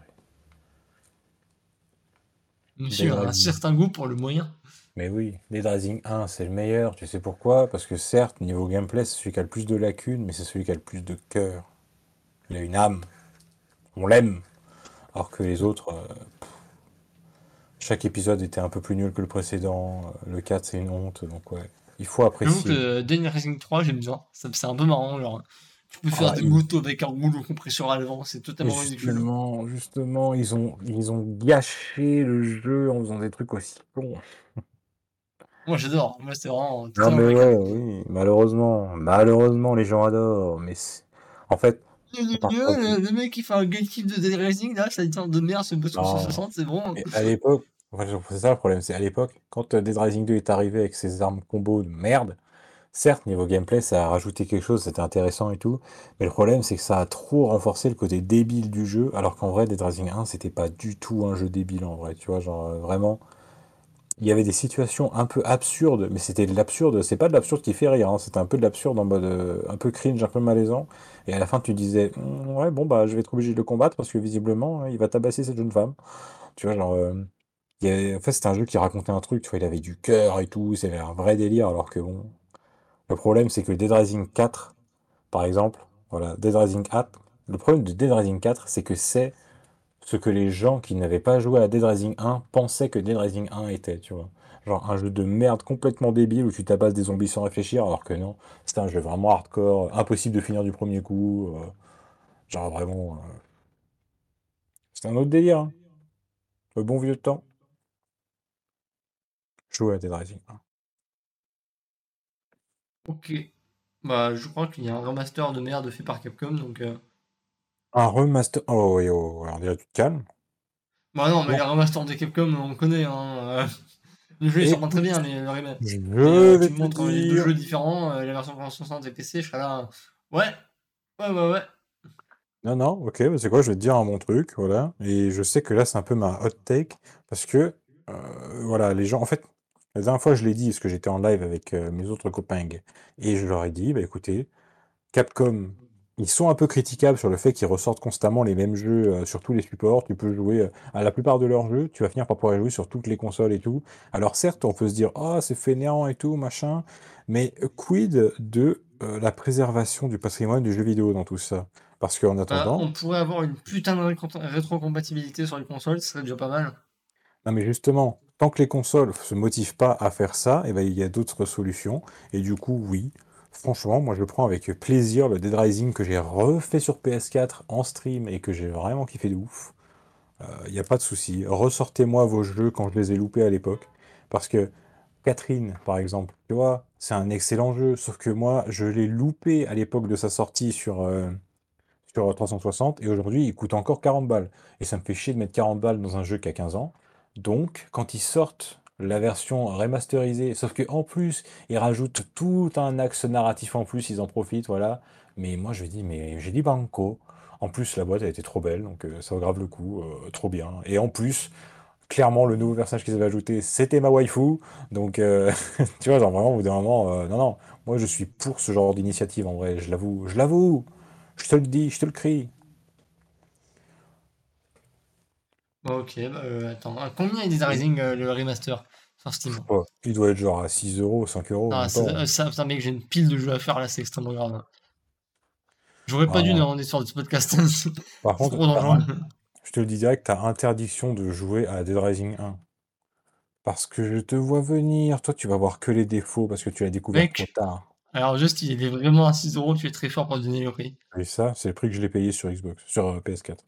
Dead Monsieur a un Rising. certain goût pour le moyen. Mais oui, Dead Rising 1, c'est le meilleur, tu sais pourquoi? Parce que certes, niveau gameplay, c'est celui qui a le plus de lacunes, mais c'est celui qui a le plus de cœur. Il a une âme, on l'aime. Alors que les autres, chaque épisode était un peu plus nul que le précédent. Le 4, c'est une honte, donc ouais. Il faut J'avoue apprécier. que Dead Rising 3, j'aime bien. C'est un peu marrant, genre. Tu peux Ah faire bah, des motos avec un rouleau compresseur à l'avant, c'est mais totalement ridicule. justement, ils ont gâché le jeu en faisant des trucs aussi cons. Moi j'adore, moi c'est vraiment Non totalement mais ma came. ouais, oui, malheureusement, les gens adorent, mais en fait, c'est parfois Le mec qui fait un gatekeep de Dead Rising là, ça dit de merde, c'est une boss non. 360, c'est bon. Et à l'époque, enfin, c'est ça le problème, c'est à l'époque, quand Dead Rising 2 est arrivé avec ses armes combo de merde, certes, niveau gameplay, ça a rajouté quelque chose, c'était intéressant et tout, mais le problème, c'est que ça a trop renforcé le côté débile du jeu, alors qu'en vrai, Dead Rising 1, c'était pas du tout un jeu débile en vrai, tu vois, genre vraiment, il y avait des situations un peu absurdes, mais c'était de l'absurde, c'est pas de l'absurde qui fait rire, hein, c'était un peu de l'absurde en mode un peu cringe, un peu malaisant, et à la fin, tu disais, ouais, bon, bah, je vais être obligé de le combattre parce que visiblement, il va tabasser cette jeune femme, tu vois, genre. En fait, c'était un jeu qui racontait un truc, tu vois, il avait du cœur et tout, c'était un vrai délire, alors que bon. Le problème, c'est que Dead Rising 4, par exemple, voilà, Dead Rising 4, le problème de Dead Rising 4, c'est que c'est ce que les gens qui n'avaient pas joué à Dead Rising 1 pensaient que Dead Rising 1 était, tu vois. Genre un jeu de merde complètement débile où tu tabasses des zombies sans réfléchir, alors que non, c'était un jeu vraiment hardcore, impossible de finir du premier coup, genre vraiment, c'était un autre délire, hein. Le bon vieux temps. Jouer à Dead Rising 1. Ok. Bah je crois qu'il y a un remaster de merde fait par Capcom, donc Un remaster. Oh, oui, oh, alors déjà, tu te calmes. bah non, mais Bon, les remasters de Capcom, on connaît, hein. Le jeu il sort pas très écoute, bien, mais je mais vais tu me te montres les deux dire. jeux différents, la version 360 et PC, je serais là. Ouais, ouais. Non, non, ok, bah, c'est quoi, je vais te dire un bon truc, voilà. Et je sais que là, c'est un peu ma hot take, parce que, voilà, les gens, en fait, la dernière fois, je l'ai dit, parce que j'étais en live avec mes autres copains, et je leur ai dit, bah écoutez, Capcom, ils sont un peu critiquables sur le fait qu'ils ressortent constamment les mêmes jeux sur tous les supports. Tu peux jouer à la plupart de leurs jeux, tu vas finir par pouvoir y jouer sur toutes les consoles et tout. Alors certes, on peut se dire, ah, c'est fainéant et tout, machin, mais quid de la préservation du patrimoine du jeu vidéo dans tout ça? Parce qu'en Bah, attendant, on pourrait avoir une putain de rétrocompatibilité sur les consoles, ce serait déjà pas mal. non mais justement, tant que les consoles se motivent pas à faire ça, eh ben, il y a d'autres solutions. Et du coup, oui, franchement, moi je prends avec plaisir le Dead Rising que j'ai refait sur PS4 en stream et que j'ai vraiment kiffé de ouf. Il n'y a pas de souci. Ressortez-moi vos jeux quand je les ai loupés à l'époque. Parce que Catherine, par exemple, tu vois, c'est un excellent jeu. Sauf que moi, je l'ai loupé à l'époque de sa sortie sur 360 et aujourd'hui il coûte encore 40 balles. Et ça me fait chier de mettre 40 balles dans un jeu qui a 15 ans. Donc, quand ils sortent la version remasterisée, sauf que en plus, ils rajoutent tout un axe narratif en plus, ils en profitent, voilà. Mais moi je dis, mais j'ai dit banco. En plus, la boîte elle était trop belle, donc ça vaut grave le coup, trop bien. Et en plus, clairement, le nouveau personnage qu'ils avaient ajouté, c'était ma waifu. Donc, tu vois, genre vraiment, au bout d'un moment, non, non, moi je suis pour ce genre d'initiative en vrai, je l'avoue, je l'avoue. Je te le dis, je te le crie. Bah, ok, bah, attends, combien est Dead Et, Rising le remaster sur je sais Steam? pas, il doit être genre à 6 euros, 5 euros, Ah, même pas. putain, mec, j'ai une pile de jeux à faire là, c'est extrêmement grave. J'aurais pas dû Ah. en sur ce podcast, Par c'est contre, trop dangereux. je te le dis direct, t'as interdiction de jouer à Dead Rising 1. Parce que je te vois venir. Toi, tu vas voir que les défauts parce que tu l'as découvert trop Mec, tard. alors juste, il est vraiment à 6 euros, tu es très fort pour te donner le prix. Et ça, c'est le prix que je l'ai payé sur Xbox, sur PS4.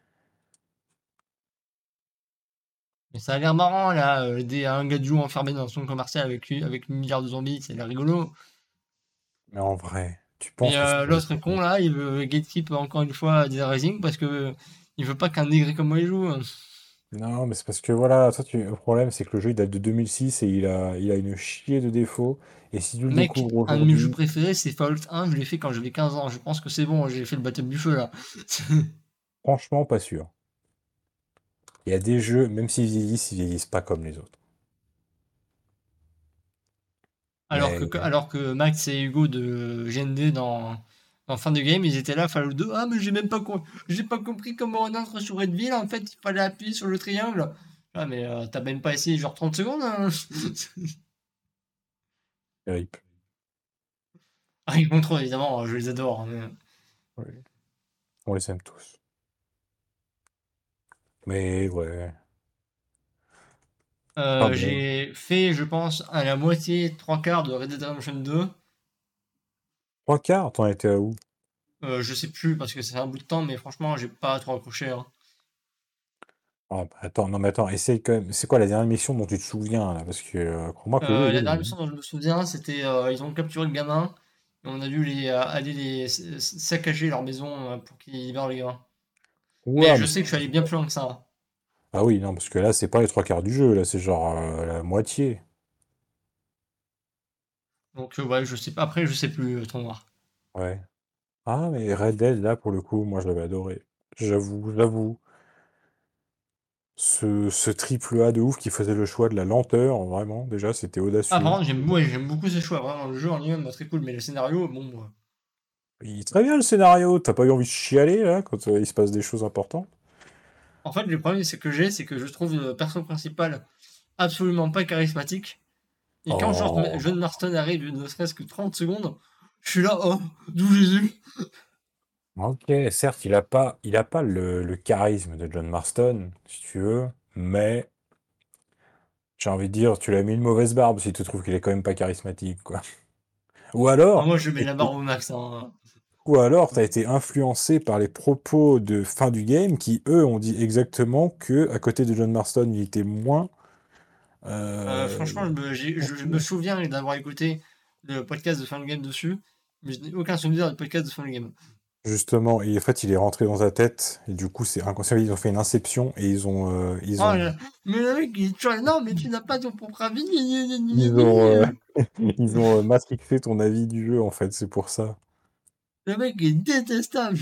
Mais ça a l'air marrant là, un gars de joue enfermé dans son commercial avec une milliard de zombies, c'est l'air rigolo. Mais en vrai, tu Mais penses que c'est un jeu l'autre con technique? là, il veut gatekeep encore une fois Dead Rising parce que il veut pas qu'un négré comme moi y joue. Non, mais c'est parce que voilà, le problème, c'est que le jeu il date de 2006 et il a une chier de défauts. Et si tu le Mec, découvres un de mes jeux aujourd'hui, préférés, c'est Fallout 1, je l'ai fait quand j'avais 15 ans. Je pense que c'est bon, j'ai fait le baptême du feu là. franchement, pas sûr. Il y a des jeux, même s'ils vieillissent pas comme les autres. Mais Alors que Max et Hugo de GND dans fin de game, ils étaient là, Fallout 2. Ah, mais j'ai pas compris comment on entre sur une ville. En fait, il fallait appuyer sur le triangle. Ah, mais t'as même pas essayé genre 30 secondes, hein. RIP. Rien contre eux, évidemment, je les adore, hein, Ouais. On les aime tous. Mais ouais. Enfin bon. J'ai fait, je pense, à la moitié, trois quarts de Red Dead Redemption 2. Trois quarts, t'en étais à où? Je sais plus parce que c'est un bout de temps, mais franchement, j'ai pas trop accroché, hein. Ah, bah, attends, non mais attends, essaye quand même. C'est quoi la dernière mission dont tu te souviens là? Parce que crois-moi que le jeu est La long, dernière hein. mission dont je me souviens, c'était ils ont capturé le gamin et on a dû aller saccager leur maison pour qu'ils libèrent le gamin. Mais Ouah, je mais sais que je suis allé bien plus loin que ça. ah oui, non, parce que là, c'est pas les trois quarts du jeu, là, c'est genre la moitié. Donc ouais, je sais pas. Après, je sais plus, ton noir. Ouais. Ah, mais Red Dead, là, pour le coup, moi, je l'avais adoré. J'avoue, j'avoue. Ce triple A de ouf qui faisait le choix de la lenteur, vraiment, déjà, c'était Ah, par audacieux. contre, ouais, j'aime beaucoup ce choix. Vraiment, le jeu en lui-même, très cool. Mais le scénario, bon, Il est très bien le scénario, t'as pas eu envie de chialer, là, quand il se passe des choses importantes? en fait, le problème c'est que c'est que je trouve le perso principal absolument pas charismatique. Et quand genre Oh, John Marston arrive, ne serait-ce que 30 secondes, je suis là, oh, d'où Jésus? ok, certes, il a pas le charisme de John Marston, si tu veux, mais j'ai envie de dire, tu lui as mis une mauvaise barbe si tu trouves qu'il est quand même pas charismatique, quoi. Ou Ah, alors, moi, je mets la barre au max, hein. ou alors, t'as été influencé par les propos de fin du game qui, eux, ont dit exactement que, à côté de John Marston, il était moins. Franchement, je me Ok. souviens d'avoir écouté le podcast de Fun Game dessus, mais je n'ai aucun souvenir du podcast de Fun Game. Justement, et en fait, il est rentré dans ta tête, et du coup, c'est inconscient. Ils ont fait une inception et Oh là, mais le mec, il est toujours là, non, mais tu n'as pas ton propre avis, gna gna gna gna ils gna ont, gna. ils ont matrixé ton avis du jeu, en fait. C'est pour ça. Le mec est détestable.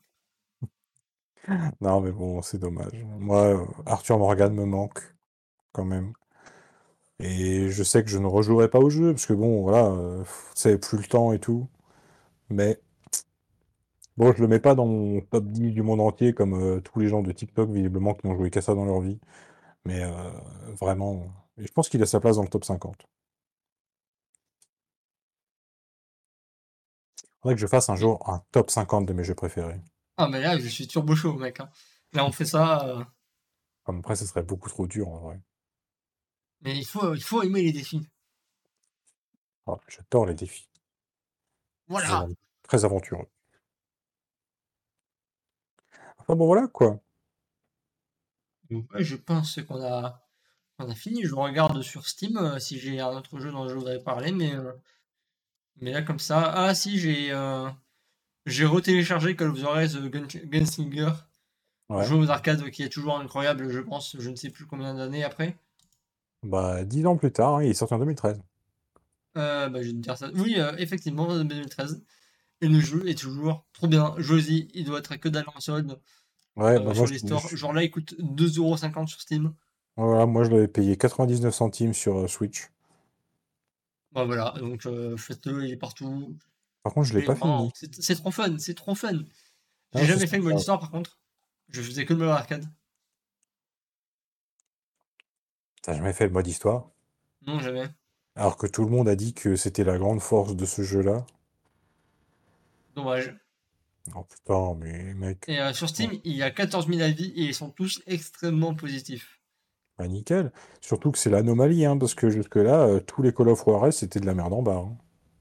Non, mais bon, c'est dommage. Moi, Arthur Morgan me manque quand même. Et je sais que je ne rejouerai pas au jeu, parce que bon, voilà, c'est plus le temps et tout. Mais bon, je le mets pas dans mon top 10 du monde entier, comme tous les gens de TikTok, visiblement, qui n'ont joué qu'à ça dans leur vie. Mais vraiment, et je pense qu'il a sa place dans le top 50. Faudrait que je fasse un Et- jour un top 50 de mes jeux préférés. Ah, mais là, je suis turbo chaud, mec, hein. Là, on fait ça, Comme après, ce serait beaucoup trop dur, en vrai. mais il faut aimer les défis. Ah, j'adore les défis. Je suis Voilà. très aventureux. Enfin bon, voilà, quoi. Donc, ouais, je pense qu'on a fini. Je regarde sur Steam si j'ai un autre jeu dont je voudrais parler, mais là, comme ça. Ah, si, j'ai retéléchargé Call of Duty Gunslinger, Ouais. jeu aux arcades qui est toujours incroyable, je pense, je ne sais plus combien d'années après. Bah, 10 ans plus tard, hein, il est sorti en 2013. Bah, je vais te dire ça. Oui, effectivement, 2013. Et le jeu est toujours trop bien. Josie, il doit être que dalle en solde Ouais, bah moi, sur les stores. Genre là, il coûte 2,50 € sur Steam. voilà, moi, je l'avais payé 99 centimes sur Switch. Bah voilà, donc faites-le, il est partout. Par contre, je l'ai Mais pas vraiment, fini. c'est trop fun, c'est trop fun. J'ai Ah, c'est jamais ça. fait le mode histoire par contre. Je faisais que le mode arcade. T'as jamais fait le mode histoire? Non, jamais. Alors que tout le monde a dit que c'était la grande force de ce jeu-là. Dommage. Oh putain, mais mec. Et sur Bon, Steam, il y a 14 000 avis et ils sont tous extrêmement positifs. bah nickel. Surtout que c'est l'anomalie, hein, parce que jusque-là, tous les Call of Juarez, c'était de la merde en barre, hein.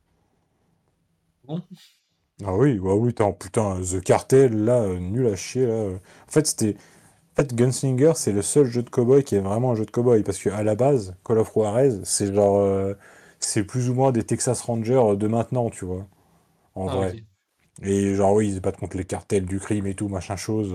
Bon, Ah oui, bah oui, putain, The Cartel, là, nul à chier, là. En fait, En fait, Gunslinger, c'est le seul jeu de cowboy qui est vraiment un jeu de cowboy, parce que à la base, Call of Juarez, c'est genre... c'est plus ou moins des Texas Rangers de maintenant, tu vois, en ah vrai. ok. Et genre, oui, ils se battent contre les cartels du crime et tout, machin chose.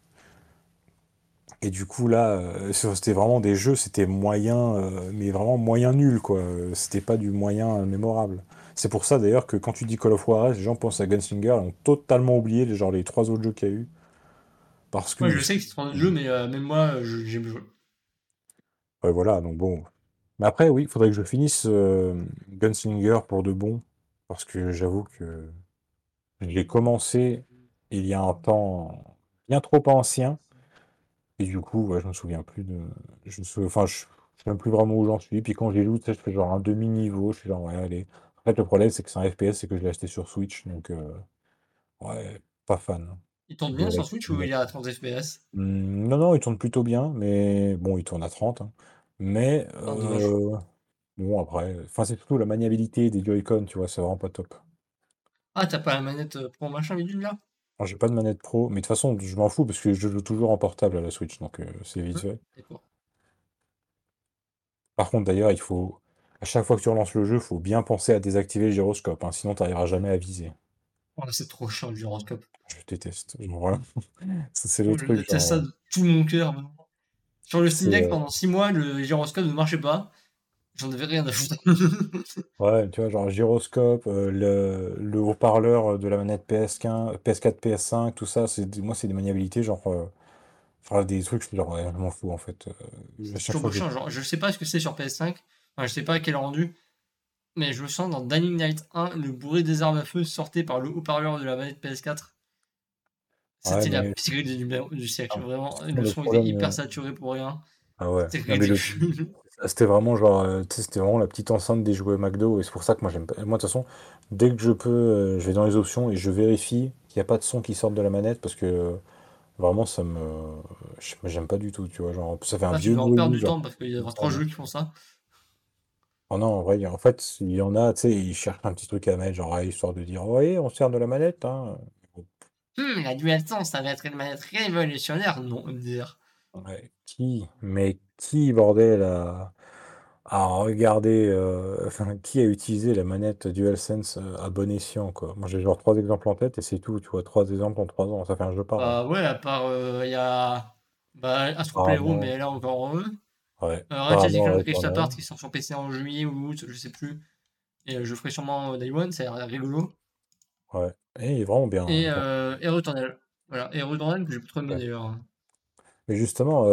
Et du coup, là, c'était vraiment des jeux, c'était moyen, mais vraiment moyen nul, quoi. C'était pas du moyen mémorable. C'est pour ça, d'ailleurs, que quand tu dis Call of Juarez, les gens pensent à Gunslinger et ont totalement oublié genre, les trois autres jeux qu'il y a eu. Parce Moi que... je sais que c'est un autre jeu, mais même moi, j'aime jouer. Ouais, voilà, donc bon. Mais après, oui, il faudrait que je finisse Gunslinger pour de bon, parce que j'avoue que je l'ai commencé il y a un temps bien trop ancien, et du coup, ouais, je me souviens plus de. Enfin, je sais même plus vraiment où j'en suis. Puis quand j'y joue, tu sais, je fais genre un demi-niveau, je suis genre, ouais, allez. En fait, le problème, c'est que c'est un FPS, c'est que je l'ai acheté sur Switch, donc ouais, pas fan Il tourne de bien la sur Switch ou il est manette. à 30 FPS? Non, non, il tourne plutôt bien, mais bon, il tourne à 30, hein. Mais Ah, dommage. bon, après, enfin, c'est surtout la maniabilité des Joy-Con, tu vois, c'est vraiment pas top. Ah, t'as pas la manette pro machin bidule là? Alors, j'ai pas de manette pro, mais de toute façon, je m'en fous parce que je joue toujours en portable à la Switch, donc c'est vite fait. D'accord. Par contre, d'ailleurs, à chaque fois que tu relances le jeu, il faut bien penser à désactiver le gyroscope, hein, sinon tu n'arriveras jamais à viser. Oh, c'est trop chiant le gyroscope. Je déteste. Genre, voilà. Ça, c'est le Oh, je truc, déteste ça genre, de tout mon cœur, vraiment. Sur le Steam c'est. Deck, pendant 6 mois, le gyroscope ne marchait pas. J'en avais rien à foutre. Ouais, tu vois, genre gyroscope, le haut-parleur de la manette PS15, PS4, PS5, tout ça, moi, c'est des maniabilités, genre, enfin, des trucs, je suis genre, ouais, je m'en fous, en fait. À C'est chaque toujours fois beau que j'ai. chiant. Genre, je sais pas ce que c'est sur PS5. Enfin, je sais pas quel rendu. Mais je le sens dans Dying Light 1, le bourré des armes à feu sortait par le haut-parleur de la manette PS4. Ouais, C'était la mais pire du siècle. Vraiment, le le son était problème. hyper saturé pour rien. Ah ouais. C'était Non, mais ridicule. c'était vraiment genre, tu sais, c'était vraiment la petite enceinte des jouets McDo, et c'est pour ça que moi j'aime pas. Moi, de toute façon, dès que je peux, je vais dans les options et je vérifie qu'il n'y a pas de son qui sort de la manette parce que vraiment ça me. J'aime pas du tout, tu vois. Genre, ça fait un Ah, tu vieux vas en perdre bruit, du genre. temps parce qu'il y a Ah 3 non. jeux qui font ça. Oh non, en vrai, en fait, il y en a, tu sais, ils cherchent un petit truc à mettre, genre, histoire de dire, ouais, on sert de la manette, hein. La DualSense, ça va être une manette révolutionnaire. Non, MDR. Ouais. Mais qui, bordel, regarder, enfin, qui a utilisé la manette DualSense à bon escient, quoi. Moi, j'ai genre 3 exemples en tête et c'est tout, tu vois, 3 exemples en 3 ans, ça fait un jeu par an. Bah ouais, à part, il y a bah, Astro Playroom, Apparemment, mais là encore heureux. ouais, Ratchet et apparemment, Clank ouais, Rift t'en as Apart une. qui sort sur PC en juillet ou août, je sais plus. Et je ferai sûrement Day One, ça a l'air rigolo. Ouais, et il est vraiment bien, Et, hein, franchement. Returnal. Voilà, et Returnal que j'ai plus trop aimé Ouais. d'ailleurs. Mais justement,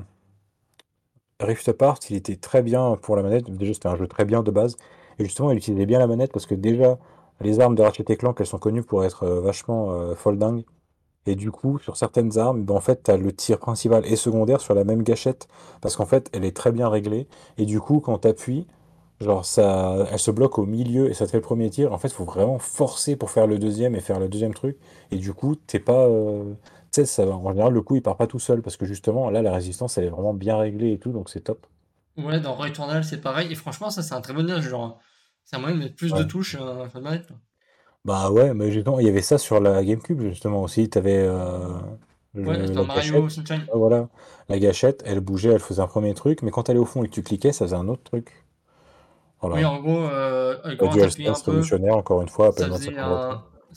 Rift Apart, il était très bien pour la manette. Déjà, c'était un jeu très bien de base. Et justement, il utilisait bien la manette parce que déjà, les armes de Ratchet et Clank, elles sont connues pour être vachement folding. Et du coup, sur certaines armes, ben, en fait, tu as le tir principal et secondaire sur la même gâchette, parce qu'en fait, elle est très bien réglée. Et du coup, quand tu appuies, genre, elle se bloque au milieu et ça te fait le premier tir. En fait, il faut vraiment forcer pour faire le deuxième et faire le deuxième truc. Et du coup, t'es pas. Tu sais, en général, le coup, il part pas tout seul, parce que justement, là, la résistance, elle est vraiment bien réglée et tout, donc c'est top. Ouais, dans Returnal, c'est pareil. Et franchement, ça, c'est un très bon âge. Genre, c'est un moyen de mettre plus de Ouais. touches sur une manette, là. Bah ouais, mais justement, il y avait ça sur la GameCube, justement aussi. T'avais Ouais, la dans Mario gâchette. Sunshine. Ouais, voilà. La gâchette, elle bougeait, elle faisait un premier truc, mais quand elle est au fond et que tu cliquais, ça faisait un autre truc. Oui, Voilà. en gros, La quand t'appuyais un DualSense peu, révolutionnaire, encore une fois, ça appelle-moi ça faisait comme ça.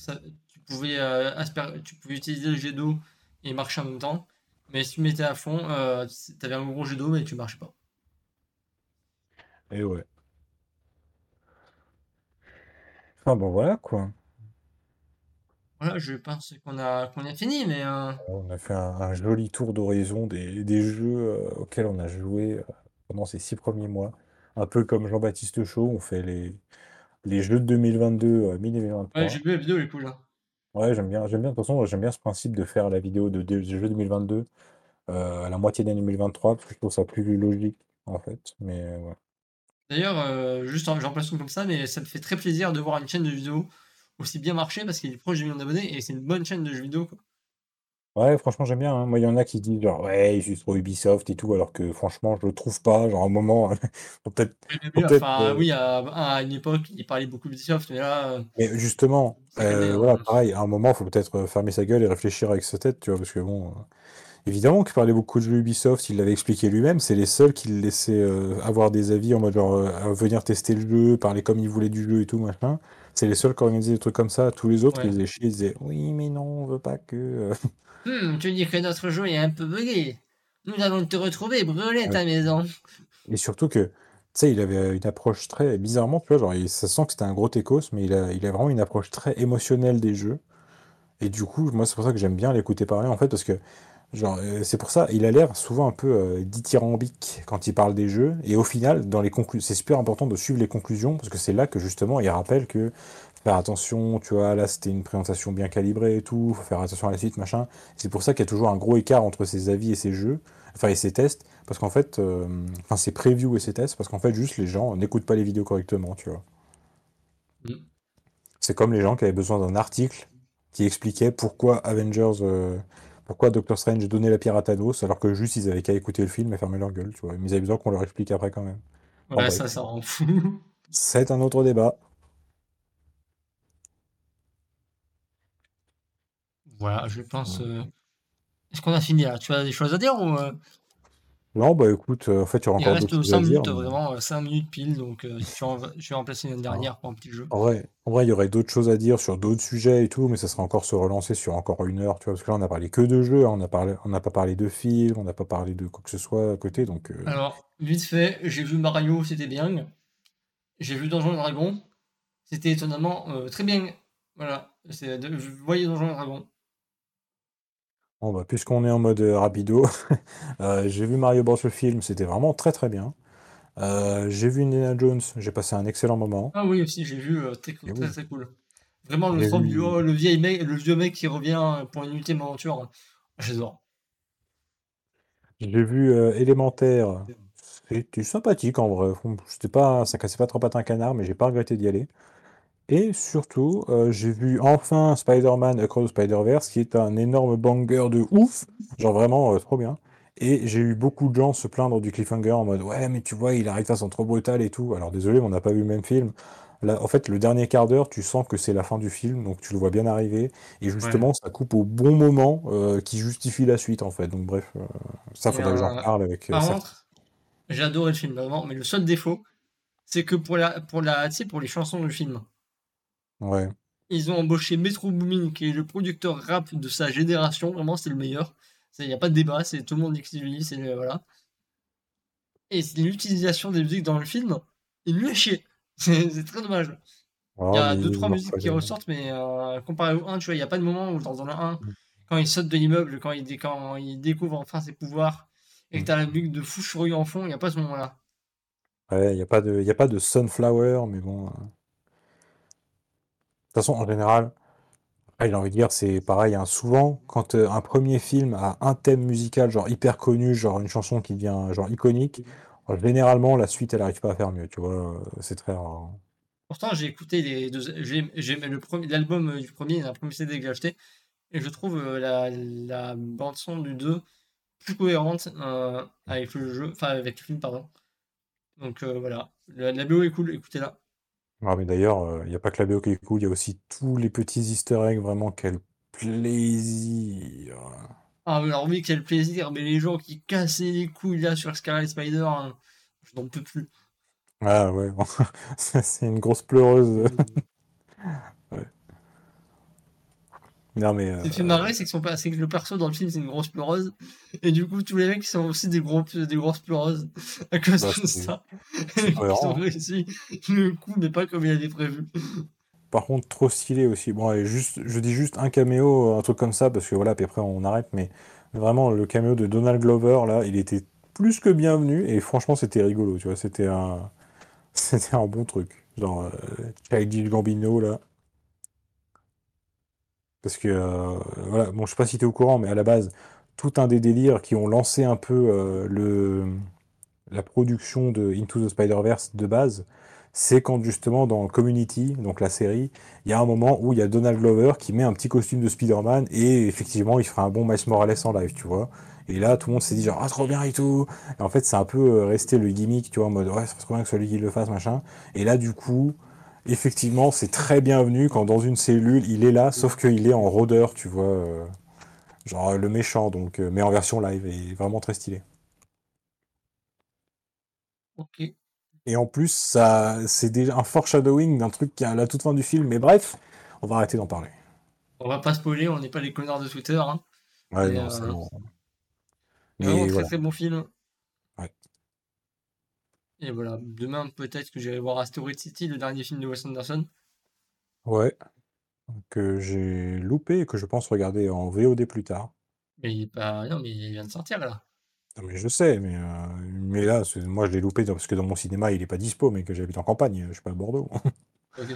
tu pouvais utiliser le jet d'eau et marcher en même temps. Mais si tu mettais à fond, t'avais un gros jet d'eau mais tu marchais pas. Et ouais. Ah bon, voilà quoi. Voilà, je pense qu'on a fini, mais On a fait un joli tour d'horizon des jeux auxquels on a joué pendant ces 6 premiers mois. Un peu comme Jean-Baptiste Chaud, on fait les jeux de 2022, ouais, j'ai 2023. vu la vidéo, elle est cool, hein. Ouais, j'aime bien, de toute façon, j'aime bien ce principe de faire la vidéo des jeux 2022 à la moitié d'année 2023, parce que je trouve ça plus logique, en fait. Mais ouais. D'ailleurs, juste j'en place une comme ça, mais ça me fait très plaisir de voir une chaîne de vidéo aussi bien marcher parce qu'il est proche du million d'abonnés et c'est une bonne chaîne de jeux vidéo, quoi. Ouais, franchement, j'aime bien, hein. Moi, il y en a qui disent, genre, ouais, il juste trop Ubisoft et tout, alors que franchement, je le trouve pas. Genre, à un moment, faut peut-être. Oui, mais Faut oui, peut-être enfin, oui, à une époque, il parlait beaucoup d'Ubisoft, mais là, mais justement, c'est calmé, voilà, hein. pareil, à un moment, faut peut-être fermer sa gueule et réfléchir avec sa tête, tu vois, parce que bon. Évidemment qu'il parlait beaucoup de jeux Ubisoft, il l'avait expliqué lui-même, c'est les seuls qui le laissaient avoir des avis en mode genre venir tester le jeu, parler comme il voulait du jeu et tout, machin. C'est les seuls qui organisaient des trucs comme ça. Tous les autres, ils Ouais. faisaient chier, ils disaient oui, mais non, on veut pas que. Tu dis que notre jeu est un peu buggé. Nous allons te retrouver, brûler Ouais. ta maison. Et surtout que, tu sais, il avait une approche très bizarrement, tu vois, genre, ça sent que c'était un gros techos, mais il a vraiment une approche très émotionnelle des jeux. Et du coup, moi, c'est pour ça que j'aime bien l'écouter parler, en fait, parce que Genre, c'est pour ça, il a l'air souvent un peu dithyrambique quand il parle des jeux. Et au final, dans les conclusions, c'est super important de suivre les conclusions, parce que c'est là que justement il rappelle que faire attention, tu vois, là c'était une présentation bien calibrée et tout, faut faire attention à la suite, machin. C'est pour ça qu'il y a toujours un gros écart entre ses avis et ses jeux, enfin et ses tests, parce qu'en fait, enfin ses previews et ses tests, parce qu'en fait juste les gens n'écoutent pas les vidéos correctement, tu vois. Mm. C'est comme les gens qui avaient besoin d'un article qui expliquait pourquoi Doctor Strange donnait la pierre à Thanos, alors que juste ils avaient qu'à écouter le film et fermer leur gueule, tu vois. Mais ils avaient besoin qu'on leur explique après quand même. Enfin Ouais, bref, ça rend fou. c'est un autre débat. Voilà, je pense. Est-ce qu'on a fini là? Tu as des choses à dire ou Non, bah écoute, en fait, il y aura il encore d'autres reste choses à 5 dire, minutes, mais vraiment 5 minutes pile, donc je vais remplacer l'année hein, dernière pour un petit jeu. en vrai, il y aurait d'autres choses à dire sur d'autres sujets et tout, mais ça sera encore se relancer sur encore 1 heure, tu vois, parce que là, on a parlé que de jeux, hein, on n'a pas parlé de films, on n'a pas parlé de quoi que ce soit à côté, donc Alors, vite fait, j'ai vu Mario, c'était bien. J'ai vu Donjons et Dragons, c'était étonnamment très bien. Voilà, vous voyez Donjons et Dragons. bon, bah, puisqu'on est en mode rapido, j'ai vu Mario Bros. Le film, c'était vraiment très très bien. J'ai vu Indiana Jones, j'ai passé un excellent moment. Ah oui, aussi, j'ai vu, très, Et très, oui. très cool. Vraiment, le J'ai trope du vu, oh, le vieux mec qui revient pour une ultime aventure. J'adore. j'ai vu Élémentaire. C'était sympathique en vrai. C'était pas, ça cassait pas trop patin un canard, mais j'ai pas regretté d'y aller. Et surtout, j'ai vu enfin Spider-Man Across the Spider-Verse, qui est un énorme banger de ouf. Genre vraiment trop bien. Et j'ai eu beaucoup de gens se plaindre du cliffhanger en mode ouais, mais tu vois, il arrive de façon trop brutale et tout. Alors désolé, mais on n'a pas vu le même film. Là, en fait, le dernier quart d'heure, tu sens que c'est la fin du film, donc tu le vois bien arriver. Et Ouais. justement, ça coupe au bon moment qui justifie la suite, en fait. Donc bref, ça, Et, faudrait que j'en reparle avec par certains. contre, j'ai adoré le film, vraiment, mais le seul défaut, c'est que tu sais, pour les chansons du film, Ouais. ils ont embauché Metro Boomin, qui est le producteur rap de sa génération. Vraiment, c'est le meilleur. Il n'y a pas de débat, c'est tout le monde dit que c'est lui, voilà. Et l'utilisation des musiques dans le film, il lui a chié. C'est très dommage. Il y Oh, a mais deux il trois leur musiques qui fallait. ressortent, mais comparé au 1, tu vois, il n'y a pas de moment où dans le 1, quand il saute de l'immeuble, quand il découvre enfin ses pouvoirs, et que Mm. t'as la musique de fou furieux en fond, il n'y a pas ce moment-là. Ouais, il y a pas de Sunflower, mais bon. De toute façon, en général, j'ai envie de dire, c'est pareil, hein. Souvent, quand un premier film a un thème musical, genre hyper connu, genre une chanson qui devient genre iconique, généralement, la suite, elle arrive pas à faire mieux, tu vois. C'est très rare, hein. Pourtant, j'ai écouté les deux, j'ai l'album du premier, la premier CD que j'ai acheté, et je trouve la bande son du 2 plus cohérente avec le jeu, enfin avec le film, pardon. Donc voilà, la BO est cool, écoutez-la. Ah, mais d'ailleurs, il n'y a pas que la BO qui est cool, il y a aussi tous les petits easter eggs, vraiment, quel plaisir. Ah, mais alors oui, quel plaisir, mais les gens qui cassaient les couilles là sur Scarlet Spider, hein, je n'en peux plus. Ah ouais, bon, ça, c'est une grosse pleureuse. Ouais. Non mais, Ce qui fait marrer, c'est que le perso dans le film, c'est une grosse pleureuse, et du coup, tous les mecs sont aussi des grosses pleureuses à cause bah, de c'est ça. c'est Ils ont cohérent, hein. réussi le coup, mais pas comme il avait prévu. Par contre, trop stylé aussi. Bon, et juste, je dis juste un caméo, un truc comme ça, parce que voilà, puis après on arrête, mais vraiment, le caméo de Donald Glover, là, il était plus que bienvenu, et franchement, c'était rigolo, tu vois, c'était un bon truc. Genre, Childish Gambino, là. Parce que, voilà, bon, je sais pas si t'es au courant, mais à la base, tout un des délires qui ont lancé un peu la production de Into the Spider-Verse de base, c'est quand justement dans Community, donc la série, il y a un moment où il y a Donald Glover qui met un petit costume de Spider-Man et effectivement il fera un bon Miles Morales en live, tu vois. Et là tout le monde s'est dit genre ah trop bien et tout. Et en fait c'est un peu resté le gimmick, tu vois, en mode ouais c'est trop bien que ce soit lui qui le fasse machin. Et là du coup effectivement c'est très bienvenu quand dans une cellule il est là, sauf qu'il est en rôdeur, tu vois, genre le méchant donc, mais en version live et vraiment très stylé. Ok. Et en plus, ça, c'est déjà un foreshadowing d'un truc qui est à la toute fin du film. Mais bref, on va arrêter d'en parler. On va pas spoiler, on n'est pas les connards de Twitter, hein. Ouais, Mais, non, c'est bon. vraiment Mais très voilà. très bon film. Ouais. Et voilà, demain peut-être que j'irai voir Asteroid City, le dernier film de Wes Anderson. Ouais, que j'ai loupé et que je pense regarder en VOD plus tard. Mais il est pas. Non, mais il vient de sortir là. Non, mais je sais, mais là, moi, je l'ai loupé parce que dans mon cinéma, il est pas dispo, mais que j'habite en campagne, je suis pas à Bordeaux. Ok.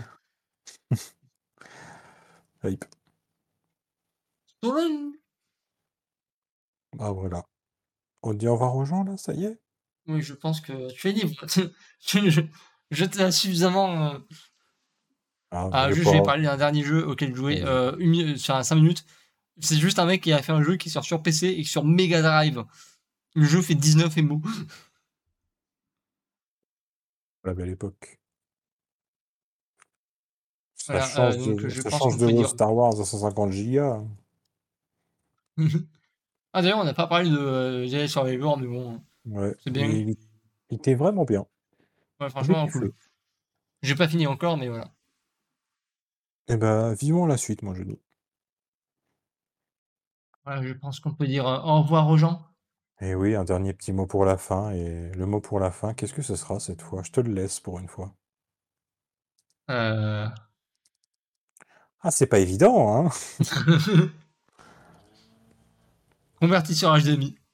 Hype. Stolen. Ah, voilà. On dit au revoir aux gens, là, ça y est? Oui, je pense que tu es libre. Je t'ai suffisamment. Ah, Ah, je juste, je vais pas. parler d'un dernier jeu auquel je jouais Vas-y. sur un 5 minutes. C'est juste un mec qui a fait un jeu qui sort sur PC et sur Mega Drive. Le jeu fait 19 MO. La belle époque. Ça Voilà, change donc de, je ça pense change qu'on de peut vos dire. Star Wars à 150 gigas. Ah, d'ailleurs, on n'a pas parlé de Jedi Survivor, mais bon, Ouais, c'est bien. mais il était vraiment bien. Ouais, J'ai franchement, cool. kiffé. J'ai pas fini encore, mais voilà. Eh ben, vivons la suite, moi, je dis. Voilà, je pense qu'on peut dire au revoir aux gens. Et oui, un dernier petit mot pour la fin. Et le mot pour la fin, qu'est-ce que ce sera cette fois? Je te le laisse pour une fois. Euh... Ah, c'est pas évident, hein? Converti sur HDMI.